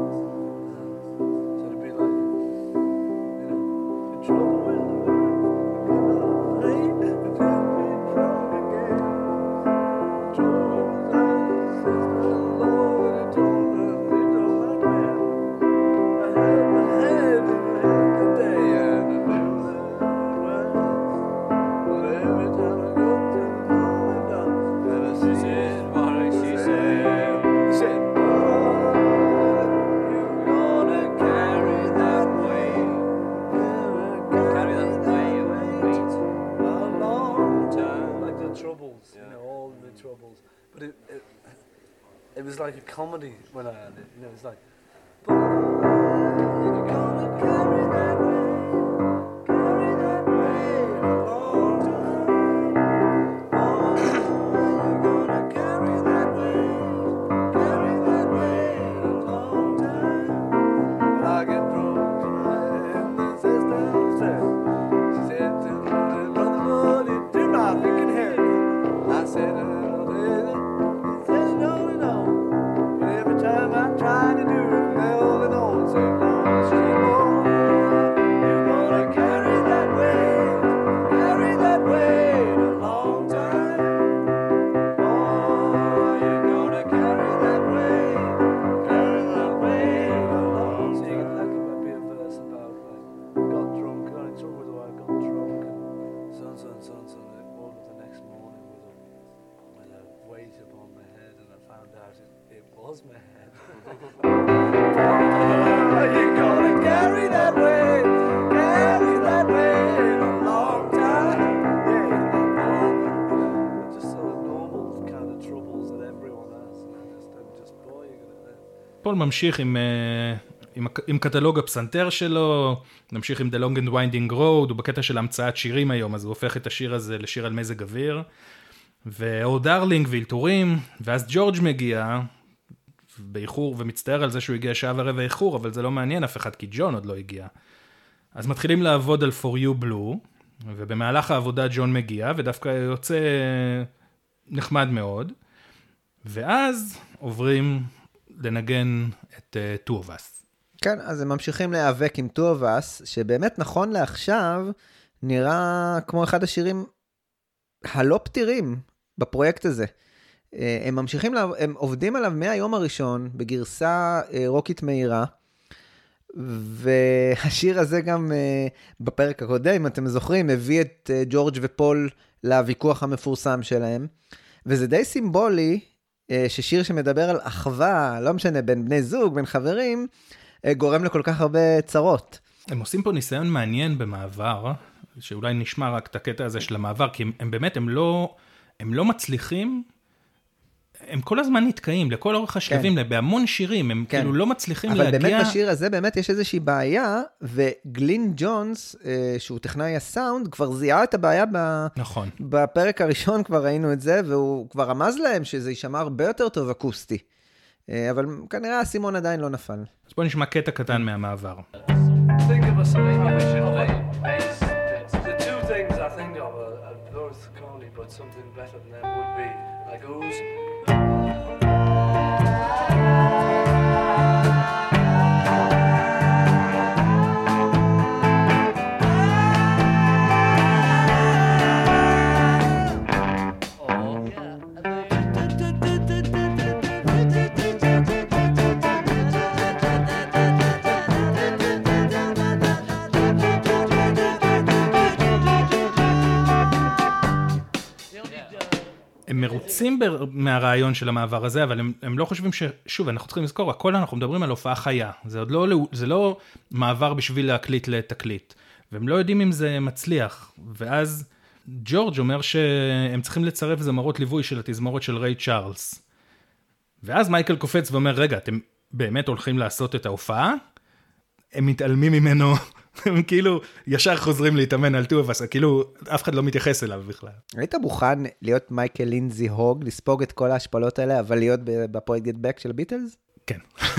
It was like a comedy when I had it, you know, it's like פול ממשיך עם, עם, עם קטלוג הפסנתר שלו, נמשיך עם The Long and Winding Road, הוא בקטע של המצאת שירים היום, אז הוא הופך את השיר הזה לשיר על מזג אוויר, ואו דרלינג ואילתורים, ואז ג'ורג' מגיע באיחור, ומצטער על זה שהוא הגיע שעה ורבע איחור, אבל זה לא מעניין אף אחד, כי ג'ון עוד לא הגיע. אז מתחילים לעבוד על For You Blue, ובמהלך העבודה ג'ון מגיע, ודווקא יוצא נחמד מאוד, ואז עוברים לנגן את uh, Two of Us. כן, אז הם ממשיכים להיאבק עם Two of Us, שבאמת נכון לעכשיו, נראה כמו אחד השירים הלא פתירים בפרויקט הזה. הם ממשיכים, לה... הם עובדים עליו מהיום הראשון, בגרסה רוקית מהירה, והשיר הזה גם בפרק הקודם, אם אתם זוכרים, הביא את ג'ורג' ופול לוויכוח המפורסם שלהם, וזה די סימבולי, ששיר שמדבר על אחווה, לא משנה, בין בני זוג, בין חברים, גורם לכל כך הרבה צרות. הם עושים פה ניסיון מעניין במעבר, שאולי נשמע רק את הקטע הזה של המעבר, כי הם, הם באמת, הם לא, הם לא מצליחים, הם כל הזמן נתקעים, לכל אורך השלבים, כן. בהמון שירים, הם כן. כאילו לא מצליחים אבל להגיע... אבל באמת בשיר הזה, באמת יש איזושהי בעיה, וגלין ג'ונס, שהוא טכנאי הסאונד, כבר זיהה את הבעיה ב... נכון. בפרק הראשון כבר ראינו את זה, והוא כבר רמז להם שזה יישמע הרבה יותר טוב אקוסטי. אבל כנראה הסימון עדיין לא נפל. אז בוא נשמע קטע קטן מהמעבר. Think of us something we should play. The two things I think of are, are both corny, but something better than them would be like who's. הם מרוצים מהרעיון של המעבר הזה, אבל הם, הם לא חושבים ש... שוב, אנחנו צריכים לזכור, הכל אנחנו מדברים על הופעה חיה. זה עוד לא, זה לא מעבר בשביל להקליט לתקליט. והם לא יודעים אם זה מצליח. ואז ג'ורג' אומר שהם צריכים לצרף זמרות ליווי של התזמורת של ריי צ'ארלס. ואז מייקל קופץ ואומר, רגע, אתם באמת הולכים לעשות את ההופעה? הם מתעלמים ממנו... הם כאילו ישר חוזרים להתאמן על Two of Us, כאילו אף אחד לא מתייחס אליו בכלל. היית מוכן להיות מייקל לינזי הוג, לספוג את כל ההשפלות האלה, אבל להיות בפרויקט Get Back של ביטלס? כן.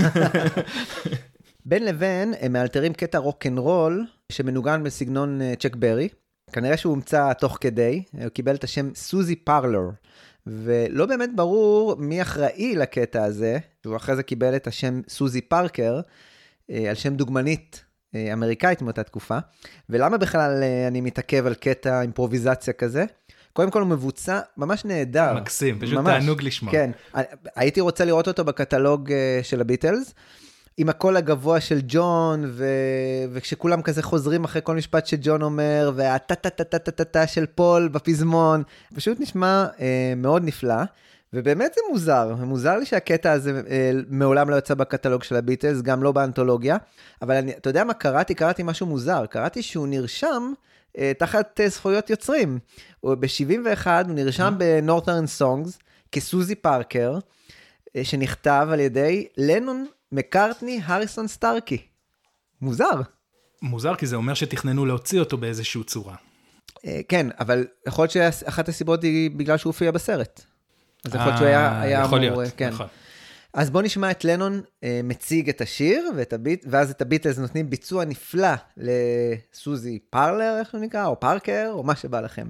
בין לבין הם מאלתרים קטע רוק-אנד-רול שמנוגן בסגנון צ'ק ברי. כנראה שהוא הומצא תוך כדי, הוא קיבל את השם סוזי פרלור, ולא באמת ברור מי אחראי לקטע הזה, והוא אחרי זה קיבל את השם סוזי פארקר, על שם דוגמנית אמריקאית מאותה תקופה. ולמה בכלל אני מתעכב על קטע אימפרוביזציה כזה? קודם כל הוא מבוצע ממש נהדר. מקסים, פשוט ממש, תענוג לשמוע. כן, הייתי רוצה לראות אותו בקטלוג של הביטלס, עם הקול הגבוה של ג'ון, ו... וכשכולם כזה חוזרים אחרי כל משפט שג'ון אומר, והטה-טה-טה-טה-טה של פול בפזמון, פשוט נשמע אה, מאוד נפלא, ובאמת זה מוזר, מוזר לי שהקטע הזה אה, מעולם לא יוצא בקטלוג של הביטלס, גם לא באנתולוגיה, אבל אני, אתה יודע מה קראתי? קראתי משהו מוזר, קראתי שהוא נרשם אה, תחת אה, זכויות יוצרים, ב-שבעים ואחת הוא נרשם ב-Northern Songs, כסוזי פארקר, אה, שנכתב על ידי לנון, מקארטני, הריסון סטארקי. מוזר. מוזר, כי זה אומר שתכננו להוציא אותו באיזושהי צורה. כן, אבל יכול להיות שאחת הסיבות היא בגלל שהוא הופיע בסרט. אז יכול להיות שהוא היה יכול אמור... להיות, נכון. אז בוא נשמע את לנון מציג את השיר, ואז את הביטלס נותנים ביצוע נפלא לסוזי פרלר, איך הוא נקרא, או פארקר, או מה שבא לכם.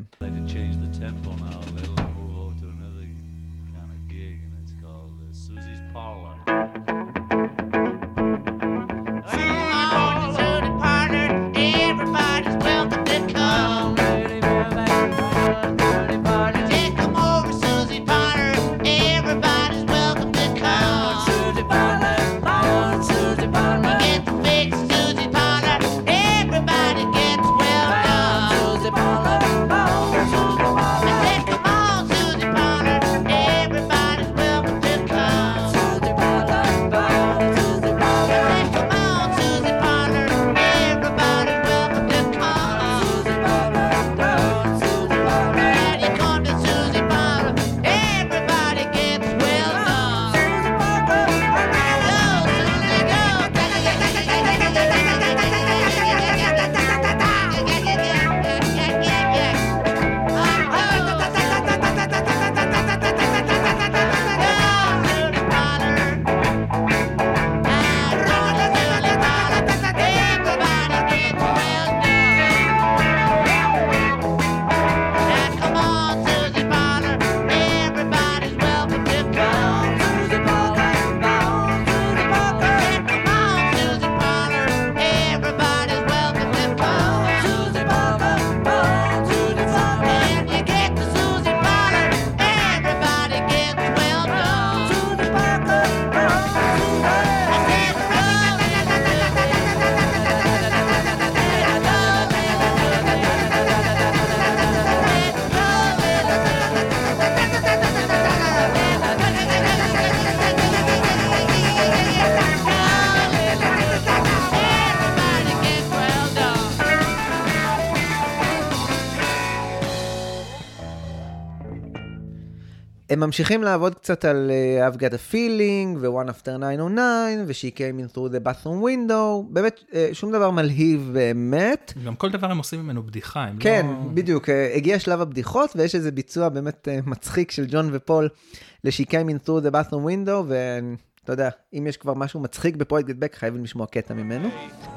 הם ממשיכים לעבוד קצת על uh, I've got a feeling, ו-One after nine oh nine, ו-She came in through the bathroom window, באמת, uh, שום דבר מלהיב באמת. גם כל דבר הם עושים ממנו בדיחה. כן, לא... בדיוק, uh, הגיע שלב הבדיחות, ויש איזה ביצוע באמת uh, מצחיק של ג'ון ופול, ל-She came in through the bathroom window, ואתה יודע, אם יש כבר משהו מצחיק בפרויקט Get Back, חייבים לשמוע קטע ממנו.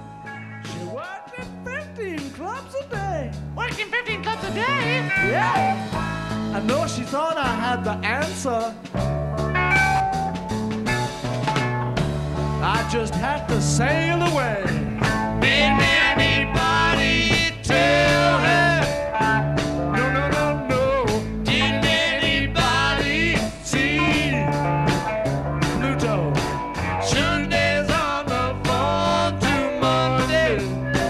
She worked in fifteen clubs a day. Worked in fifteen clubs a day? Yeah! I know she thought I had the answer. I just had to sail away. Didn't anybody tell her? No, no, no, no. Didn't anybody see Pluto? Tuesdays on the phone to Mondays.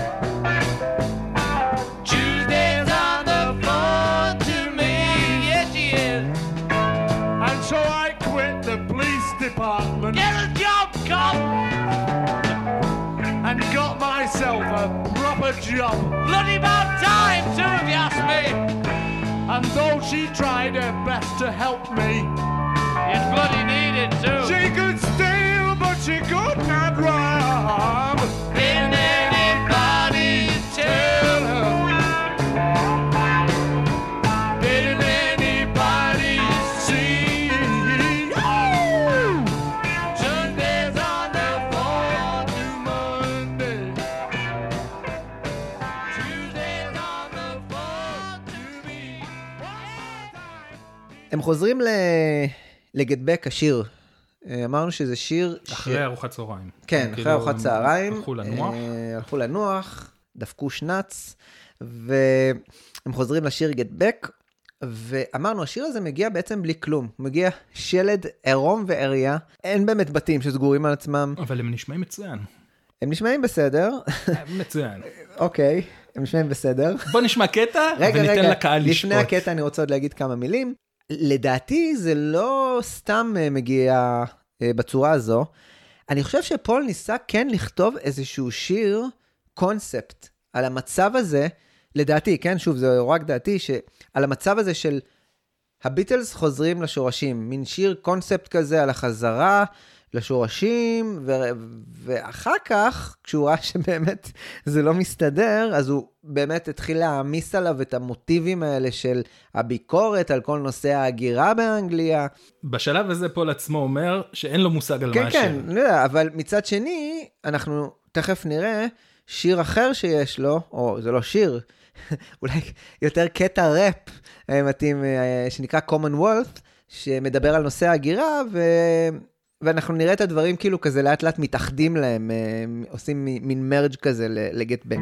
Tuesdays on the phone to me. Yes, she is. And so I quit the police department. Get a job, cop! And got myself a proper job. Bloody about time, too, if you ask me. And though she tried her best to help me, it's bloody needed too. She could steal, but she could not rob. Didn't anybody tell her? Didn't anybody see? Oh! Sundays הם חוזרים לגט בק השיר. אמרנו שזה שיר... אחרי ש... ארוחת צהריים. כן, אחרי ארוחת צהריים. הלכו לנוח. הלכו לנוח, דפקו שנץ, והם חוזרים לשיר גט בק, ואמרנו, השיר הזה מגיע בעצם בלי כלום. הוא מגיע שלד עירום ועריה. אין באמת בתים שסגורים על עצמם. אבל הם נשמעים מצוין. הם נשמעים בסדר. מצוין. אוקיי, הם נשמעים בסדר. בוא נשמע קטע וניתן לקהל לשפוט. לפני הקטע אני רוצה עוד להגיד כמה מילים. לדעתי זה לא סתם מגיע בצורה הזו. אני חושב שפול ניסה כן לכתוב איזשהו שיר קונספט על המצב הזה, לדעתי, כן, שוב, זה רק דעתי, שעל המצב הזה של הביטלס חוזרים לשורשים, מין שיר קונספט כזה על החזרה לשורשים, ו- ואחר כך, כשהוא ראה שבאמת זה לא מסתדר, אז הוא באמת התחיל להעמיס עליו את המוטיבים האלה של הביקורת על כל נושא ההגירה באנגליה. בשלב הזה פול עצמו אומר שאין לו מושג על כן, מה כן, השיר. כן, לא יודע, אבל מצד שני, אנחנו תכף נראה שיר אחר שיש לו, או זה לא שיר, אולי יותר קטע ראפ מתאים, שנקרא Commonwealth, שמדבר על נושא ההגירה, ו... ואנחנו נראה את הדברים כאילו כזה לאט לאט מתאחדים להם, עושים מין מרג' כזה לגט בק.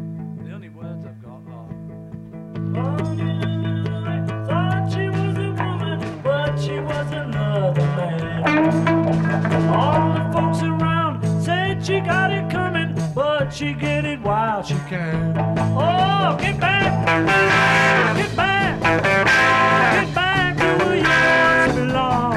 Thought she was a woman, but she was another man. All the folks around said she got it coming, but she get it while she can. Oh, get back, get back, get back to where you once belonged.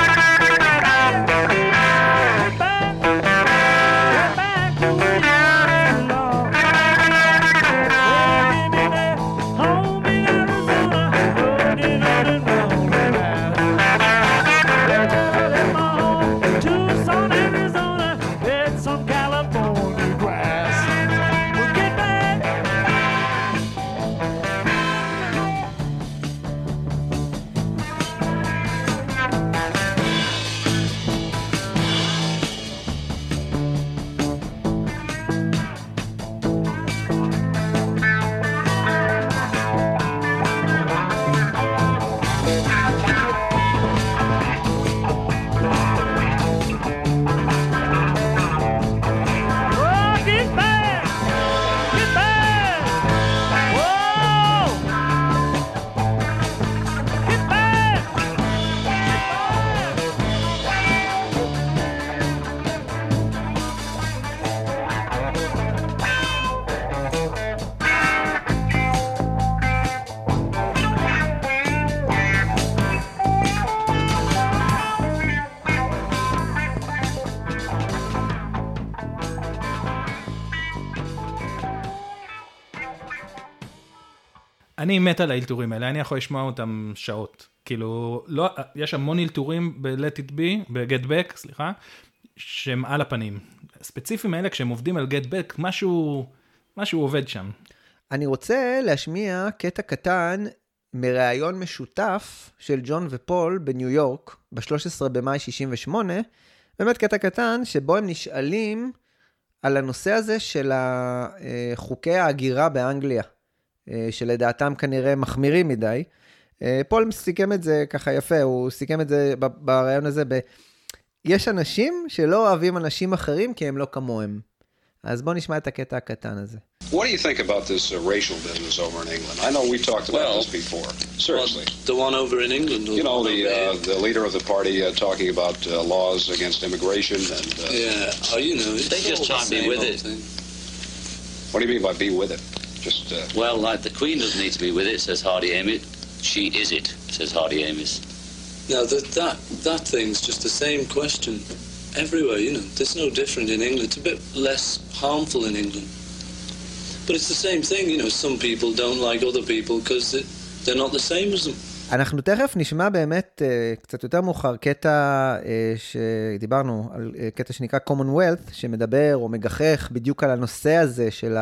אני מת על האלתורים האלה, אני יכול לשמוע אותם שעות. כאילו, לא, יש המון אלתורים ב-Let It Be, ב-Get Back, סליחה, שהם על הפנים. ספציפיים האלה, כשהם עובדים על Get Back, משהו, משהו עובד שם. אני רוצה להשמיע קטע קטן מראיון משותף של ג'ון ופול בניו יורק, ב-שלושה עשר במאי שישים ושמונה, באמת קטע קטן שבו הם נשאלים על הנושא הזה של חוקי ההגירה באנגליה. שלדעתם כנראה מחמירים מדי. פול סיכם את זה ככה יפה, הוא סיכם את זה ברעיון הזה, ב... יש אנשים שלא אוהבים אנשים אחרים כי הם לא כמוהם. אז בואו נשמע את הקטע הקטן הזה. What do you think about this uh, racial business over in England? I know we talked about well, this before. Seriously. Well, the one over in England? You know, the uh, the leader of the party uh, talking about uh, laws against immigration and... Uh, yeah, oh, you know, it's they just try and be with it. Thing. What do you mean by be with it? Just, uh... Well, like the Queen doesn't need to be with it, says Hardy Amis. She is it, says Hardy Amis. Now, that, that, that thing's just the same question everywhere, you know. There's no different in England. It's a bit less harmful in England. But it's the same thing, you know. Some people don't like other people because they're not the same as them. אנחנו תכף נשמע באמת קצת יותר מאוחר קטע שדיברנו על קטע שנקרא Commonwealth, שמדבר או מגחך בדיוק על הנושא הזה של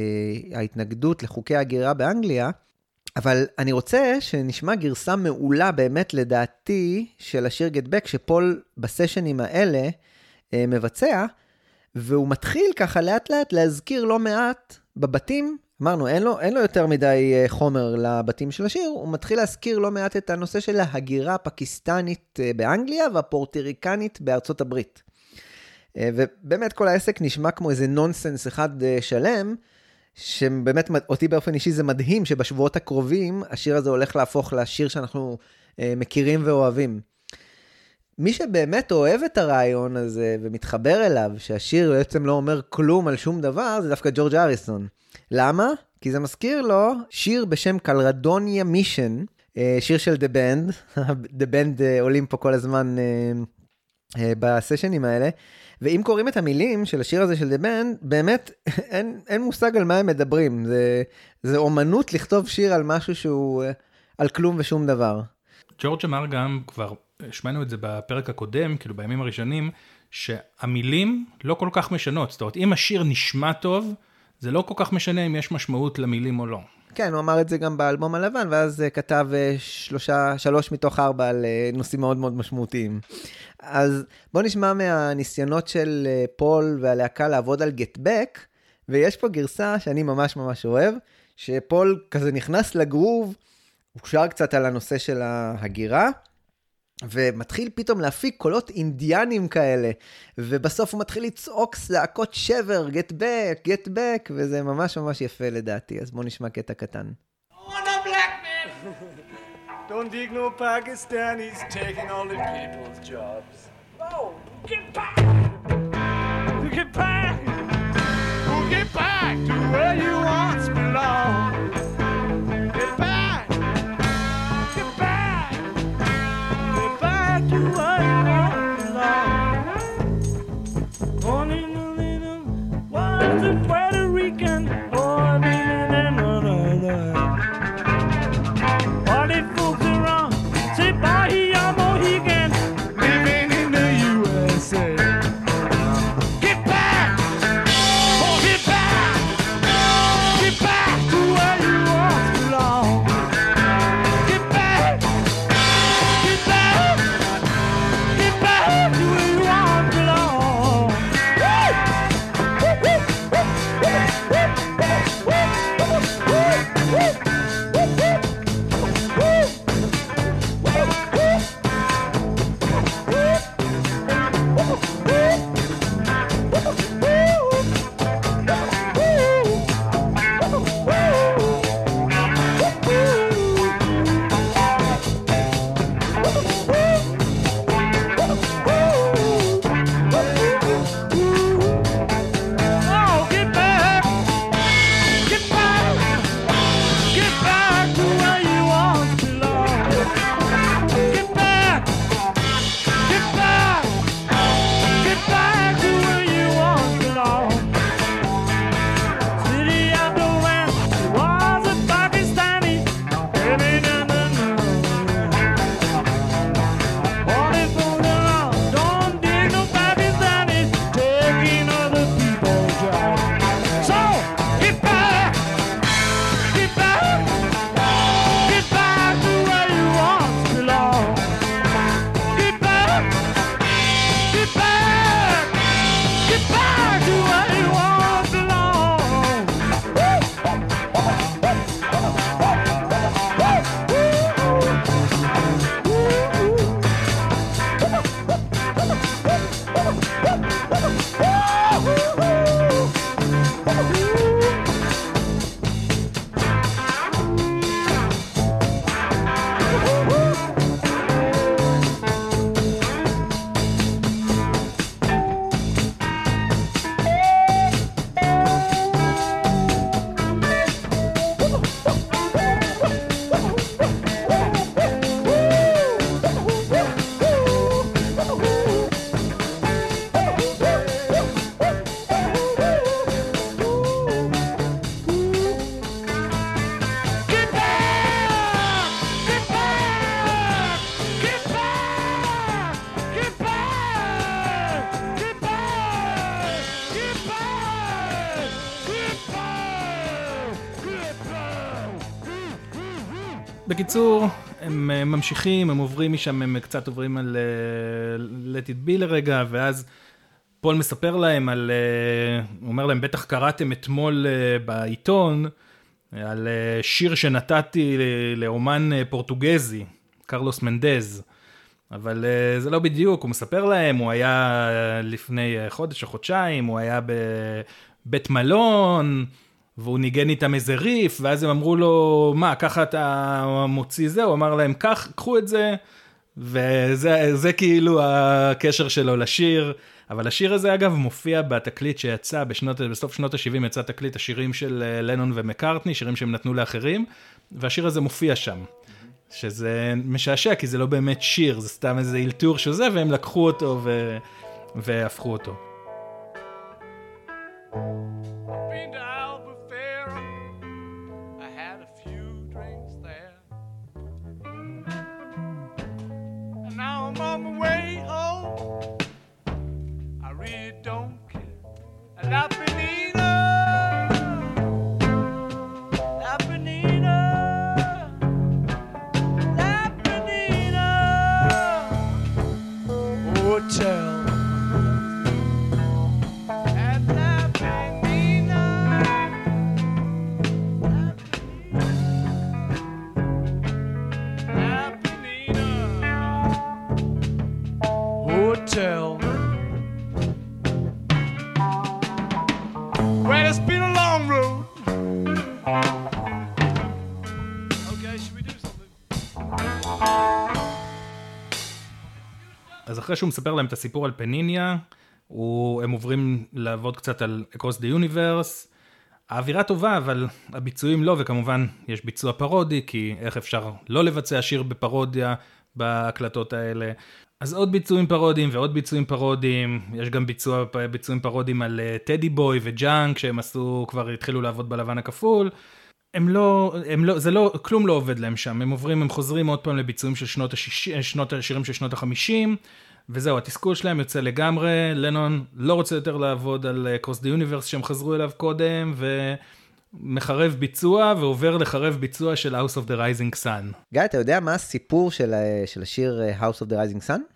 ההתנגדות לחוקי ההגירה באנגליה, אבל אני רוצה שנשמע גרסה מעולה באמת לדעתי של השיר Get Back, שפול בסשנים האלה מבצע, והוא מתחיל ככה לאט לאט להזכיר לא מעט בבתים אמרנו, אין לו, אין לו יותר מדי חומר לבתים של השיר, הוא מתחיל להזכיר לא מעט את הנושא של ההגירה הפקיסטנית באנגליה והפורטריקנית בארצות הברית. ובאמת כל העסק נשמע כמו איזה נונסנס אחד שלם, שבאמת אותי באופן אישי זה מדהים שבשבועות הקרובים השיר הזה הולך להפוך לשיר שאנחנו מכירים ואוהבים. מי שבאמת אוהב את הרעיון הזה ומתחבר אליו, שהשיר בעצם לא אומר כלום על שום דבר, זה דווקא ג'ורג' אריסון. למה? כי זה מזכיר לו שיר בשם קלרדוניה מישן, שיר של The Band, The Band עולים פה כל הזמן בסשנים האלה, ואם קוראים את המילים של השיר הזה של The Band, באמת אין, אין מושג על מה הם מדברים, זה, זה אומנות לכתוב שיר על משהו שהוא על כלום ושום דבר. ג'ורג' אמר גם, כבר שמענו את זה בפרק הקודם, כאילו בימים הראשונים, שהמילים לא כל כך משנות, זאת אומרת, אם השיר נשמע טוב, זה לא כל כך משנה אם יש משמעות למילים או לא. כן, הוא אמר את זה גם באלבום הלבן, ואז כתב שלושה, שלוש מתוך ארבע על נושאים מאוד מאוד משמעותיים. אז בוא נשמע מהניסיונות של פול והלהקה לעבוד על Get Back, ויש פה גרסה שאני ממש ממש אוהב, שפול כזה נכנס לגרוב, הוא שר קצת על הנושא של ההגירה, ומתחיל פתאום להפיק קולות אינדיאנים כאלה, ובסוף הוא מתחיל לצעוק זעקות שבר, get back, get back, וזה ממש ממש יפה לדעתי, אז בואו נשמע קטע קטן. Don't dig no Pakistanis taking all the people's jobs. Oh, get back! Get back! Get back to where you once belonged. Get back! Get back! Get back to where you once belonged. Born in a little, was a Puerto Rican, born in another. Party folks around, say bye, I'm Mohican, living in the U S A. Get back! Oh, get back! Get back to where you once belonged. Get back! Get back! Get back to where you once belonged. בקיצור, הם ממשיכים, הם עוברים משם, הם קצת עוברים על uh, Let It Be לרגע, ואז פול מספר להם על, uh, הוא אומר להם, בטח קראתם אתמול uh, בעיתון, על אה, שיר שנתתי ל- לאומן אה, פורטוגזי, קרלוס מנדז. אבל uh, זה לא בדיוק, הוא מספר להם, הוא היה uh, לפני uh, חודש או חודשיים, הוא היה בבית מלון, והוא ניגן איתם איזה ריף, ואז הם אמרו לו, מה, ככה אתה מוציא זה? הוא אמר להם, קח, קחו את זה, וזה זה כאילו הקשר שלו לשיר. אבל השיר הזה אגב מופיע בתקליט שיצא, בשנות, בסוף שנות ה-שבעים יצא תקליט השירים של uh, לנון ומקארטני, שירים שהם נתנו לאחרים, והשיר הזה מופיע שם. שזה משעשע, כי זה לא באמת שיר, זה סתם איזה אילתור שזה, והם לקחו אותו ו... והפכו אותו. Been to Albufeira, I had a few drinks there, and now I'm on my way home. I really don't care. La Penina, La Penina, La Penina Hotel. Hotel. Well, it's been a long road. Okay, should we do something? אז אחרי שהוא מספר להם את הסיפור על פניניה, הוא, הם עוברים לעבוד קצת על Across the Universe. האווירה טובה, אבל הביצועים לא, וכמובן יש ביצוע פרודי, כי איך אפשר לא לבצע שיר בפרודיה בהקלטות האלה. אז עוד ביצועים פרודיים ועוד ביצועים פרודיים, יש גם ביצוע, ביצועים פרודיים על טדי בוי וג'אנק, שהם עשו, כבר התחילו לעבוד בלבן הכפול. הם לא, הם לא, זה לא, כלום לא עובד להם שם, הם עוברים, הם חוזרים עוד פעם לביצועים של שנות השישים, שנות השירים של שנות החמישים, וזהו, התסכול שלהם יוצא לגמרי, לנון לא רוצה יותר לעבוד על Across the Universe שהם חזרו אליו קודם, ומחרב ביצוע, ועובר לחרב ביצוע של House of the Rising Sun. גיא, אתה יודע מה הסיפור של, של השיר House of the Rising Sun?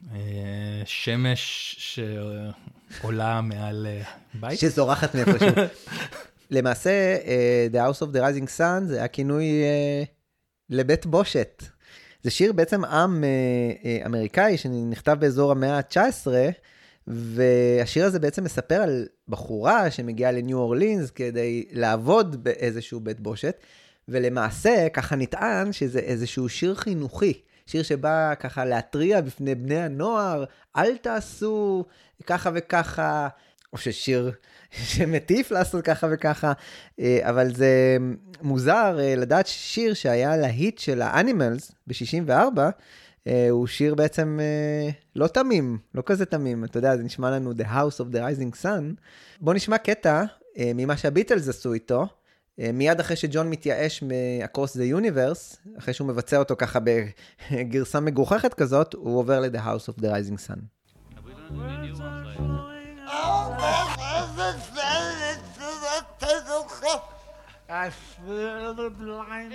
שמש שעולה מעל בית? שזורחת מאיפשהו. למעשה, The House of the Rising Sun זה הכינוי לבית בושת. זה שיר בעצם עם אמריקאי שנכתב באזור המאה ה-תשע עשרה, והשיר הזה בעצם מספר על בחורה שמגיעה לניו אורלינס כדי לעבוד באיזשהו בית בושת, ולמעשה ככה נטען שזה איזשהו שיר חינוכי, שיר שבא ככה להטריע בפני בני הנוער, אל תעשו ככה וככה, או ששיר שמטיף לעשות ככה וככה, אבל זה מוזר לדעת שיר שהיה להיט של האנימלס ב-שישים וארבע, הוא שיר בעצם לא תמים, לא כזה תמים, אתה יודע, זה נשמע לנו The House of the Rising Sun. בוא נשמע קטע ממה שהביטלס עשו איתו, מיד אחרי שג'ון מתייאש מ-Across the Universe, אחרי שהוא מבצע אותו ככה בגרסה מגוחכת כזאת, הוא עובר ל-The House of the Rising Sun. I feel the blind.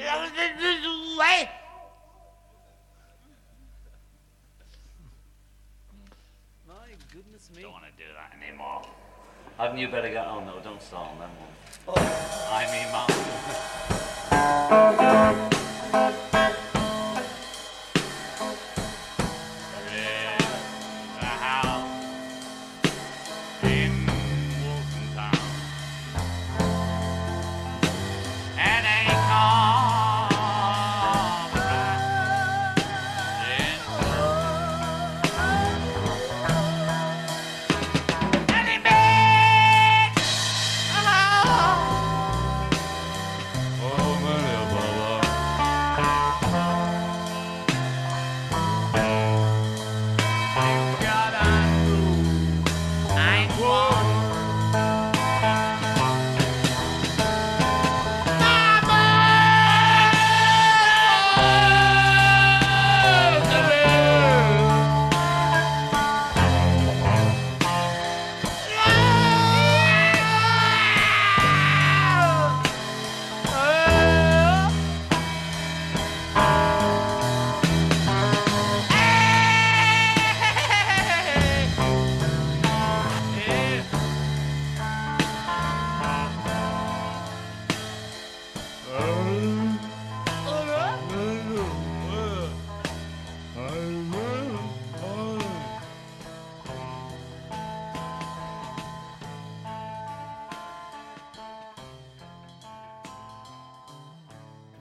My goodness me. Don't want to do that anymore. Haven't you better get on though? Don't stall on them one. Oh. I mean, Mom.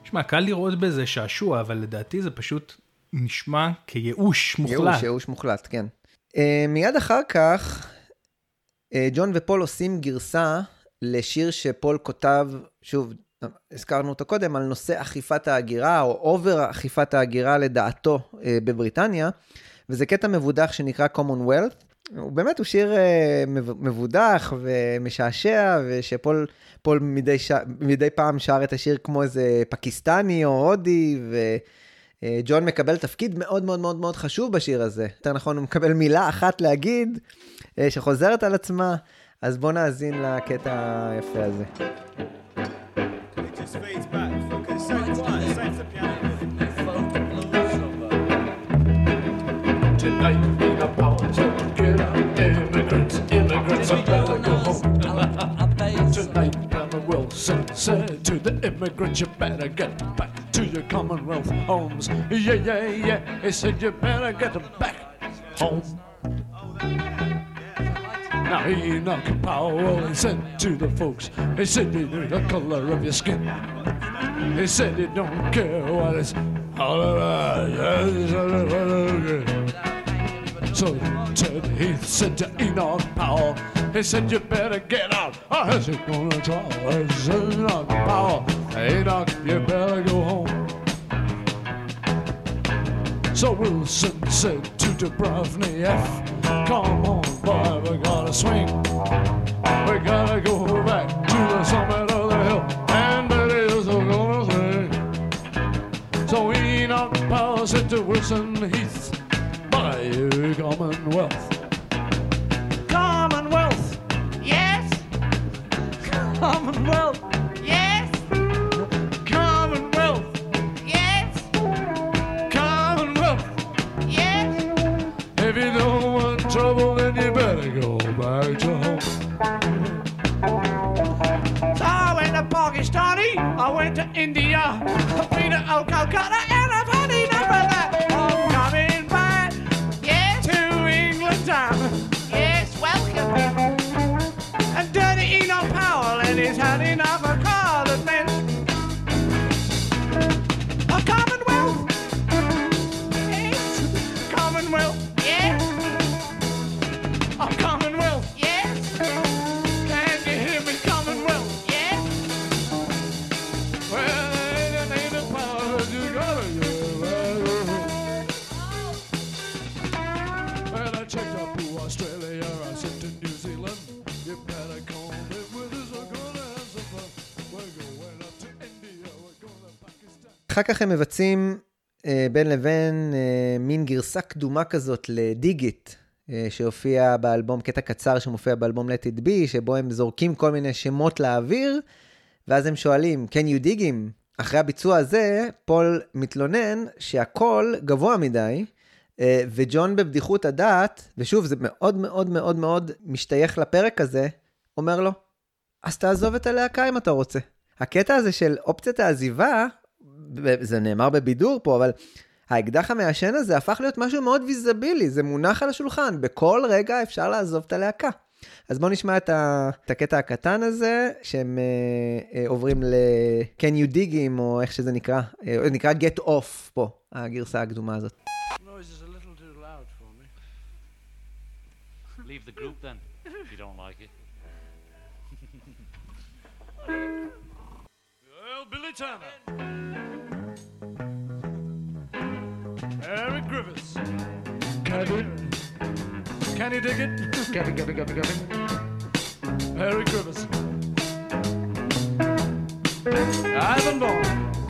תשמע, קל לראות בזה שעשוע, אבל לדעתי זה פשוט נשמע כייאוש מוחלט. ייאוש, ייאוש מוחלט, כן. Uh, מיד אחר כך, uh, ג'ון ופול עושים גרסה לשיר שפול כותב, שוב, הזכרנו אותו קודם, על נושא אכיפת ההגירה, או אובר אכיפת ההגירה לדעתו uh, בבריטניה, וזה קטע מבודח שנקרא Commonwealth. הוא באמת, הוא שיר uh, מבודח ומשעשע, ושפול פול מדי, ש... מדי פעם שר את השיר כמו איזה פקיסטני או הודי, וג'ון מקבל תפקיד מאוד מאוד מאוד מאוד חשוב בשיר הזה. יותר נכון, הוא מקבל מילה אחת להגיד, uh, שחוזרת על עצמה, אז בוא נאזין לקטע היפה הזה. Tonight, in a power to get out. Immigrants, immigrants, I better go home. Tonight, Emma Wilson said to the immigrants, you better get back to your Commonwealth homes. Yeah, yeah, yeah. He said, you better get back home. Now, Enoch Powell, he said to the folks, he said, you know the color of your skin. He said, he don't care what it's all about. So Ted Heath said to Enoch Powell, he said, you better get out. I said, gonna try. I said, Enoch Powell, Enoch, you better go home. So Wilson said to Dubrovny F, come on, boy, we gotta swing. We gotta go back to the summit of the hill, and Betty is gonna swing. So Enoch Powell said to Wilson Heath, by your Commonwealth. Commonwealth, yes. Commonwealth, yes. Commonwealth, yes. Commonwealth, yes. if you don't want trouble, then you better go back to home. So I went to Pakistani, I went to India, I've been to Old Calcutta, and I've had enough of that. I'm coming back, yes, to England town. Yes, welcome. And dirty Enoch Powell, and he's had enough of coloured men. A Commonwealth, yes. Commonwealth, yes. A Commonwealth, yes. Can you hear me, Commonwealth? Yes. Well, ain't ain't a power that you gotta give. Well, I checked up to Australia, I said to New Zealand, you better come live with us, we're gonna have some fun. We're going up to India, we're going to Pakistan. אחר כך הם מבצעים אה, בין לבין אה, מין גרסה קדומה כזאת לדיגיט, אה, שהופיע באלבום, קטע קצר שמופיע באלבום Let It Be, שבו הם זורקים כל מיני שמות לאוויר, ואז הם שואלים, can you dig him? אחרי הביצוע הזה, פול מתלונן שהכל גבוה מדי, אה, וג'ון בבדיחות הדעת, ושוב, זה מאוד מאוד מאוד מאוד משתייך לפרק הזה, אומר לו, אז תעזוב את הלהקה אם אתה רוצה. הקטע הזה של אופציית העזיבה, זה נאמר בבידור פה, אבל האקדח המעשן הזה הפך להיות משהו מאוד ויזבילי, זה מונח על השולחן, בכל רגע אפשר לעזוב את הלהקה. אז בואו נשמע את, ה... את הקטע הקטן הזה, שהם אה, אה, עוברים ל-Can you dig him, או איך שזה נקרא, אה, נקרא Get Off פה, הגרסה הקדומה הזאת. Noise is a little too loud for me. Leave the group then, if you don't like it. Well, Billy Turner. Eric Griffiths. Can you, can you dig it? Can you, can you, can you, can you? Eric Griffiths. Ivan Vaughn.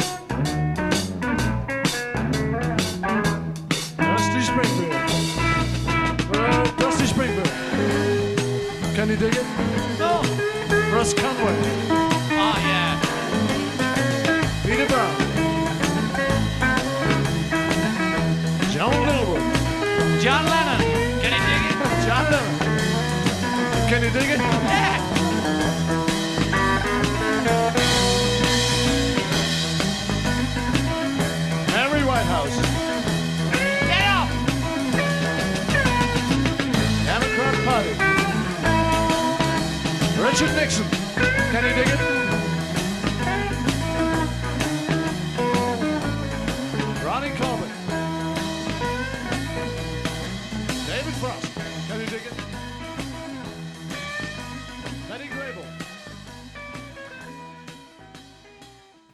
Dusty Springfield. Well, Dusty Springfield. Can you dig it? No. Russ Conway. Oh, yeah. Peter Brown. John Littlewood. John Lennon. Can you dig it? John Lennon. Can you dig it? Yeah. Henry Whitehouse. Get up. Democrat Party. Richard Nixon. Can you dig it?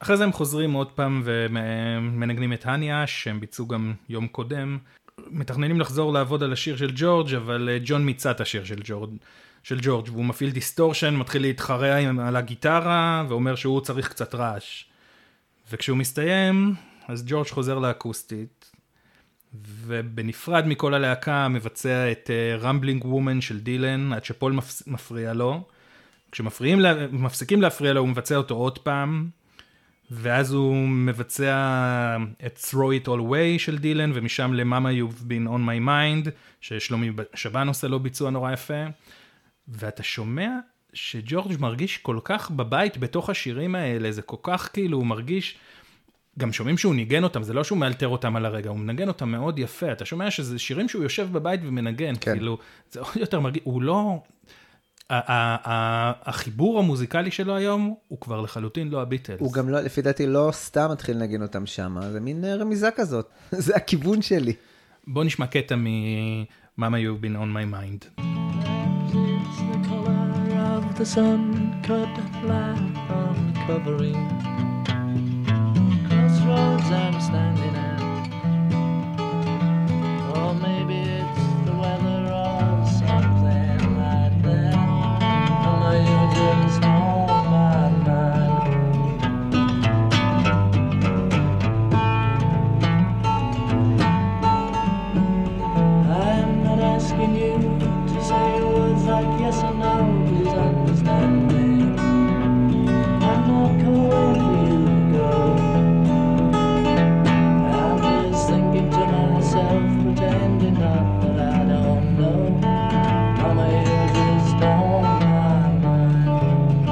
אחרי זה הם חוזרים עוד פעם ומנגנים את הניה, שהם ביצעו גם יום קודם. מתכננים לחזור לעבוד על השיר של ג'ורג', אבל ג'ון מיצה את השיר של ג'ורג', של ג'ורג', והוא מפעיל דיסטורשן, מתחיל להתחרע על הגיטרה, ואומר שהוא צריך קצת רעש. וכשהוא מסתיים, אז ג'ורג' חוזר לאקוסטית, ובנפרד מכל הלהקה מבצע את רמבלינג uh, וומן של דילן, עד שפול מפס... מפריע לו. כשמפסיקים להפריע לו, הוא מבצע אותו עוד פעם, ואז הוא מבצע את Throw It All Away של דילן, ומשם למאמה You've Been On My Mind, ששלומי שבן עושה לו ביצוע נורא יפה, ואתה שומע שג'ורג' מרגיש כל כך בבית בתוך השירים האלה, זה כל כך כאילו הוא מרגיש, גם שומעים שהוא ניגן אותם, זה לא שהוא מאלתר אותם על הרגע, הוא מנגן אותם מאוד יפה, אתה שומע שזה שירים שהוא יושב בבית ומנגן, כן. כאילו, זה עוד יותר מרגיש, הוא לא... החיבור המוזיקלי שלו היום הוא כבר לחלוטין לא הביטלס. הוא גם לא, לפי דעתי לא סתם מתחיל לנגן אותם שם, זה מין רמיזה כזאת, זה הכיוון שלי. בוא נשמע קטע מ-Mama You've Been On My Mind. It's the color of the sun cut light on covering crossroads I'm standing at, or maybe it's the weather or something like that. Mama, you just on my mind. I'm not asking you to say words like yes or no, please understand me. I'm not calling for you to go. I'm just thinking to myself, pretending not that I don't know. Mama, you're just on my mind.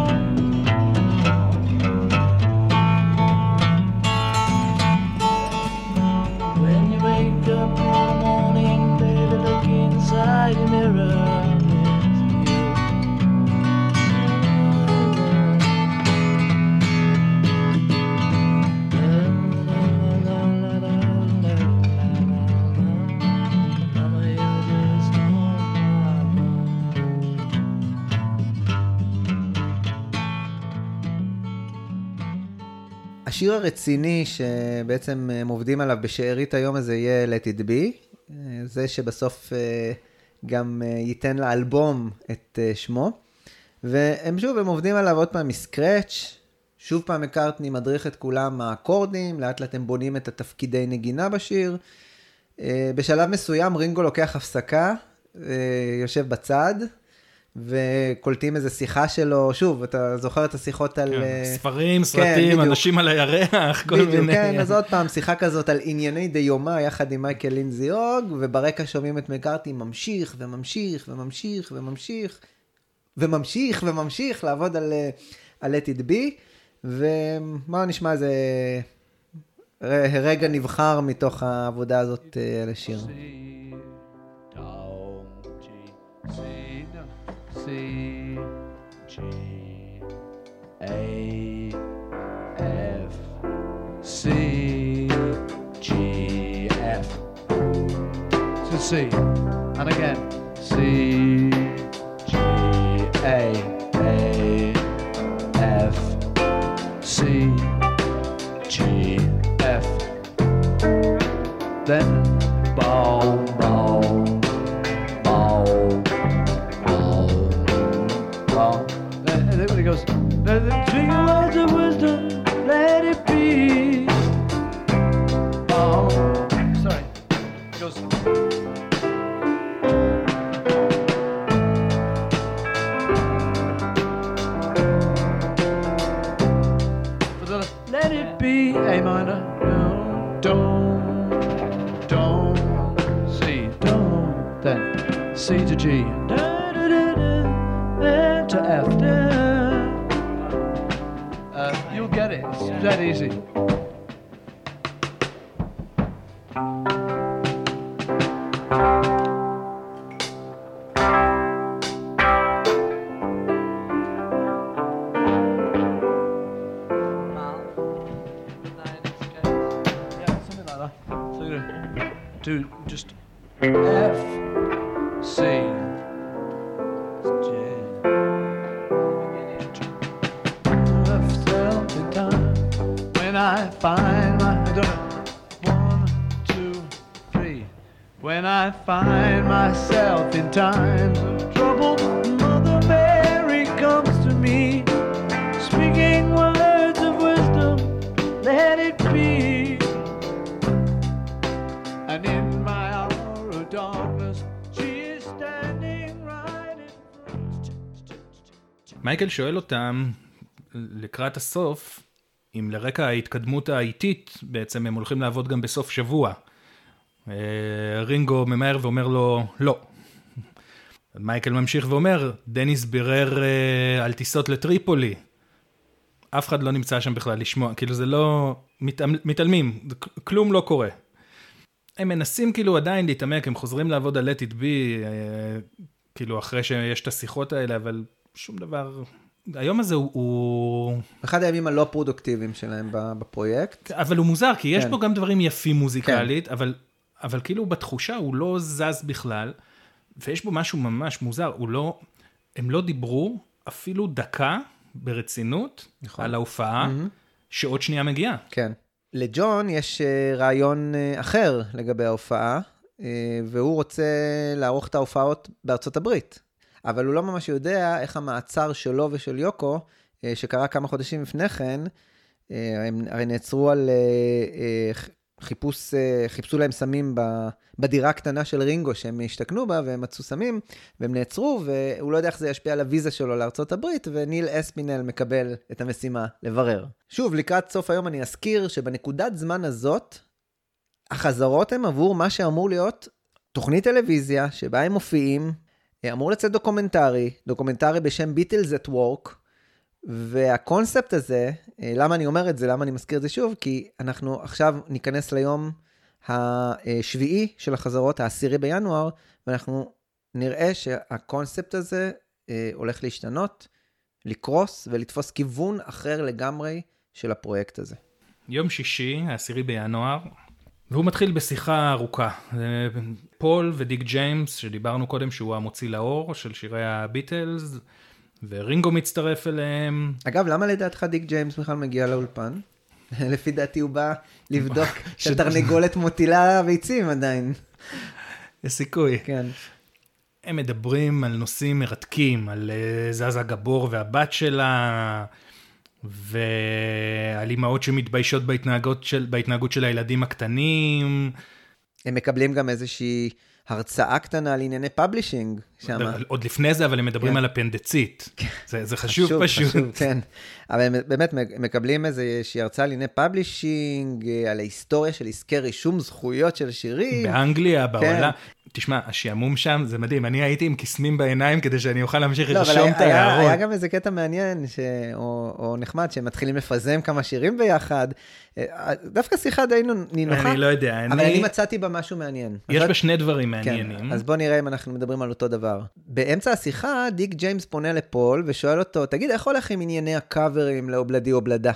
When you wake up in the morning, baby, look inside your mirror. השיר הרציני שבעצם הם עובדים עליו בשארית היום הזה יהיה Let It Be, זה שבסוף גם ייתן לאלבום את שמו, והם שוב, הם עובדים עליו עוד פעם מסקרץ', שוב פעם מקארטני מדריך את כולם מהאקורדים, לאט לאט הם בונים את התפקידי נגינה בשיר, בשלב מסוים רינגו לוקח הפסקה, יושב בצד, וקולטים איזו שיחה שלו, שוב, אתה זוכר את השיחות על... ספרים, סרטים, אנשים על הירח, כל מיני... כן, אז עוד פעם, שיחה כזאת על ענייני דיומה, יחד עם מייקל לינזי הוג, וברקע שומעים את מקארטני ממשיך וממשיך וממשיך וממשיך, וממשיך וממשיך לעבוד על, על Let It Be, ומה נשמע איזה רגע נבחר מתוך העבודה הזאת לשיר. C, G, A, F, C, G, F. So C, and again, C, G, A, A, F, C, G, F. Then bow, bow, bow. Everybody goes, let the three words of wisdom, let it be. Oh, sorry. It goes. Let it be A minor. Don't, don't, C, don't. Then C to G. To F. Uh, you'll get it. It's that easy. Yeah, something like that. So you're gonna do just F, C. I find my, I don't know, one, two, three. When I find myself in times of trouble, Mother Mary comes to me, speaking words of wisdom, let it be. And in my hour of darkness, she is standing right in front. מייקל שואל אותם לקראת הסוף, אם לרקע ההתקדמות האיטית, בעצם הם הולכים לעבוד גם בסוף שבוע. רינגו ממהר ואומר לו, לא. מייקל ממשיך ואומר, דניס בירר על טיסות לטריפולי. אף אחד לא נמצא שם בכלל לשמוע, כאילו זה לא, מתעלמים, כלום לא קורה. הם מנסים כאילו עדיין להתעמק, הם חוזרים לעבוד על Let It Be, כאילו אחרי שיש את השיחות האלה, אבל שום דבר... היום הזה הוא, הוא... אחד הימים הלא פרודוקטיביים שלהם בפרויקט. אבל הוא מוזר, כי יש כן. פה גם דברים יפים מוזיקלית, כן. אבל, אבל כאילו בתחושה הוא לא זז בכלל, ויש בו משהו ממש מוזר, הוא לא, הם לא דיברו אפילו דקה ברצינות נכון. על ההופעה, Mm-hmm. שעוד שנייה מגיעה. כן. לג'ון יש רעיון אחר לגבי ההופעה, והוא רוצה לערוך את ההופעות בארצות הברית. אבל הוא לא ממש יודע איך המעצר שלו ושל יוקו, שקרה כמה חודשים לפני כן, הם הרי נעצרו על חיפוש, חיפשו להם סמים בדירה הקטנה של רינגו, שהם השתכנו בה, והם מצאו סמים, והם נעצרו, והוא לא יודע איך זה ישפיע על הוויזה שלו לארצות הברית, וניל אספינל מקבל את המשימה לברר. שוב, לקראת סוף היום אני אזכיר שבנקודת זמן הזאת, החזרות הם עבור מה שאמור להיות תוכנית טלוויזיה, שבה הם מופיעים, אמור לצאת דוקומנטרי, דוקומנטרי בשם Beatles at Work, והקונספט הזה, למה אני אומר את זה, למה אני מזכיר את זה שוב, כי אנחנו עכשיו ניכנס ליום השביעי של החזרות, העשירי בינואר, ואנחנו נראה שהקונספט הזה הולך להשתנות, לקרוס ולתפוס כיוון אחר לגמרי של הפרויקט הזה. יום שישי, העשירי בינואר, והוא מתחיל בשיחה ארוכה. פול ודיק ג'יימס, שדיברנו קודם שהוא המוציא לאור של שירי הביטלס, ורינגו מצטרף אליהם. אגב, למה לדעתך דיק ג'יימס בכלל מגיע לאולפן? לפי דעתי הוא בא לבדוק שתרנגולת מוטילה ביצים עדיין. יש סיכוי. כן. הם מדברים על נושאים מרתקים, על זזה גבור והבת שלה, ועל אמהות שמתביישות בהתנהגות של, בהתנהגות של הילדים הקטנים. הם מקבלים גם איזושהי הרצאה קטנה על ענייני פאבלישינג שם. עוד לפני זה, אבל הם מדברים כן. על הפנדצית. זה, זה חשוב, חשוב פשוט. חשוב, כן. אבל הם באמת מקבלים איזושהי הרצאה על ענייני פאבלישינג, על ההיסטוריה של עסקי רישום זכויות של שירים. באנגליה, בעולם. כן. תשמע, השעמום שם זה מדהים. אני הייתי עם כסמים בעיניים כדי שאני אוכל להמשיך לא, לרשום את ההערות. היה גם איזה קטע מעניין, ש... או, או נחמד, שהם מתחילים לפזם כמה שירים ביחד. דווקא שיחה די נינוחה. אני לא יודע. אבל אני... אני מצאתי בה משהו מעניין. יש מצאת... בה שני דברים מעניינים. כן, אז בוא נראה אם אנחנו מדברים על אותו דבר. באמצע השיחה, דיק ג'יימס פונה לפול ושואל אותו, תגיד, איך הולך עם ענייני הקאברים לאובלדי אובלדה?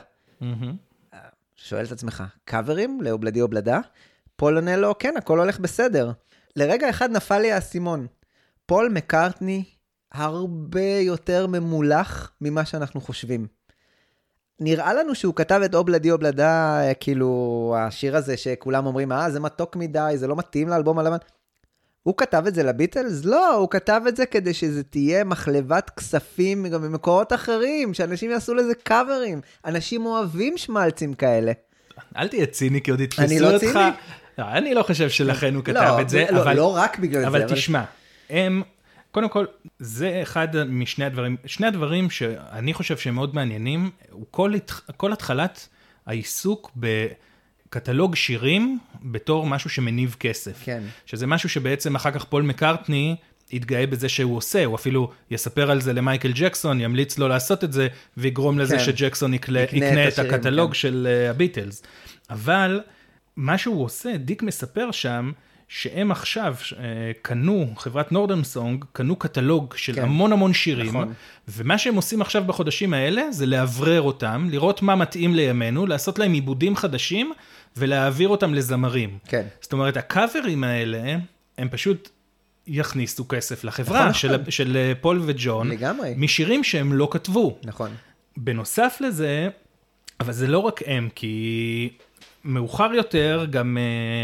שואל את עצמך, קאברים לאובלדי אובלדה? פול עונה לו, כן, הכל הולך בסדר. לרגע אחד נפל לי האסימון. פול מקארטני הרבה יותר ממולח ממה שאנחנו חושבים. נראה לנו שהוא כתב את אובלדי אובלדה, כאילו השיר הזה שכולם אומרים, אה, זה מתוק מדי, זה לא מתאים לאלבום הלבן. הוא כתב את זה לביטלס? לא, הוא כתב את זה כדי שזה תהיה מחלבת כספים גם במקורות אחרים, שאנשים יעשו לזה קאברים. אנשים אוהבים שמלצים כאלה. אל תהיה ציני, כי עוד יתפסו אותך. אני לא ציני. לא, אני לא חושב שלכן הוא כתב לא, את זה. לא, אבל, לא רק בגלל אבל זה. אבל תשמע, הם, קודם כל, זה אחד משני הדברים, שני הדברים שאני חושב שהם מאוד מעניינים, הוא כל, כל התחלת העיסוק בקטלוג שירים, בתור משהו שמניב כסף. כן. שזה משהו שבעצם אחר כך פול מקארטני, יתגאה בזה שהוא עושה, הוא אפילו יספר על זה למייקל ג'קסון, ימליץ לו לעשות את זה, ויגרום לזה כן. שג'קסון יקלה, יקנה יקנה את, את הקטלוג כן. של uh, הביטלס. אבל מה שהוא עושה, דיק מספר שם, שהם עכשיו uh, קנו, חברת נורדרן סונג, קנו קטלוג של כן. המון המון שירים, נכון. ומה שהם עושים עכשיו בחודשים האלה, זה להברר אותם, לראות מה מתאים לימינו, לעשות להם עיבודים חדשים, ולהעביר אותם לזמרים. כן. זאת אומרת, הקאברים האלה, הם פשוט יכניסו כסף לחברה של, של פול וג'ון, לגמרי. משירים שהם לא כתבו. נכון. בנוסף לזה, אבל זה לא רק הם, כי מאוחר יותר גם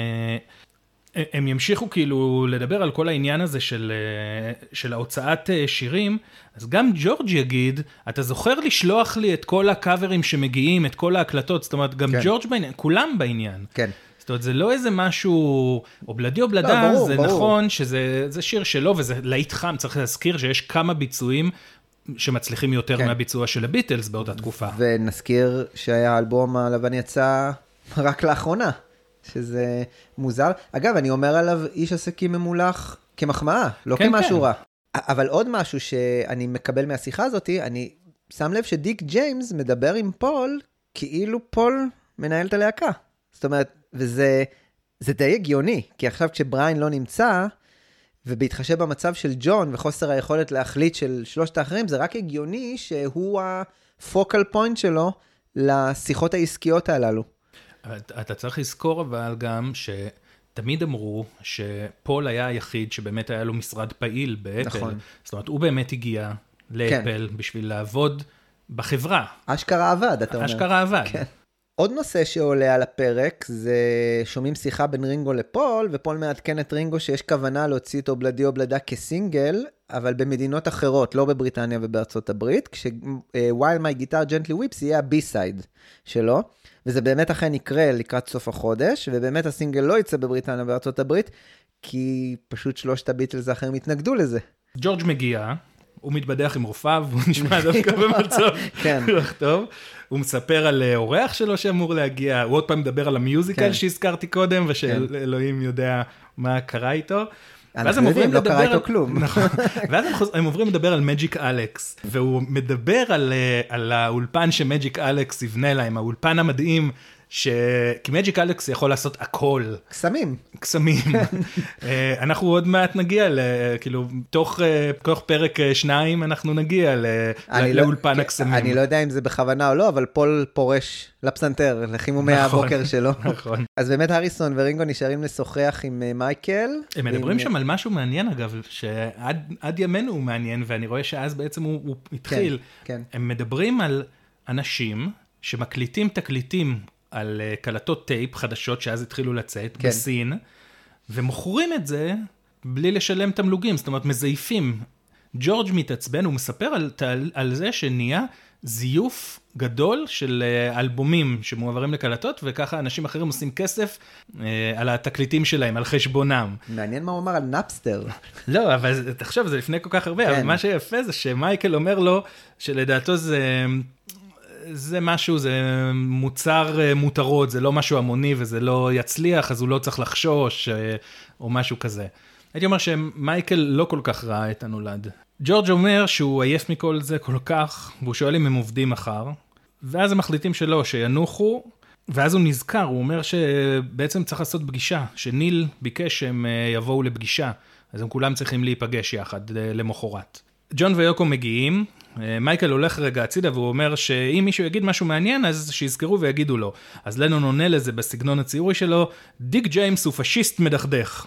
הם ימשיכו כאילו לדבר על כל העניין הזה של, של ההוצאת שירים, אז גם ג'ורג' יגיד, אתה זוכר לשלוח לי את כל הקאברים שמגיעים, את כל ההקלטות, זאת אומרת, גם כן. ג'ורג' בעניין, כולם בעניין. כן. זאת אומרת, זה לא איזה משהו, אובלדי אובלדה, לא, ברור, זה ברור. נכון שזה זה שיר שלו, וזה להיט חם, צריך להזכיר שיש כמה ביצועים, שמצליחים יותר כן. מהביצוע של הביטלס באותה תקופה. ונזכיר שהאלבום הלבן יצא רק לאחרונה, שזה מוזר. אגב, אני אומר עליו איש עסקים ממולח כמחמאה, לא כן, כמשהו כן. רע. אבל עוד משהו שאני מקבל מהשיחה הזאת, אני שם לב שדיק ג'יימס מדבר עם פול, כאילו פול מנהל את הלהקה. זאת אומרת, וזה זה די הגיוני, כי עכשיו כשבריין לא נמצא, ובהתחשב במצב של ג'ון וחוסר היכולת להחליט של שלושת האחרים, זה רק הגיוני שהוא הפוקל פוינט שלו לשיחות העסקיות הללו. אתה צריך לזכור אבל גם שתמיד אמרו שפול היה היחיד שבאמת היה לו משרד פעיל באפל. נכון. זאת אומרת, הוא באמת הגיע לאפל כן. בשביל לעבוד בחברה. אשכרה עבד, אתה אומר. אשכרה עבד. כן. עוד נושא שעולה על הפרק, זה שומעים שיחה בין רינגו לפול, ופול מעדכן את רינגו שיש כוונה להוציא את אובלדי אובלדה כסינגל, אבל במדינות אחרות, לא בבריטניה ובארצות הברית, כש-While My Guitar Gently Weeps יהיה הבי-סייד שלו, וזה באמת אכן יקרה לקראת סוף החודש, ובאמת הסינגל לא יצא בבריטניה ובארצות הברית, כי פשוט שלושת הביטלס האחרים התנגדו לזה. ג'ורג' מגיע, הוא מתבדח עם רופאיו, הוא נשמע דווקא במצב טוב. הוא מספר על אורח שלו שאמור להגיע, הוא עוד פעם מדבר על המיוזיקל שהזכרתי קודם, ושאלוהים יודע מה קרה איתו. אנחנו יודעים, לא קרה איתו כלום. ואז הם עוברים לדבר על מג'יק אלכס, והוא מדבר על האולפן שמג'יק אלכס יבנה להם, האולפן המדהים, כי מג'יק אלכס יכול לעשות הכל. קסמים. קסמים. אנחנו עוד מעט נגיע, כאילו, תוך פרק שניים אנחנו נגיע לאולפן הקסמים. אני לא יודע אם זה בכוונה או לא, אבל פול פורש לפסנטר, לחימומי הבוקר שלו. נכון. אז באמת הריסון ורינגו נשארים לשוחח עם מייקל. הם מדברים שם על משהו מעניין, אגב, שעד ימינו הוא מעניין, ואני רואה שאז בעצם הוא התחיל. הם מדברים על אנשים שמקליטים תקליטים, על קלטות טייפ חדשות שאז התחילו לצאת כן. בסין, ומוכרים את זה בלי לשלם תמלוגים, זאת אומרת מזייפים. ג'ורג' מתעצבן, הוא מספר על, על זה שנהיה זיוף גדול של אלבומים שמועברים לקלטות, וככה אנשים אחרים עושים כסף אה, על התקליטים שלהם, על חשבונם. מעניין מה הוא אמר על נאפסטר. לא, אבל תחשוב, זה לפני כל כך הרבה, כן. אבל מה שיפה זה שמייקל אומר לו, שלדעתו זה... זה משהו, זה מוצר מותרות, זה לא משהו המוני וזה לא יצליח, אז הוא לא צריך לחשוש או משהו כזה. הייתי אומר שמייקל לא כל כך ראה את הנולד. ג'ורג' אומר שהוא עייף מכל זה כל כך, והוא שואל אם הם עובדים מחר, ואז הם מחליטים שלא, שינוחו, ואז הוא נזכר, הוא אומר שבעצם צריך לעשות פגישה, שניל ביקש שהם יבואו לפגישה, אז הם כולם צריכים להיפגש יחד למחרת. ג'ון ויוקו מגיעים, מייקל הולך רגע הצידה, והוא אומר שאם מישהו יגיד משהו מעניין, אז שיזכרו ויגידו לו. אז לנון עונה לזה בסגנון הציורי שלו, דיק ג'יימס הוא פשיסט מדכדך.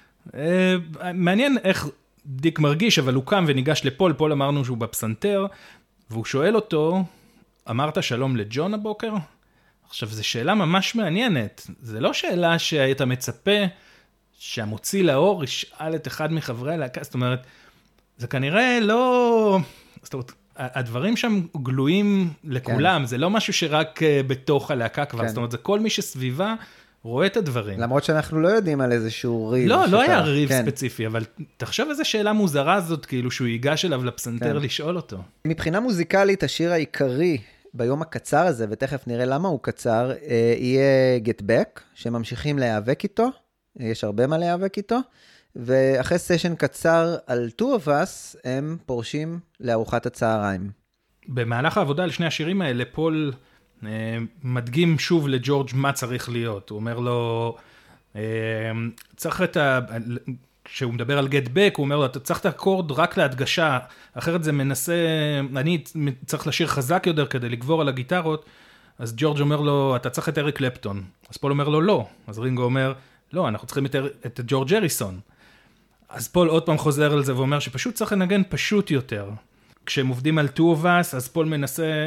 מעניין איך דיק מרגיש, אבל הוא קם וניגש לפול, פול אמרנו שהוא בפסנתר, והוא שואל אותו, אמרת שלום לג'ון הבוקר? עכשיו, זו שאלה ממש מעניינת. זה לא שאלה שהיית מצפה שהמוציא לאור ישאל את אחד מחברי הלהקה, זאת אומרת, זה כנראה לא... זאת אומרת, הדברים שם גלויים לכולם, זה לא משהו שרק בתוך הלהקה כבר, זאת אומרת, זה כל מי שסביבה רואה את הדברים. למרות שאנחנו לא יודעים על איזשהו ריב. לא, לא היה ריב ספציפי, אבל תחשוב איזו שאלה מוזרה הזאת, כאילו שהוא ייגש אליו לפסנתר לשאול אותו. מבחינה מוזיקלית, השיר העיקרי ביום הקצר הזה, ותכף נראה למה הוא קצר, יהיה Get Back, שממשיכים להיאבק איתו, יש הרבה מה להיאבק איתו, ואחרי סשן קצר על Two of Us, הם פורשים לארוחת הצהריים. במהלך העבודה על שני השירים האלה, פול אה, מדגים שוב לג'ורג' מה צריך להיות. הוא אומר לו, אה, צריך את ה... כשהוא מדבר על Get Back, הוא אומר לו, אתה צריך את האקורד רק להדגשה, אחרת זה מנסה, אני צריך לשיר חזק יותר כדי לגבור על הגיטרות, אז ג'ורג' אומר לו, אתה צריך את אריק קלפטון. אז פול אומר לו, לא. אז רינגו אומר, לא, אנחנו צריכים את, את ג'ורג' הריסון. אז פול עוד פעם חוזר על זה ואומר שפשוט צריך לנגן פשוט יותר. כשהם עובדים על Two of Us, אז פול מנסה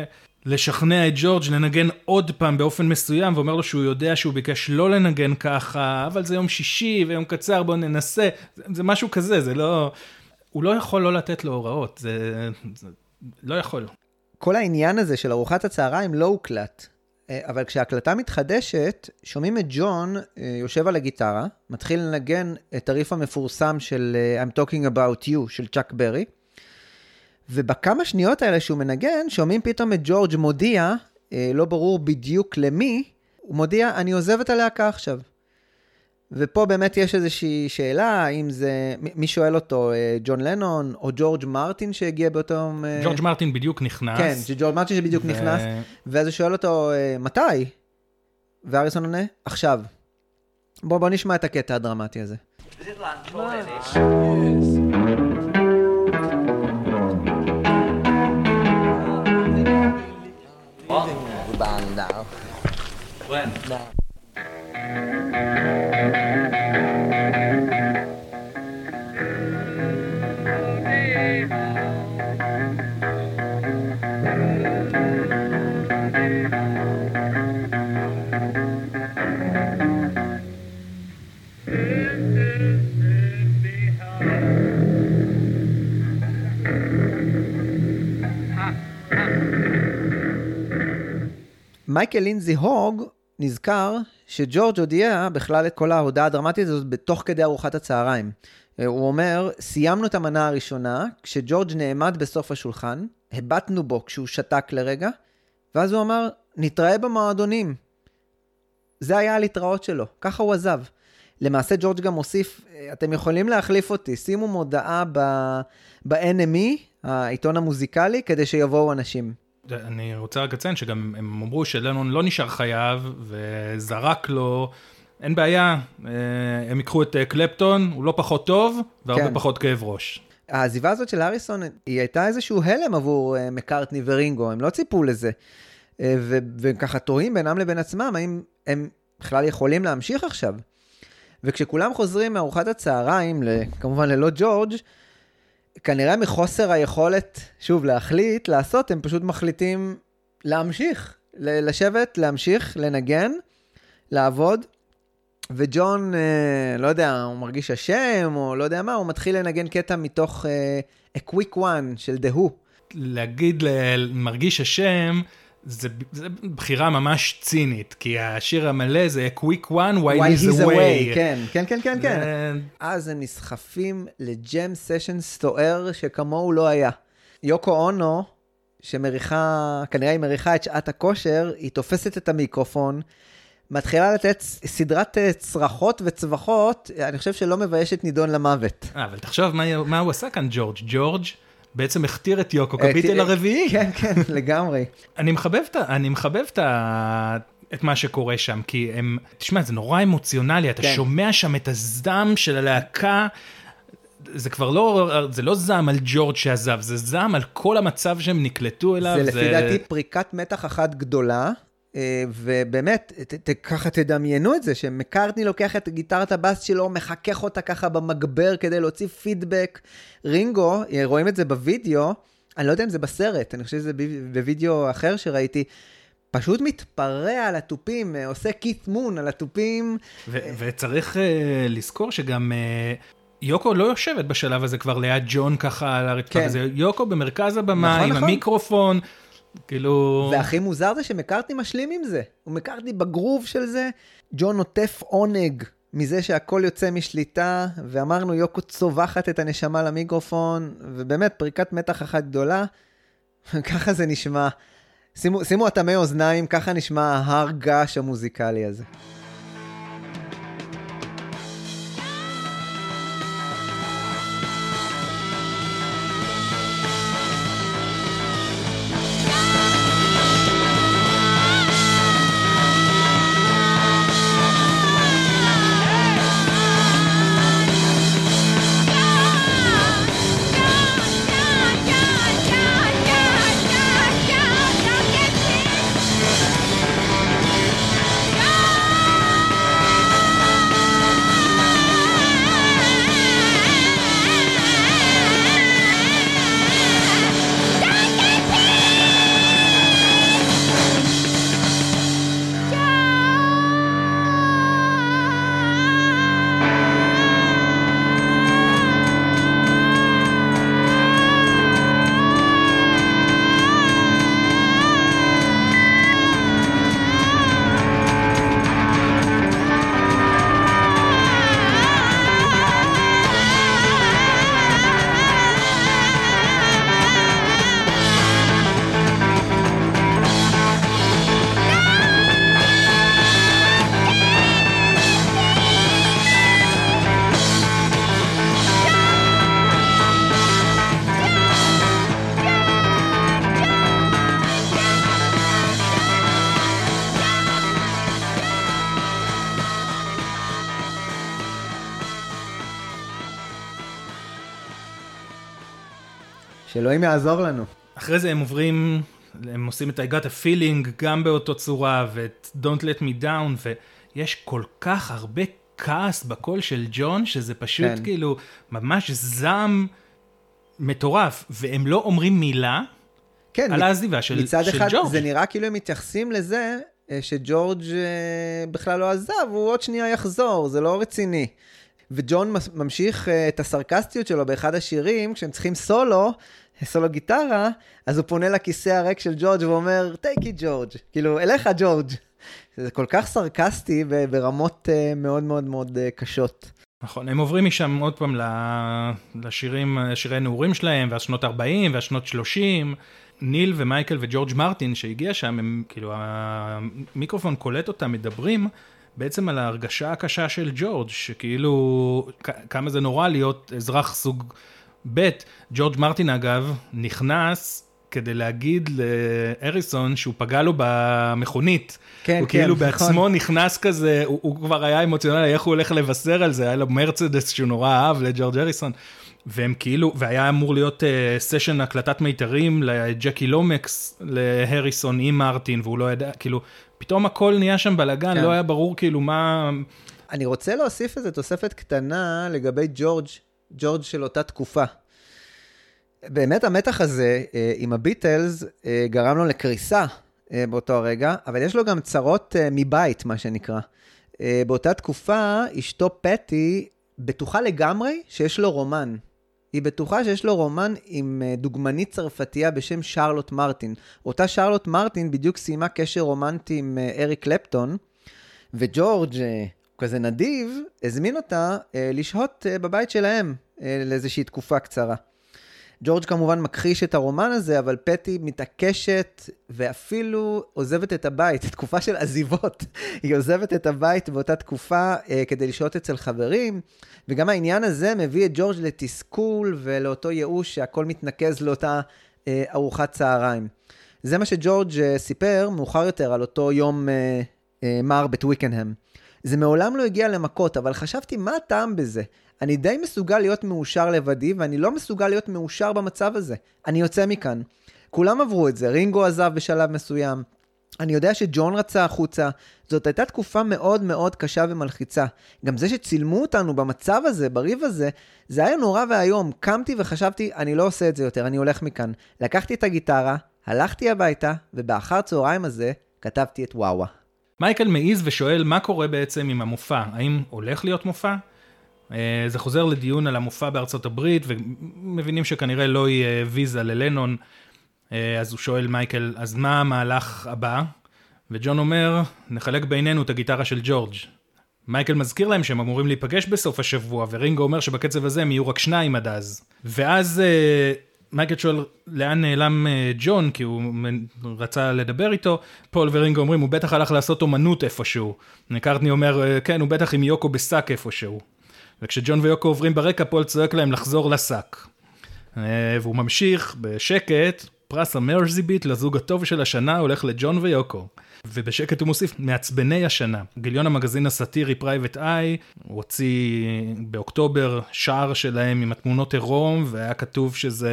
לשכנע את ג'ורג' לנגן עוד פעם באופן מסוים, ואומר לו שהוא יודע שהוא ביקש לא לנגן ככה, אבל זה יום שישי ויום קצר, בוא ננסה, זה, זה משהו כזה, זה לא, הוא לא יכול לא לתת לו הוראות, זה, זה לא יכול. כל העניין הזה של ארוחת הצהריים לא הוקלט, אבל כשההקלטה מתחדשת, שומעים את ג'ון יושב על הגיטרה, מתחיל לנגן את הריף המפורסם של I'm Talking About You של צ'אק ברי, ובכמה שניות האלה שהוא מנגן, שומעים פתאום את ג'ורג' מודיע, לא ברור בדיוק למי, הוא מודיע, אני עוזב את הלהקה עכשיו. ופה באמת יש איזושהי שאלה, האם זה, מי שואל אותו, ג'ון לנון או ג'ורג' מרטין שהגיע באותו... ג'ורג' מרטין בדיוק נכנס. כן, ג'ורג' מרטין שבדיוק ו... נכנס, ואז הוא שואל אותו, מתי? והריסון עונה, עכשיו. בוא, בוא נשמע את הקטע הדרמטי הזה. Is it lunch already? What? The band now. When? Now. מייקל לינזי הוג נזכר שג'ורג' הודיע בכלל את כל ההודעה הדרמטית הזאת בתוך כדי ארוחת הצהריים. הוא אומר, סיימנו את המנה הראשונה, כשג'ורג' נעמד בסוף השולחן, הבטנו בו כשהוא שתק לרגע, ואז הוא אמר, נתראה במועדונים. זה היה הלהתראות שלו, ככה הוא עזב. למעשה ג'ורג' גם הוסיף, אתם יכולים להחליף אותי, שימו מודעה ב-אן אם אי, העיתון המוזיקלי, כדי שיבואו אנשים. אני רוצה רק לציין שגם הם אמרו שלנון לא נשאר חייב, וזרק לו, אין בעיה, הם יקחו את קלפטון, הוא לא פחות טוב, והרבה כן. פחות כאב ראש. העזיבה הזאת של הריסון, היא הייתה איזשהו הלם עבור מקארטני ורינגו, הם לא ציפו לזה, ו- וככה תוהים בינם לבין עצמם, האם הם בכלל יכולים להמשיך עכשיו. וכשכולם חוזרים מארוחת הצהריים, כמובן ללא ג'ורג', כנראה מחוסר היכולת, שוב, להחליט, לעשות, הם פשוט מחליטים להמשיך, לשבת, להמשיך, לנגן, לעבוד, וג'ון, אה, לא יודע, הוא מרגיש השם, או לא יודע מה, הוא מתחיל לנגן קטע מתוך אה, A Quick One של The Who. להגיד למרגיש השם, זה, זה בחירה ממש צינית, כי השיר המלא זה A Quick One, While He's Away. כן, כן, כן, כן, כן. אז הם נסחפים לג'ם סשן סטוער שכמוהו לא היה. יוקו אונו, שמריחה, כנראה היא מריחה את שעת הכושר, היא תופסת את המיקרופון, מתחילה לתת סדרת צרחות וצווחות, אני חושב שלא מביישת נידון למוות. אה, אבל תחשוב מה, מה הוא עשה כאן ג'ורג'. ג'ורג' בעצם הכתיר את יוקו כביטל הרביעי. כן, כן, לגמרי. אני מחבב את, אני מחבב את, את מה שקורה שם, כי הם, תשמע, זה נורא אמוציונלי, אתה שומע שם את הזעם של הלהקה, זה כבר לא, זה לא זעם על ג'ורג' שעזב, זה זעם על כל המצב שהם נקלטו אליו. זה לפי דעתי פריקת מתח אחת גדולה, ובאמת, ככה תדמיינו את זה, שמקארטני לוקח את גיטרת הבאס שלו, מחכך אותה ככה במגבר כדי להוציא פידבק. רינגו, רואים את זה בווידאו, אני לא יודע אם זה בסרט, אני חושב שזה בווידאו אחר שראיתי, פשוט מתפרע על הטופים, עושה כית מון על הטופים. וצריך לזכור שגם יוקו לא יושבת בשלב הזה כבר ליד ג'ון ככה על הרצפה, זה יוקו במרכז הבמה עם המיקרופון, כאילו... והכי מוזר זה שמקארטני משלים עם זה. הוא מקארטני בגרוב של זה. ג'ון נוטף עונג מזה שהכל יוצא משליטה, ואמרנו יוקו צובחת את הנשמה למיקרופון, ובאמת פריקת מתח אחת גדולה. ככה זה נשמע. שימו, שימו אטמי אוזניים, ככה נשמע ההר געש המוזיקלי הזה. שאלוהים יעזור לנו. אחרי זה הם עוברים, הם עושים את I got a feeling גם באותו צורה, ואת Don't let me down, ויש כל כך הרבה כעס בקול של ג'ון, שזה פשוט כן. כאילו ממש זעם מטורף, והם לא אומרים מילה כן, על העזיבה של, מצד של אחד, ג'ורג'. זה נראה כאילו הם מתייחסים לזה, אה, שג'ורג' אה, בכלל לא עזב, הוא עוד שנייה יחזור, זה לא רציני. וג'ון מס- ממשיך אה, את הסרקסטיות שלו באחד השירים, כשהם צריכים סולו, סולו גיטרה, אז הוא פונה לכיסא הריק של ג'ורג' ואומר, take it ג'ורג', כאילו, אליך ג'ורג'. זה כל כך סרקסטי ב- ברמות אה, מאוד מאוד מאוד אה, קשות. נכון, הם עוברים משם עוד פעם לשירים, שירי נעורים שלהם, והשנות ארבעים והשנות שלושים. ניל ומייקל וג'ורג' מרטין שהגיע שם, הם כאילו, המיקרופון קולט אותם, מדברים בעצם על ההרגשה הקשה של ג'ורג', שכאילו, כמה זה נורא להיות אזרח סוג ב'. ג'ורג' מרטין אגב, נכנס כדי להגיד לאריסון שהוא פגע לו במכונית. כן, הוא כן, כאילו נכון. בעצמו נכנס כזה, הוא, הוא כבר היה אמוציונלי, איך הוא הולך לבשר על זה, היה לו מרצדס שהוא נורא אהב לג'ורג' אריסון, והם כאילו, והיה אמור להיות uh, סשן הקלטת מיתרים לג'קי לומקס, להריסון עם מרטין, והוא לא ידע, כאילו, פתאום הכל נהיה שם בלגן, כן. לא היה ברור כאילו מה... אני רוצה להוסיף איזו תוספת קטנה לגבי ג'ורג', ג'ורג' של אותה תקופה. באמת המתח הזה אה, עם הביטלס אה, גרם לו לקריסה אה, באותו הרגע, אבל יש לו גם צרות אה, מבית, מה שנקרא. אה, באותה תקופה, אשתו פטי בטוחה לגמרי שיש לו רומן. היא בטוחה שיש לו רומן עם אה, דוגמנית צרפתייה בשם שרלוט מרטין. אותה שרלוט מרטין בדיוק סיימה קשר רומנטי עם אה, אריק קלפטון, וג'ורג' אה, כזה נדיב, הזמין אותה אה, לשהות אה, בבית שלהם אה, לאיזושהי תקופה קצרה. ג'ורג' כמובן מכחיש את הרומן הזה, אבל פטי מתעקשת ואפילו עוזבת את הבית, תקופה של עזיבות. היא עוזבת את הבית באותה תקופה אה, כדי לשהות אצל חברים, וגם העניין הזה מביא את ג'ורג' לתסכול ולאותו ייאוש שהכל מתנקז לאותה אה, ארוחת צהריים. זה מה שג'ורג' אה, סיפר מאוחר יותר על אותו יום אה, אה, מר בטוויקנהאם. זה מעולם לא הגיע למכות, אבל חשבתי מה הטעם בזה? אני די מסוגל להיות מאושר לבדי, ואני לא מסוגל להיות מאושר במצב הזה. אני יוצא מכאן. כולם עברו את זה, רינגו עזב בשלב מסוים. אני יודע שג'ון רצה החוצה. זאת הייתה תקופה מאוד מאוד קשה ומלחיצה. גם זה שצילמו אותנו במצב הזה, בריב הזה, זה היה נורא והיום. קמתי וחשבתי, אני לא עושה את זה יותר, אני הולך מכאן. לקחתי את הגיטרה, הלכתי הביתה, ובאחר צהריים הזה כתבתי את וואווה. מייקל מעיז ושואל מה קורה בעצם עם המופע, האם הולך להיות מופע? זה חוזר לדיון על המופע בארצות הברית, ומבינים שכנראה לא יהיה ויזה ללנון, אז הוא שואל מייקל, אז מה המהלך הבא? וג'ון אומר, נחלק בינינו את הגיטרה של ג'ורג'. מייקל מזכיר להם שהם אמורים להיפגש בסוף השבוע, ורינגו אומר שבקצב הזה הם יהיו רק שניים עד אז. ואז מייקל שואל לאן נעלם ג'ון, כי הוא רצה לדבר איתו. פול ורינגו אומרים, הוא בטח הלך לעשות אומנות איפשהו. מקארטני אומר, כן, הוא בטח עם יוקו בסק איפשהו. וכשג'ון ויוקו עוברים ברקע, פול צועק להם לחזור לשק. והוא ממשיך בשקט, פרס המרזי ביט לזוג הטוב של השנה הולך לג'ון ויוקו. ובשקט הוא מוסיף, מעצבני השנה. גיליון המגזין הסאטירי פרייבט איי, הוא הוציא באוקטובר שער שלהם עם התמונות עירום, והיה כתוב שזה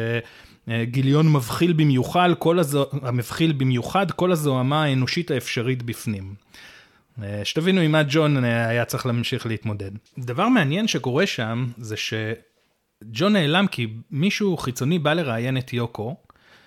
גיליון מבחיל במיוחד, כל הזו... המבחיל במיוחד כל הזוהמה האנושית האפשרית בפנים. שתבינו עם מה ג'ון היה צריך להמשיך להתמודד. דבר מעניין שקורה שם, זה שג'ון נעלם כי מישהו חיצוני בא לראיין את יוקו,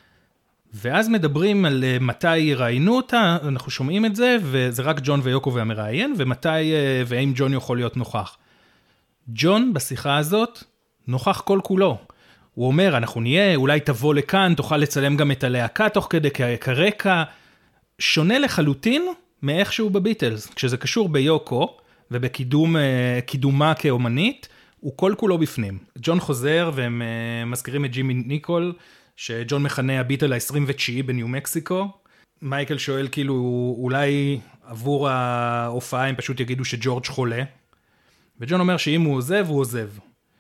ואז מדברים על מתי יראיינו אותה, אנחנו שומעים את זה, וזה רק ג'ון ויוקו והמראיין, ומתי, והאם ג'ון יכול להיות נוכח. ג'ון בשיחה הזאת נוכח כל כולו. הוא אומר, אנחנו נהיה, אולי תבוא לכאן, תוכל לצלם גם את הלהקה תוך כדי כרקע, שונה לחלוטין מאיכשהו בביטלס. כשזה קשור ביוקו, ובקידומה כאומנית, הוא כל כולו בפנים. ג'ון חוזר, והם מזכירים את ג'ימי ניקול, שג'ון מכנה הביטל ה-עשרים ותשע בניו מקסיקו. מייקל שואל כאילו, אולי עבור ההופעה הם פשוט יגידו שג'ורג' חולה. וג'ון אומר שאם הוא עוזב, הוא עוזב.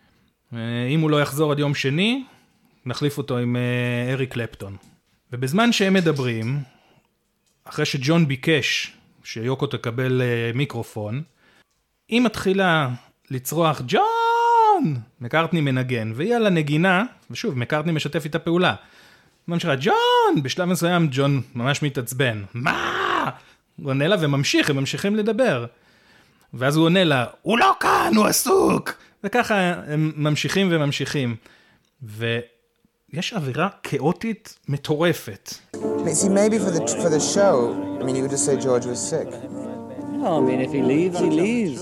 אם הוא לא יחזור עד יום שני, נחליף אותו עם אריק קלפטון. ובזמן שהם מדברים, אחרי שג'ון ביקש שיוקו תקבל מיקרופון, היא מתחילה לצרוח, ג'ון! ג'ון! מקארטני מנגן, והיא על הנגינה, ושוב, מקארטני משתף איתה פעולה. ממשיכה, ג'ון! בשלב מסוים ג'ון ממש מתעצבן. מה? הוא עונה לה וממשיך, הם ממשיכים לדבר. ואז הוא עונה לה, הוא לא כאן, הוא עסוק! וככה הם ממשיכים וממשיכים. ויש אווירה כאוטית מטורפת. See, maybe for the, for the show, I mean, you could just say George was sick. No, I mean, if he leaves, he leaves.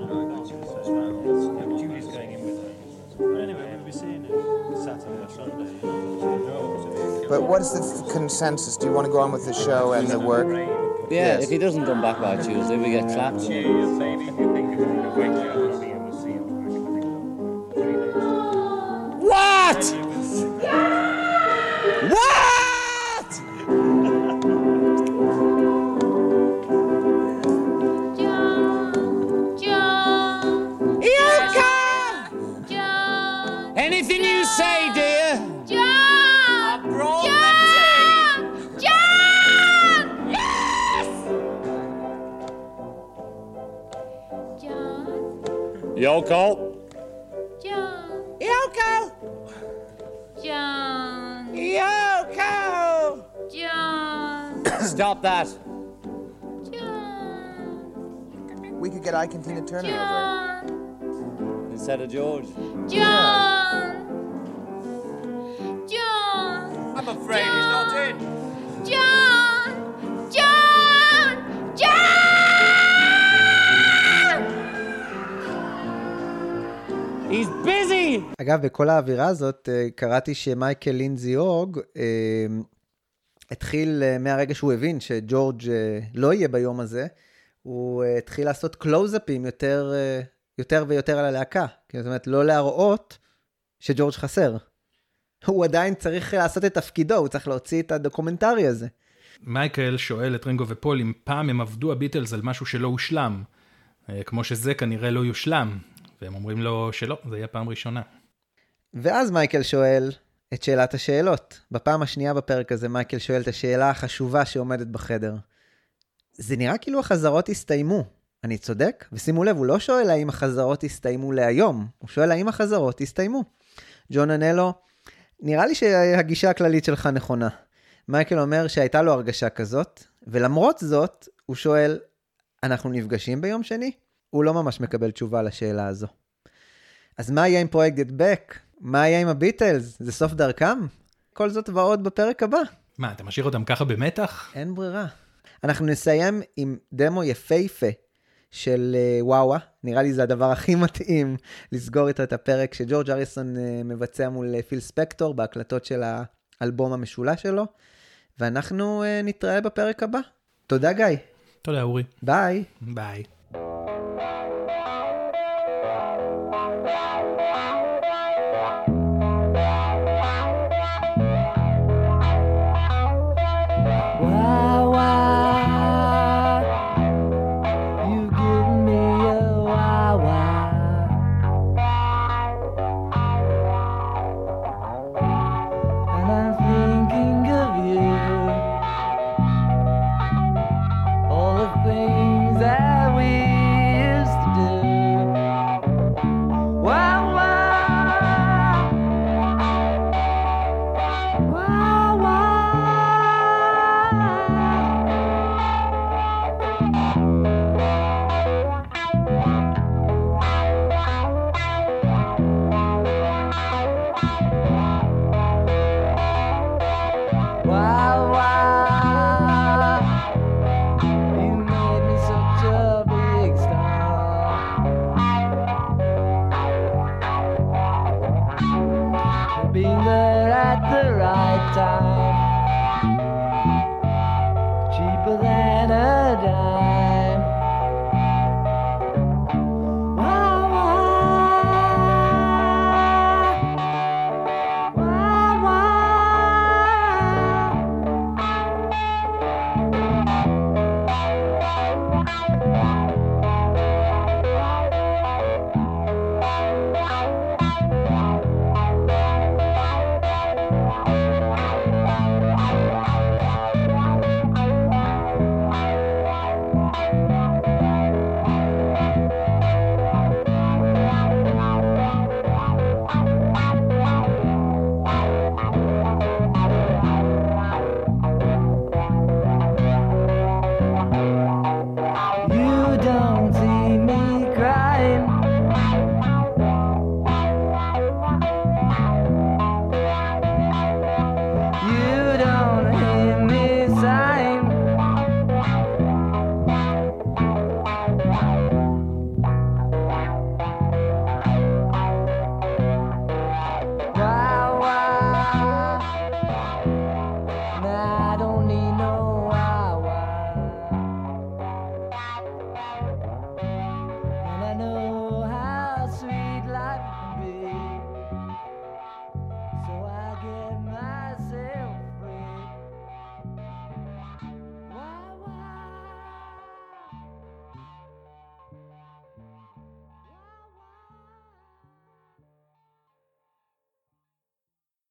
But what is the consensus? Do you want to go on with the show and the work? Yeah, Yes. if he doesn't come back by Tuesday, we get clapped. What? What? Anything you say, dear. John! John! John! Yes! John? Yoko? John? Yoko! John? Yoko! John? Stop that. We could get Ike and Tina Turner over. John? Instead of George. John! John! I'm afraid he's not in. John! John! John! He's busy! אגב, בכל האווירה הזאת, אה, קראתי שמייקל לינזי הוג אה, התחיל אה, מהרגע שהוא הבין שג'ורג' אה, לא יהיה ביום הזה, הוא אה, התחיל לעשות קלוזאפים יותר, אה, יותר ויותר על הלהקה. זאת אומרת, לא להראות שג'ורג' חסר. הוא עדיין צריך לעשות את תפקידו, הוא צריך להוציא את הדוקומנטרי הזה. מייקל שואל את רינגו ופול אם פעם הם עבדו הביטלס על משהו שלא הושלם, כמו שזה כנראה לא יושלם, והם אומרים לו שלא, זה יהיה פעם ראשונה. ואז מייקל שואל את שאלת השאלות. בפעם השנייה בפרק הזה מייקל שואל את השאלה החשובה שעומדת בחדר. זה נראה כאילו החזרות הסתיימו. אני צודק? ושימו לב, הוא לא שואל האם החזרות הסתיימו להיום, הוא שואל האם החזרות הסתיימו. ג'ון ענה לו, נראה לי שהגישה הכללית שלך נכונה. מייקל אומר שהייתה לו הרגשה כזאת, ולמרות זאת, הוא שואל, אנחנו נפגשים ביום שני? הוא לא ממש מקבל תשובה לשאלה הזו. אז מה יהיה עם פרויקט Get Back? מה יהיה עם הביטלס? זה סוף דרכם? כל זאת ועוד בפרק הבא. מה, אתה משאיר אותם ככה במתח? אין ברירה. אנחנו נסיים עם דמו יפהפה של וואווה. נראה לי זה הדבר הכי מתאים לסגור איתו את הפרק שג'ורג' אריסון מבצע מול פיל ספקטור בהקלטות של האלבום המשולש שלו. ואנחנו נתראה בפרק הבא. תודה גיא. תודה אורי. ביי. ביי. Cheaper than a dime.